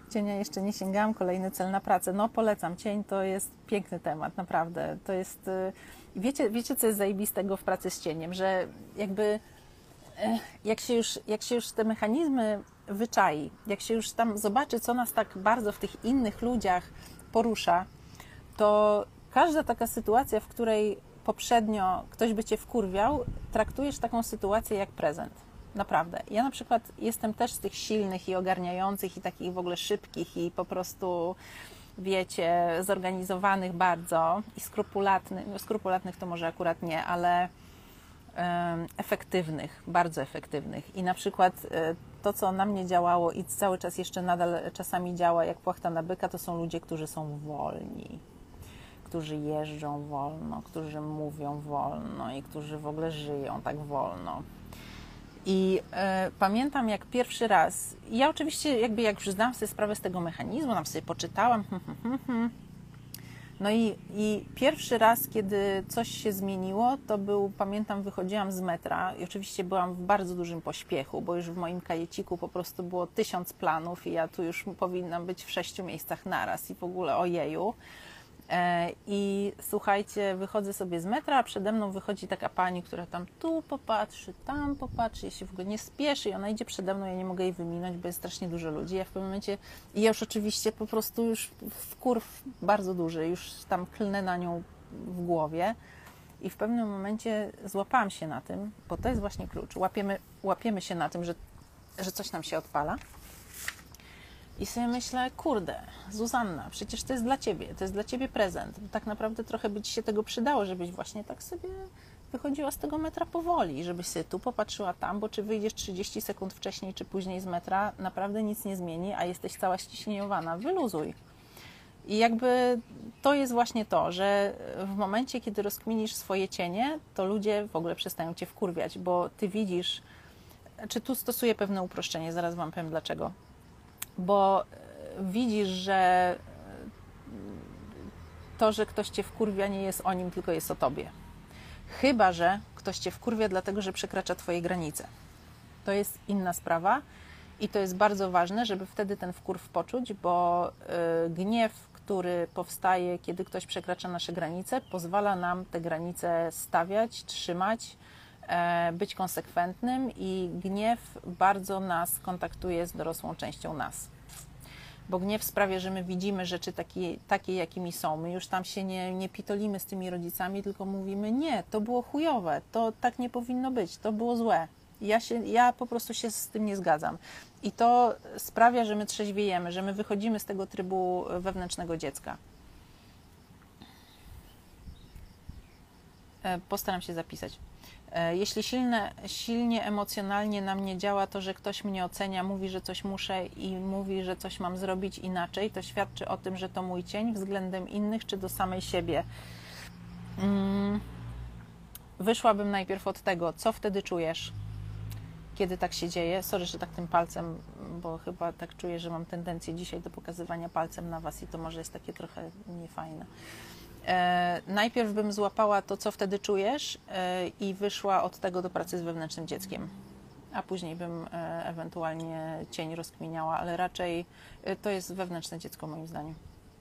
Cienia jeszcze nie sięgałam, kolejny cel na pracę. No polecam, cień to jest piękny temat, naprawdę. To jest, wiecie co jest zajebistego w pracy z cieniem, że jakby jak się już te mechanizmy wyczai, jak się już tam zobaczy, co nas tak bardzo w tych innych ludziach porusza, to każda taka sytuacja, w której poprzednio ktoś by cię wkurwiał, traktujesz taką sytuację jak prezent. Naprawdę. Ja na przykład jestem też z tych silnych i ogarniających i takich w ogóle szybkich i po prostu, wiecie, zorganizowanych bardzo i skrupulatnych to może akurat nie, ale efektywnych, bardzo efektywnych. I na przykład to, co na mnie działało i cały czas jeszcze nadal czasami działa jak płachta na byka, to są ludzie, którzy są wolni, którzy jeżdżą wolno, którzy mówią wolno i którzy w ogóle żyją tak wolno. I pamiętam, jak pierwszy raz, ja oczywiście jakby jak już zdałam sobie sprawę z tego mechanizmu, tam sobie poczytałam, no i pierwszy raz, kiedy coś się zmieniło, to był, pamiętam, wychodziłam z metra i oczywiście byłam w bardzo dużym pośpiechu, bo już w moim kajeciku po prostu było 1000 planów i ja tu już powinnam być w 6 miejscach naraz i w ogóle ojeju. I słuchajcie, wychodzę sobie z metra, a przede mną wychodzi taka pani, która tam tu popatrzy, tam popatrzy, ja się w ogóle nie spieszy i ona idzie przede mną, ja nie mogę jej wyminąć, bo jest strasznie dużo ludzi. Ja w pewnym momencie, i ja już oczywiście po prostu już wkurw bardzo duży, już tam klnę na nią w głowie i w pewnym momencie złapałam się na tym, bo to jest właśnie klucz, łapiemy się na tym, że coś nam się odpala. I sobie myślę, kurde, Zuzanna, przecież to jest dla Ciebie prezent. Tak naprawdę trochę by Ci się tego przydało, żebyś właśnie tak sobie wychodziła z tego metra powoli, żebyś sobie tu popatrzyła tam, bo czy wyjdziesz 30 sekund wcześniej czy później z metra, naprawdę nic nie zmieni, a jesteś cała ściśnieniowana. Wyluzuj. I jakby to jest właśnie to, że w momencie, kiedy rozkminisz swoje cienie, to ludzie w ogóle przestają Cię wkurwiać, bo Ty widzisz, czy tu stosuję pewne uproszczenie, zaraz Wam powiem dlaczego. Bo widzisz, że to, że ktoś Cię wkurwia, nie jest o nim, tylko jest o Tobie. Chyba że ktoś Cię wkurwia dlatego, że przekracza Twoje granice. To jest inna sprawa i to jest bardzo ważne, żeby wtedy ten wkurw poczuć, bo gniew, który powstaje, kiedy ktoś przekracza nasze granice, pozwala nam te granice stawiać, trzymać, być konsekwentnym i gniew bardzo nas kontaktuje z dorosłą częścią nas. Bo gniew sprawia, że my widzimy rzeczy takie jakimi są. My już tam się nie pitolimy z tymi rodzicami, tylko mówimy, nie, to było chujowe, to tak nie powinno być, to było złe. Ja po prostu się z tym nie zgadzam. I to sprawia, że my trzeźwiejemy, że my wychodzimy z tego trybu wewnętrznego dziecka. Postaram się zapisać. Jeśli silnie emocjonalnie na mnie działa to, że ktoś mnie ocenia, mówi, że coś muszę i mówi, że coś mam zrobić inaczej, to świadczy o tym, że to mój cień względem innych czy do samej siebie. Wyszłabym najpierw od tego, co wtedy czujesz, kiedy tak się dzieje. Sorry, że tak tym palcem, bo chyba tak czuję, że mam tendencję dzisiaj do pokazywania palcem na Was i to może jest takie trochę niefajne. Najpierw bym złapała to, co wtedy czujesz i wyszła od tego do pracy z wewnętrznym dzieckiem, a później bym ewentualnie cień rozkminiała, ale raczej to jest wewnętrzne dziecko moim zdaniem.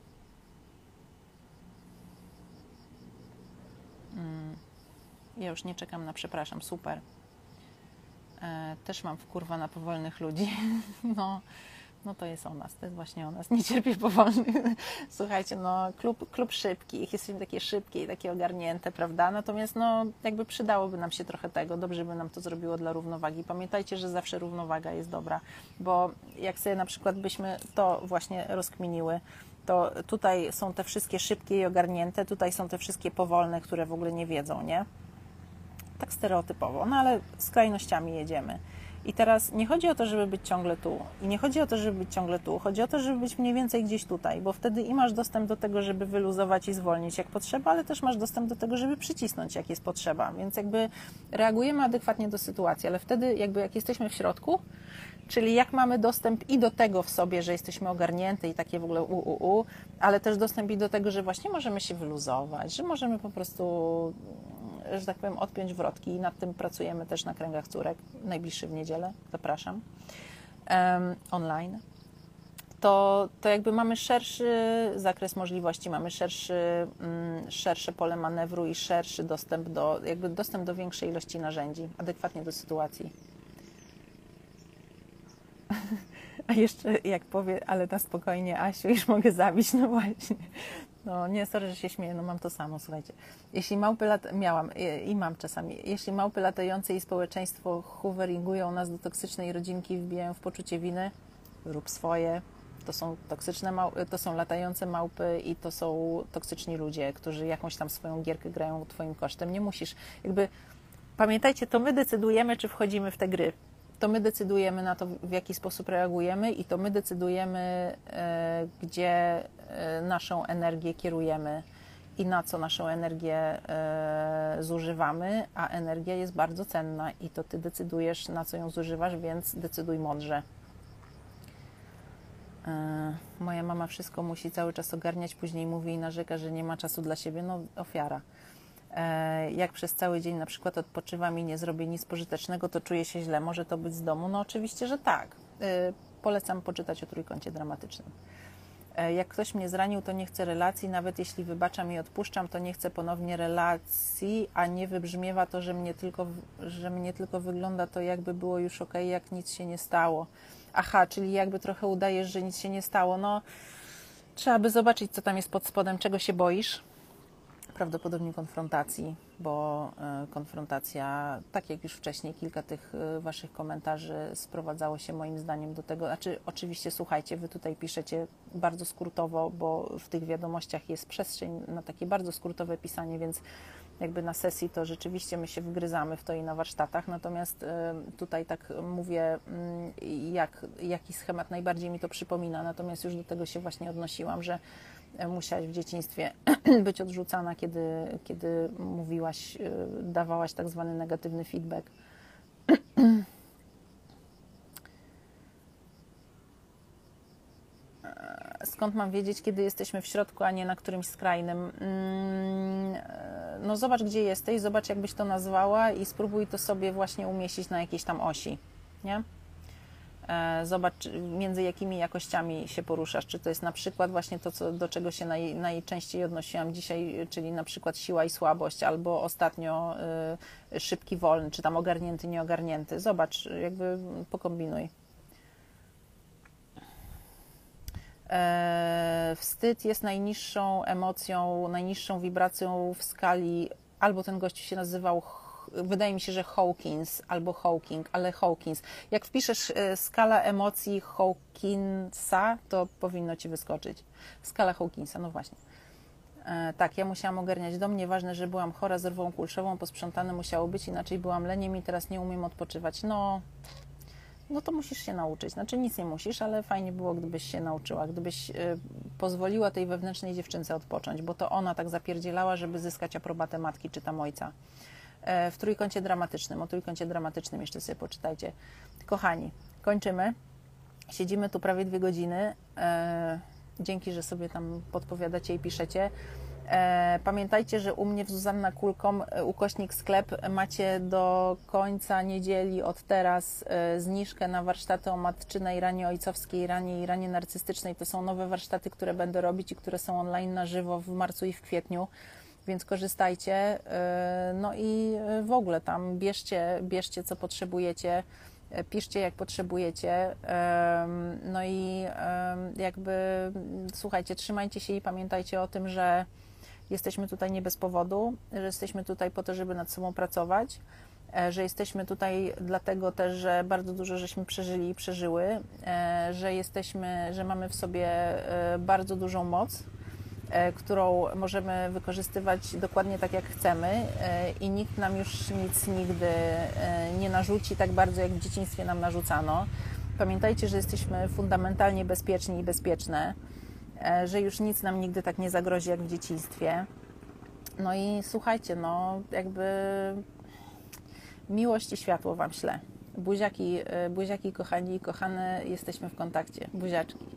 Ja już nie czekam na przepraszam, super. Też mam wkurwa na powolnych ludzi. No to jest o nas, to jest właśnie o nas. Nie cierpię powolnych. Słuchajcie, no klub szybkich, jesteśmy takie szybkie i takie ogarnięte, prawda? Natomiast no jakby przydałoby nam się trochę tego, dobrze by nam to zrobiło dla równowagi. Pamiętajcie, że zawsze równowaga jest dobra, bo jak sobie na przykład byśmy to właśnie rozkminiły, to tutaj są te wszystkie szybkie i ogarnięte, tutaj są te wszystkie powolne, które w ogóle nie wiedzą, nie? Tak stereotypowo, no ale skrajnościami jedziemy. I teraz nie chodzi o to, żeby być ciągle tu i nie chodzi o to, żeby być ciągle tu, chodzi o to, żeby być mniej więcej gdzieś tutaj, bo wtedy i masz dostęp do tego, żeby wyluzować i zwolnić jak potrzeba, ale też masz dostęp do tego, żeby przycisnąć jak jest potrzeba, więc jakby reagujemy adekwatnie do sytuacji, ale wtedy jakby jak jesteśmy w środku, czyli jak mamy dostęp i do tego w sobie, że jesteśmy ogarnięte i takie w ogóle ale też dostęp i do tego, że właśnie możemy się wyluzować, że możemy po prostu, że tak powiem, odpiąć wrotki i nad tym pracujemy też na kręgach córek, najbliższy w niedzielę, zapraszam, online. to jakby mamy szerszy zakres możliwości, mamy szersze pole manewru i szerszy dostęp do większej ilości narzędzi, adekwatnie do sytuacji. A jeszcze jak powie, ale na spokojnie, Asiu, już mogę zabić, no właśnie. No nie, sorry, że się śmieję, no mam to samo, słuchajcie. Jeśli małpy miałam i mam czasami, jeśli małpy latające i społeczeństwo hooveringują nas do toksycznej rodzinki i wbijają w poczucie winy, rób swoje. To są toksyczne to są latające małpy i to są toksyczni ludzie, którzy jakąś tam swoją gierkę grają twoim kosztem. Nie musisz, pamiętajcie, to my decydujemy, czy wchodzimy w te gry. To my decydujemy na to, w jaki sposób reagujemy i to my decydujemy, gdzie naszą energię kierujemy i na co naszą energię zużywamy, a energia jest bardzo cenna i to ty decydujesz, na co ją zużywasz, więc decyduj mądrze. Moja mama wszystko musi cały czas ogarniać, później mówi i narzeka, że nie ma czasu dla siebie. No, ofiara. Jak przez cały dzień na przykład odpoczywam i nie zrobię nic pożytecznego, to czuję się źle. Może to być z domu? No oczywiście, że tak. Polecam poczytać o trójkącie dramatycznym. Jak ktoś mnie zranił, to nie chcę relacji, nawet jeśli wybaczam i odpuszczam, to nie chcę ponownie relacji, a nie wybrzmiewa to, że mnie tylko wygląda to, jakby było już okej, jak nic się nie stało. Aha, czyli jakby trochę udajesz, że nic się nie stało. No, trzeba by zobaczyć, co tam jest pod spodem, czego się boisz. Prawdopodobnie konfrontacji, bo konfrontacja, tak jak już wcześniej, kilka tych waszych komentarzy sprowadzało się moim zdaniem do tego, znaczy oczywiście słuchajcie, wy tutaj piszecie bardzo skrótowo, bo w tych wiadomościach jest przestrzeń na takie bardzo skrótowe pisanie, więc jakby na sesji to rzeczywiście my się wgryzamy w to i na warsztatach, natomiast tutaj tak mówię, jaki schemat najbardziej mi to przypomina, natomiast już do tego się właśnie odnosiłam, że musiałaś w dzieciństwie być odrzucana, kiedy mówiłaś, dawałaś tak zwany negatywny feedback. Skąd mam wiedzieć, kiedy jesteśmy w środku, a nie na którymś skrajnym? No zobacz, gdzie jesteś, zobacz, jak byś to nazwała i spróbuj to sobie właśnie umieścić na jakiejś tam osi, nie? Zobacz, między jakimi jakościami się poruszasz. Czy to jest na przykład właśnie to, do czego się najczęściej odnosiłam dzisiaj, czyli na przykład siła i słabość, albo ostatnio szybki, wolny, czy tam ogarnięty, nieogarnięty. Zobacz, jakby pokombinuj. Wstyd jest najniższą emocją, najniższą wibracją w skali, albo ten gościu się nazywał, wydaje mi się, że Hawkins albo Hawking, ale Hawkins. Jak wpiszesz skala emocji Hawkinsa, to powinno ci wyskoczyć. Skala Hawkinsa, no właśnie. Tak, ja musiałam ogarniać dom, nieważne, że byłam chora z rwą kulszową, posprzątane musiało być, inaczej byłam leniem i teraz nie umiem odpoczywać. No to musisz się nauczyć. Znaczy nic nie musisz, ale fajnie było, gdybyś się nauczyła, gdybyś pozwoliła tej wewnętrznej dziewczynce odpocząć, bo to ona tak zapierdzielała, żeby zyskać aprobatę matki czy tam ojca. W trójkącie dramatycznym, o trójkącie dramatycznym jeszcze sobie poczytajcie. Kochani, kończymy. Siedzimy tu prawie 2 godziny. Dzięki, że sobie tam podpowiadacie i piszecie. Pamiętajcie, że u mnie w Zuzanna Kulkom /sklep macie do końca niedzieli od teraz zniżkę na warsztaty o matczynej ranie ojcowskiej ranie i ranie narcystycznej. To są nowe warsztaty, które będę robić i które są online na żywo w marcu i w kwietniu, więc korzystajcie. No i w ogóle tam bierzcie co potrzebujecie, piszcie jak potrzebujecie. No i jakby słuchajcie, trzymajcie się i pamiętajcie o tym, że jesteśmy tutaj nie bez powodu, że jesteśmy tutaj po to, żeby nad sobą pracować, że jesteśmy tutaj dlatego też, że bardzo dużo żeśmy przeżyli i przeżyły, że mamy w sobie bardzo dużą moc, którą możemy wykorzystywać dokładnie tak, jak chcemy i nikt nam już nic nigdy nie narzuci tak bardzo, jak w dzieciństwie nam narzucano. Pamiętajcie, że jesteśmy fundamentalnie bezpieczni i bezpieczne, że już nic nam nigdy tak nie zagrozi, jak w dzieciństwie. No i słuchajcie, no jakby miłość i światło Wam ślę. Buziaki, kochani i kochane, jesteśmy w kontakcie. Buziaczki.